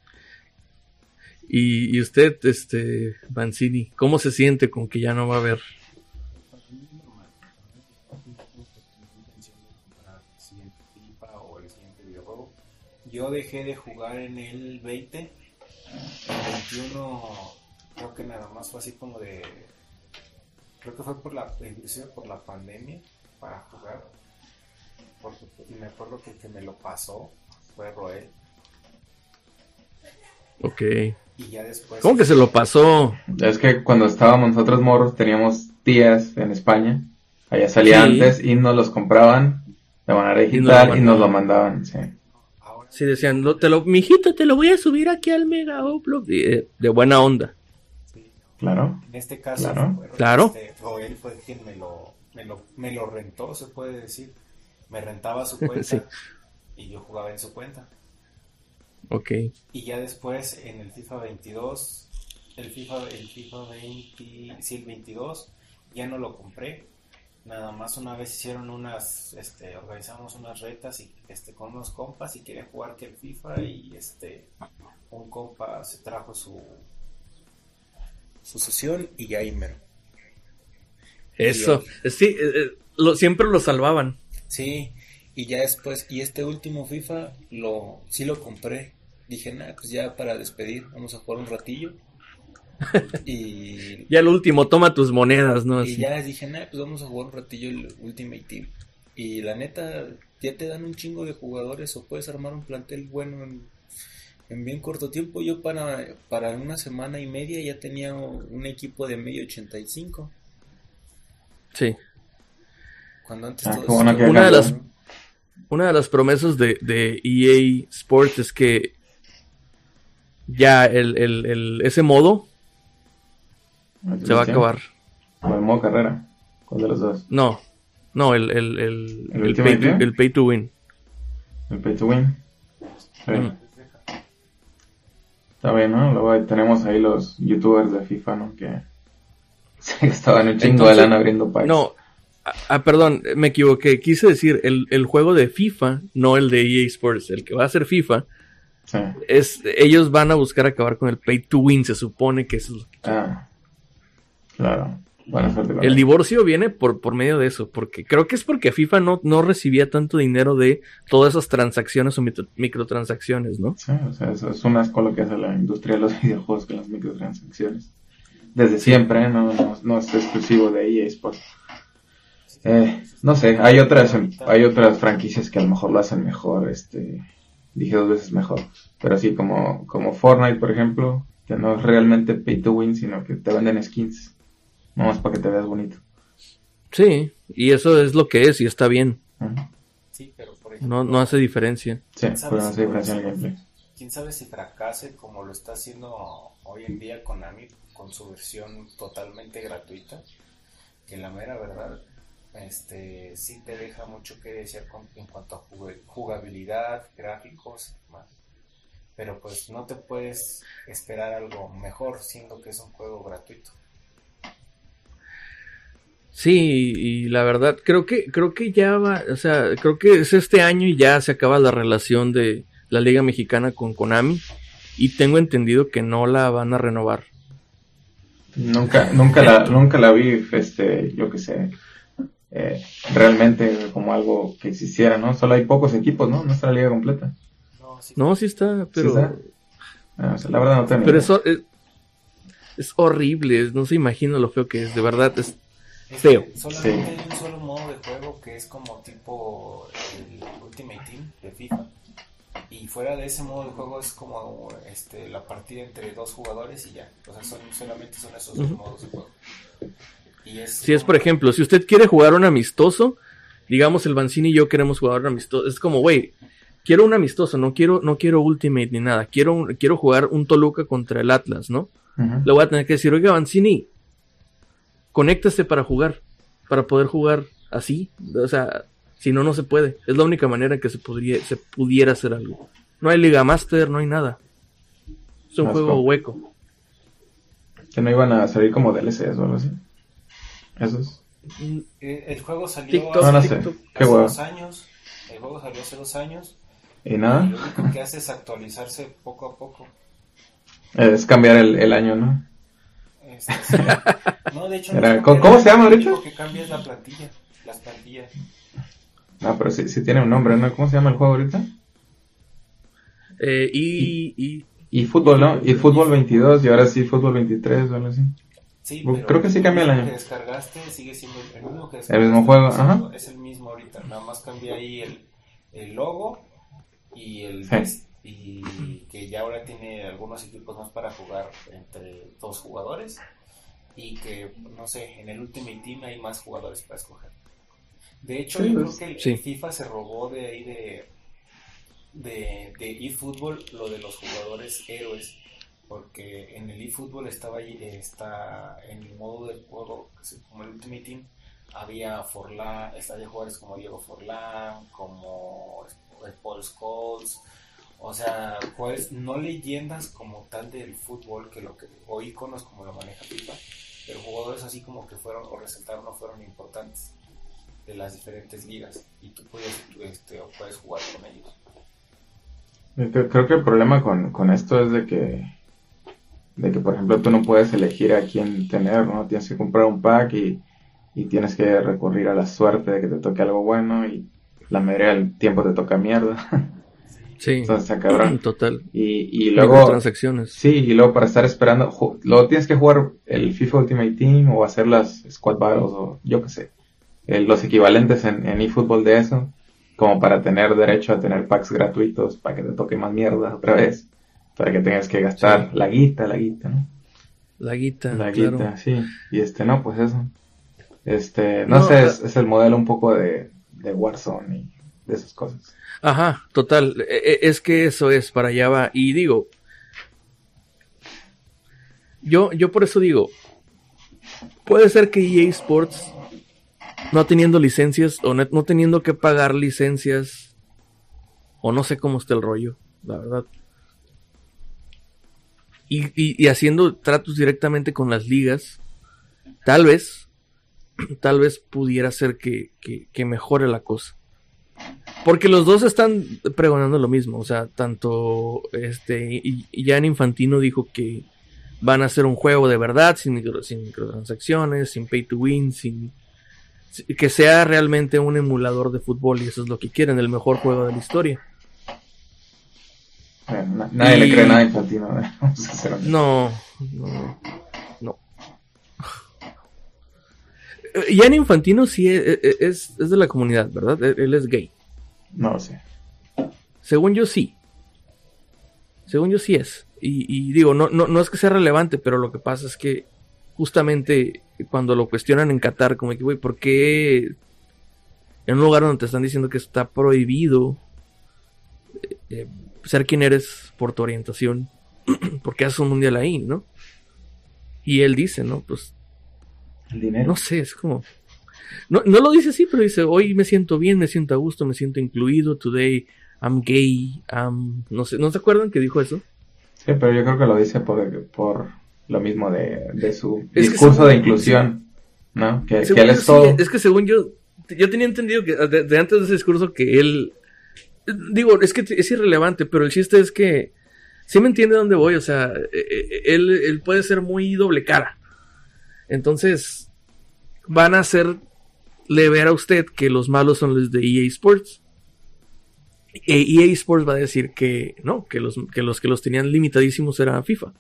Y usted, Mancini, ¿cómo se siente con que ya no va a haber? Yo dejé de jugar en el 20, el 21 creo que nada más fue así como creo que fue inclusive por la pandemia para jugar, porque me acuerdo que el que me lo pasó fue Roel. Ok. Y ya después... ¿Cómo que se lo pasó? Es que cuando estábamos nosotros morros teníamos tías en España, allá salía antes y nos los compraban de manera digital y nos lo mandaban, sí. Sí, decían, mijito, te lo voy a subir aquí al Mega Upload. De buena onda. Sí. Claro. En este caso, claro. Roel fue quien me lo rentó, se puede decir. Me rentaba su cuenta sí. Y yo jugaba en su cuenta. Ok. Y ya después, en el FIFA 22, el FIFA 22, ya no lo compré. Nada más una vez hicieron organizamos unas retas y con unos compas y querían jugar que el FIFA y un compa se trajo su sesión y ya ahí mero. Eso, sí, siempre lo salvaban. Sí, y ya después, y este último FIFA sí lo compré. Dije, pues ya para despedir, vamos a jugar un ratillo. Y ya el último, toma tus monedas, ¿no? Y ya dije, pues vamos a jugar un ratillo el Ultimate Team. Y la neta, ya te dan un chingo de jugadores o puedes armar un plantel bueno en bien corto tiempo. Yo para una semana y media ya tenía un equipo de medio 85. Sí. Cuando antes una de las promesas de EA Sports es que ya ese modo se va a acabar. ¿O el modo carrera? ¿Cuál de los dos? No, el pay to win. ¿El pay to win? Sí. Está bien, ¿no? Luego tenemos ahí los youtubers de FIFA, ¿no? Que estaban un chingo de lana abriendo packs. No, perdón, me equivoqué. Quise decir el juego de FIFA, no el de EA Sports. El que va a ser FIFA, sí. Ellos van a buscar acabar con el pay to win. Se supone que eso es lo que claro. El divorcio viene por medio de eso, porque creo que es porque FIFA no recibía tanto dinero de todas esas transacciones o microtransacciones, ¿no? Sí, o sea, eso es un asco lo que hace la industria de los videojuegos con las microtransacciones. Desde siempre, ¿eh? No es exclusivo de EA Sports. No sé, hay otras franquicias que a lo mejor lo hacen mejor, dije 2 veces mejor, pero así como Fortnite, por ejemplo, que no es realmente pay to win, sino que te venden skins. Nomás para que te veas bonito. Sí, y eso es lo que es, y está bien. Uh-huh. Sí, pero por ejemplo, no hace diferencia. Sí, pero no hace diferencia en el gameplay. ¿Quién sabe si fracase como lo está haciendo hoy en día Konami con su versión totalmente gratuita? Que la mera verdad, sí te deja mucho que desear en cuanto a jugabilidad, gráficos, más. Pero pues no te puedes esperar algo mejor siendo que es un juego gratuito. Sí, y la verdad, creo que ya va, o sea, creo que es este año y ya se acaba la relación de la Liga Mexicana con Konami, y tengo entendido que no la van a renovar. Nunca la vi, yo que sé, realmente como algo que existiera, ¿no? Solo hay pocos equipos, ¿no? No está la liga completa. No, sí está, pero... ¿Sí está? O sea, la verdad no tengo. Pero eso es horrible, no se imagina lo feo que es, de verdad, es feo. Solamente hay un solo modo de juego que es como tipo el Ultimate Team de FIFA. Y fuera de ese modo de juego es como la partida entre 2 jugadores y ya. O sea, solamente son esos 2 modos de juego. Y es por ejemplo, si usted quiere jugar un amistoso, digamos el Banzini y yo queremos jugar un amistoso, es como, güey, quiero un amistoso, no quiero Ultimate ni nada, quiero jugar un Toluca contra el Atlas, ¿no? Uh-huh. Le voy a tener que decir, oiga, Banzini, conéctese para poder jugar así, o sea, si no se puede. Es la única manera en que se pudiera hacer algo. No hay Liga Master, no hay nada. Es un juego hueco. Que no iban a salir como DLCs o algo así. Esos. El juego salió hace 2 años. El juego salió hace 2 años. ¿Y nada? Y lo único que hace es actualizarse poco a poco. Es cambiar el año, ¿no? Sí. No, de hecho, ¿Cómo se llama, de hecho? Lo que cambia es las plantillas. No, pero sí tiene un nombre, ¿no? ¿Cómo se llama el juego ahorita? Y fútbol, ¿no? Y fútbol 22 y ahora sí fútbol 23 o algo así. Sí, pero creo que sí cambia el año. Que descargaste sigue siendo el mismo que descargaste. El mismo juego, ajá. Es el mismo ahorita, nada más cambia ahí el logo y y que ya ahora tiene algunos equipos más para jugar entre 2 jugadores y que, no sé, en el Ultimate Team hay más jugadores para escoger. De hecho, yo creo que el FIFA se robó de ahí de eFootball lo de los jugadores héroes, porque en el eFootball está en el modo del juego como el Ultimate Team había jugadores como Diego Forlán, como Paul Scholes, o sea, no leyendas como tal del fútbol o íconos como lo maneja FIFA, pero jugadores así como que fueron o resaltaron o fueron importantes. de las diferentes ligas y tú puedes jugar con ellos. Creo que el problema con esto es de que, por ejemplo, tú no puedes elegir a quién tener, ¿no? Tienes que comprar un pack y tienes que recurrir a la suerte de que te toque algo bueno y la mayoría del tiempo te toca mierda. Sí, entonces está cabrón. Total. Y luego transacciones. Sí, y luego para estar esperando, luego tienes que jugar el FIFA Ultimate Team o hacer las Squad Battles o yo qué sé, los equivalentes en eFootball de eso, como para tener derecho a tener packs gratuitos para que te toque más mierda otra vez, para que tengas que gastar la guita, ¿no? La guita, claro. Sí, y no, pues eso. No sé, es el modelo un poco de Warzone y de esas cosas. Ajá, total, es que eso es, para allá va, y digo, yo por eso digo, puede ser que EA Sports, no teniendo licencias, o no teniendo que pagar licencias, o no sé cómo está el rollo, la verdad, y haciendo tratos directamente con las ligas, tal vez pudiera ser que mejore la cosa. Porque los dos están pregonando lo mismo. O sea, tanto y Gianni Infantino dijo que van a hacer un juego de verdad, sin microtransacciones, sin pay to win, que sea realmente un emulador de fútbol, y eso es lo que quieren, el mejor juego de la historia. Nadie le cree nada a Infantino. No. Gianni Infantino sí es de la comunidad, ¿verdad? Él es gay. No lo sé. Según yo sí es. Y digo, no es que sea relevante, pero lo que pasa es que justamente cuando lo cuestionan en Qatar, como que, güey, ¿por qué en un lugar donde te están diciendo que está prohibido ser quien eres por tu orientación, ¿por qué haces un mundial ahí, no? Y él dice, ¿no? Pues el dinero. No sé, es como... No lo dice así, pero dice, hoy me siento bien, me siento a gusto, me siento incluido, today I'm gay, no sé, ¿no se acuerdan que dijo eso? Sí, pero yo creo que lo dice por lo mismo de su discurso de inclusión, ¿no? Que él es todo... Es que según yo tenía entendido que de antes de ese discurso que él... Digo, es que es irrelevante, pero el chiste es que... Sí me entiende dónde voy, o sea, él puede ser muy doble cara. Entonces, van a hacerle ver a usted que los malos son los de EA Sports. EA Sports va a decir que no, que los que los tenían limitadísimos era FIFA.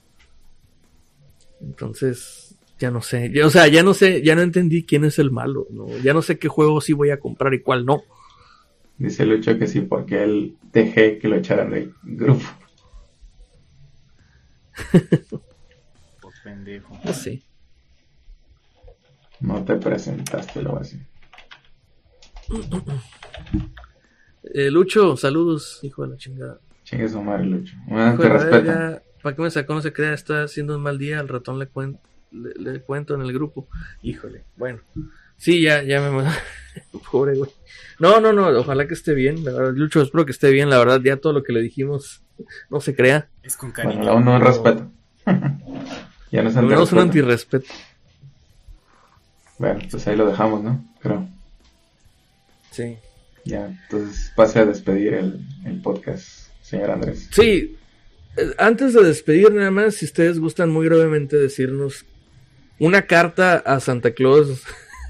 Entonces, ya no sé. Ya no entendí quién es el malo. ¿No? Ya no sé qué juego sí voy a comprar y cuál no. Dice Lucho que sí, porque él dejé que lo echaran del grupo. Por pendejo. No sé. No te presentaste, lo así. Lucho, saludos, hijo de la chingada. Chingue su madre, Lucho. Te respeto. ¿Para qué me sacó? No se crea, está haciendo un mal día. Al ratón le cuento en el grupo. Híjole, bueno. Sí, ya me... Pobre güey. No, ojalá que esté bien. La verdad, Lucho, espero que esté bien. La verdad, ya todo lo que le dijimos no se crea. Es con cariño. Bueno, aún no es respeto. Ya no es antirrespeto. No es un antirrespeto. Bueno, pues ahí lo dejamos, ¿no? Creo. Sí. Ya, entonces pase a despedir el podcast, señor Andrés. Sí, antes de despedir nada más, si ustedes gustan muy brevemente decirnos una carta a Santa Claus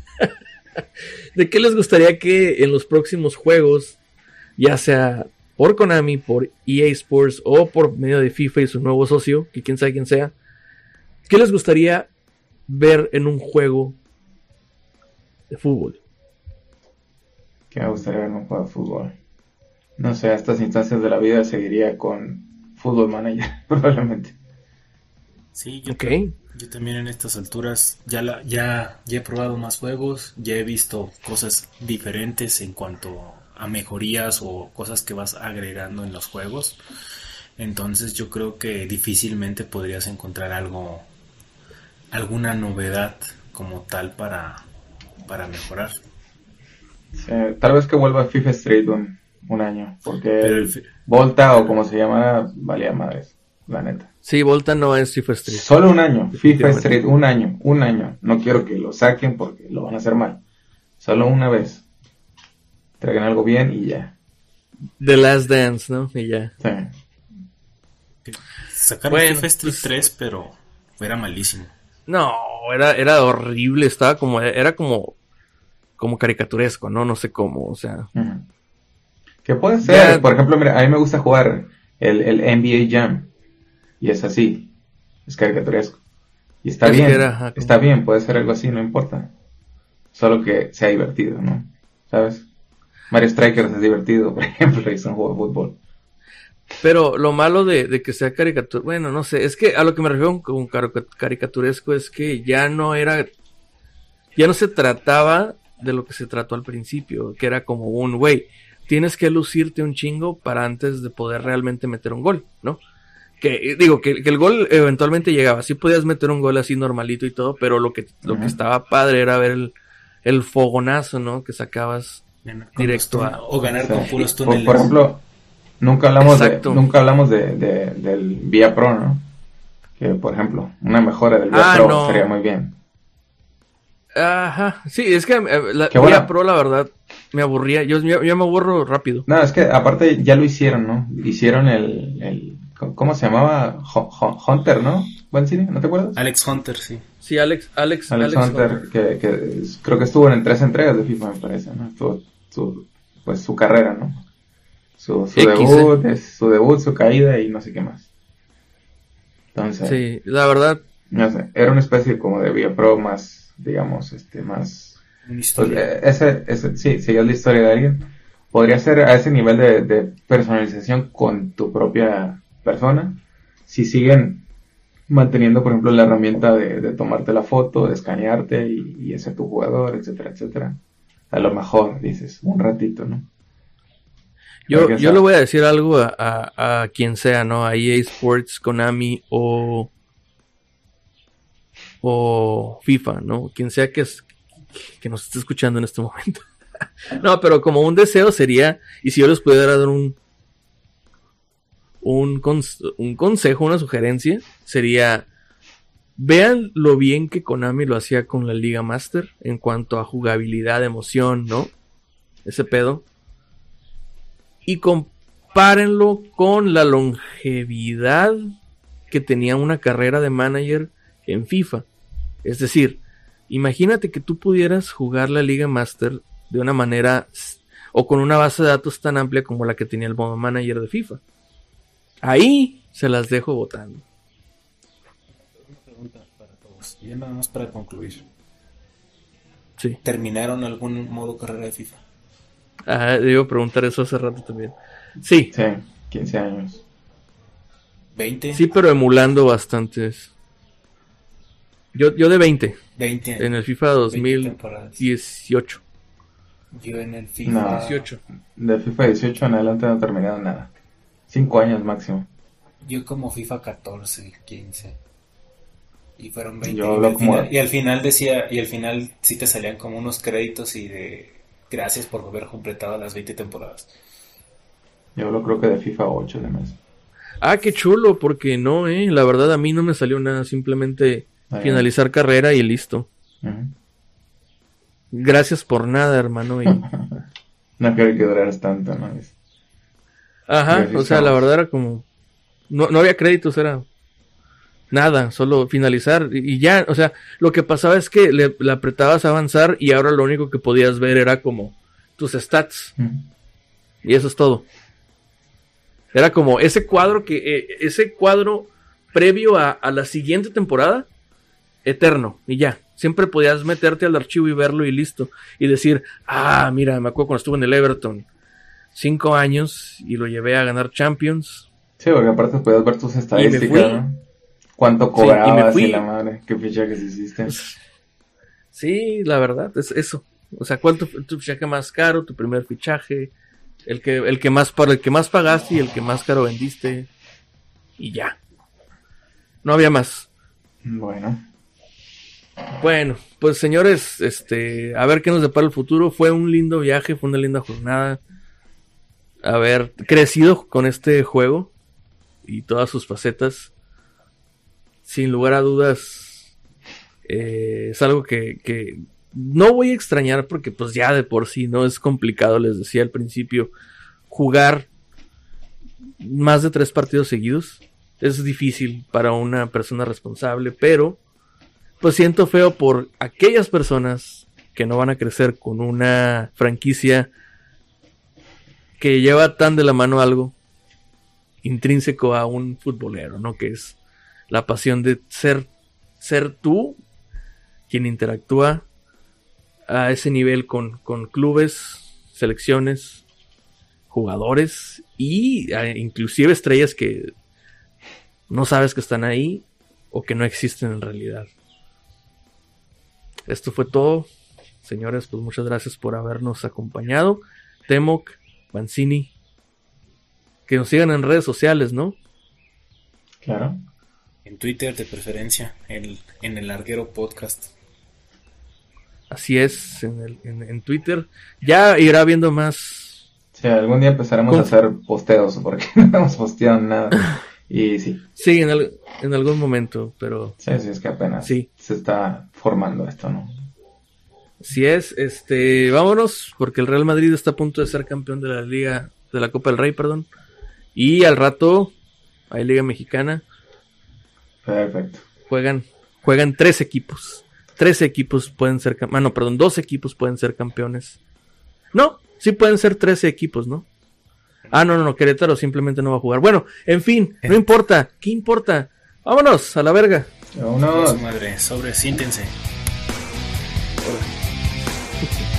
de qué les gustaría que en los próximos juegos, ya sea por Konami, por EA Sports o por medio de FIFA y su nuevo socio, que quién sabe quién sea, ¿qué les gustaría ver en un juego de fútbol? ¿Qué me gustaría ver en un juego de fútbol? No sé, a estas instancias de la vida seguiría con Football Manager, probablemente. Sí, yo también en estas alturas ya he probado más juegos, ya he visto cosas diferentes en cuanto a mejorías o cosas que vas agregando en los juegos. Entonces yo creo que difícilmente podrías encontrar alguna novedad como tal para mejorar. Sí, tal vez que vuelva FIFA Street un año, porque Volta o como se llama valía madres, la neta. Sí, Volta no es FIFA Street. Solo un año, FIFA Street, un año. No quiero que lo saquen porque lo van a hacer mal. Solo una vez. traigan algo bien y ya. The Last Dance, ¿no? Y ya. Sí. Sacaron FIFA Street 3, pero era malísimo. No, era horrible, era como caricaturesco, ¿no? No sé cómo, o sea. Uh-huh. Que puede ser, Ya. por ejemplo, mira, a mí me gusta jugar el NBA Jam. Y es así, es caricaturesco. Y está Es que bien, era, está bien, puede ser algo así, no importa. Solo que sea divertido, ¿no? ¿Sabes? Mario Strikers es divertido, por ejemplo, y es un juego de fútbol. Pero lo malo de que sea caricatura, bueno, no sé, es que a lo que me refiero con caricaturesco es que ya no se trataba de lo que se trató al principio, que era como tienes que lucirte un chingo para antes de poder realmente meter un gol, ¿no? Que digo, que el gol eventualmente llegaba, sí podías meter un gol así normalito y todo, pero lo que estaba padre era ver el fogonazo, ¿no? Que sacabas directo o ganar con puros Por túneles. ejemplo, nunca hablamos Exacto. del Via Pro, ¿no? Que, por ejemplo, una mejora del Via Pro no. estaría muy bien. Ajá, sí, es que la Qué Via buena. Pro, la verdad, me aburría. Yo me aburro rápido. No, es que aparte ya lo hicieron, ¿no? Hicieron ¿cómo se llamaba? Hunter, ¿no? ¿Buen cine? ¿No te acuerdas? Alex Hunter, sí. Sí, Alex Hunter, que creo que estuvo en 3 entregas de FIFA, me parece, ¿no? Pues su carrera, ¿no? Su debut, su caída y no sé qué más. Entonces, Sí, la verdad. no sé, era una especie como de Via Pro más, digamos, más... Una historia. Pues, sí, seguías la historia de alguien. Podría ser a ese nivel de personalización con tu propia persona. Si siguen manteniendo, por ejemplo, la herramienta de tomarte la foto, de escanearte y ese tu jugador, etcétera, etcétera. A lo mejor, dices, un ratito, ¿no? Yo le voy a decir algo a quien sea, ¿no? A EA Sports, Konami o FIFA, ¿no? Quien sea que nos esté escuchando en este momento. No, pero como un deseo sería, y si yo les pudiera dar un consejo, una sugerencia, sería: vean lo bien que Konami lo hacía con la Liga Master en cuanto a jugabilidad, emoción, ¿no? Ese pedo. Y compárenlo con la longevidad que tenía una carrera de manager en FIFA. Es decir, imagínate que tú pudieras jugar la Liga Master de una manera o con una base de datos tan amplia como la que tenía el modo manager de FIFA. Ahí se las dejo votando. Una pregunta para todos, y nada más para concluir. Sí. ¿Terminaron algún modo carrera de FIFA? Debo preguntar eso hace rato también. Sí. Sí, 15 años. 20. Sí, pero emulando bastantes. Yo de 20. 20 En el FIFA 2018. Yo en el FIFA No, 18. de FIFA 18 en adelante no he terminado nada. 5 años máximo. Yo como FIFA 14, 15. Y fueron 20. Yo lo como... y al final decía, y al final sí te salían como unos créditos y de gracias por haber completado las 20 temporadas. Yo lo creo que de FIFA 8 de mes. Qué chulo, porque no, la verdad a mí no me salió nada, simplemente finalizar carrera y listo. Uh-huh. Gracias por nada, hermano. No creo que duraras tanto, ¿no? Ajá, o sea, la verdad era como... No había créditos, era... Nada, solo finalizar y ya, o sea, lo que pasaba es que le apretabas a avanzar y ahora lo único que podías ver era como tus stats. Uh-huh. Y eso es todo. Era como ese cuadro previo a la siguiente temporada, eterno, y ya. Siempre podías meterte al archivo y verlo y listo. Y decir, mira, me acuerdo cuando estuve en el Everton, 5 años y lo llevé a ganar Champions. Sí, porque aparte podías ver tus estadísticas, ¿no? Cuánto cobrabas y la madre, qué fichajes hiciste. Sí, la verdad, es eso. O sea, ¿cuál tu fichaje más caro, tu primer fichaje, el que más pagaste y el que más caro vendiste, y ya. No había más. Bueno, pues señores, a ver qué nos depara el futuro. Fue un lindo viaje, fue una linda jornada. Haber crecido con este juego y todas sus facetas. Sin lugar a dudas, es algo que no voy a extrañar porque pues ya de por sí no es complicado, les decía al principio, jugar más de 3 partidos seguidos. Es difícil para una persona responsable, pero pues siento feo por aquellas personas que no van a crecer con una franquicia que lleva tan de la mano algo intrínseco a un futbolero, ¿no? Que es la pasión de ser tú quien interactúa a ese nivel con clubes, selecciones, jugadores y inclusive estrellas que no sabes que están ahí o que no existen en realidad. Esto fue todo, señores, pues muchas gracias por habernos acompañado. Temoc, Banzini, que nos sigan en redes sociales, ¿no? Claro. En Twitter de preferencia, en el Larguero Podcast. Así es, en Twitter. Ya irá viendo más. Sí, algún día empezaremos a hacer posteos porque no hemos posteado nada. Y sí. Sí, en algún momento, pero... Sí, es que apenas sí. Se está formando esto, ¿no? Así es, vámonos, porque el Real Madrid está a punto de ser campeón de la Liga, de la Copa del Rey, perdón. Y al rato hay Liga Mexicana. Perfecto. Juegan 3 equipos. 13 equipos pueden ser... 2 equipos pueden ser campeones. No, sí pueden ser 13 equipos, ¿no? No, Querétaro simplemente no va a jugar. Bueno, en fin, no importa. ¿Qué importa? Vámonos, a la verga. Vámonos. Madre, siéntense.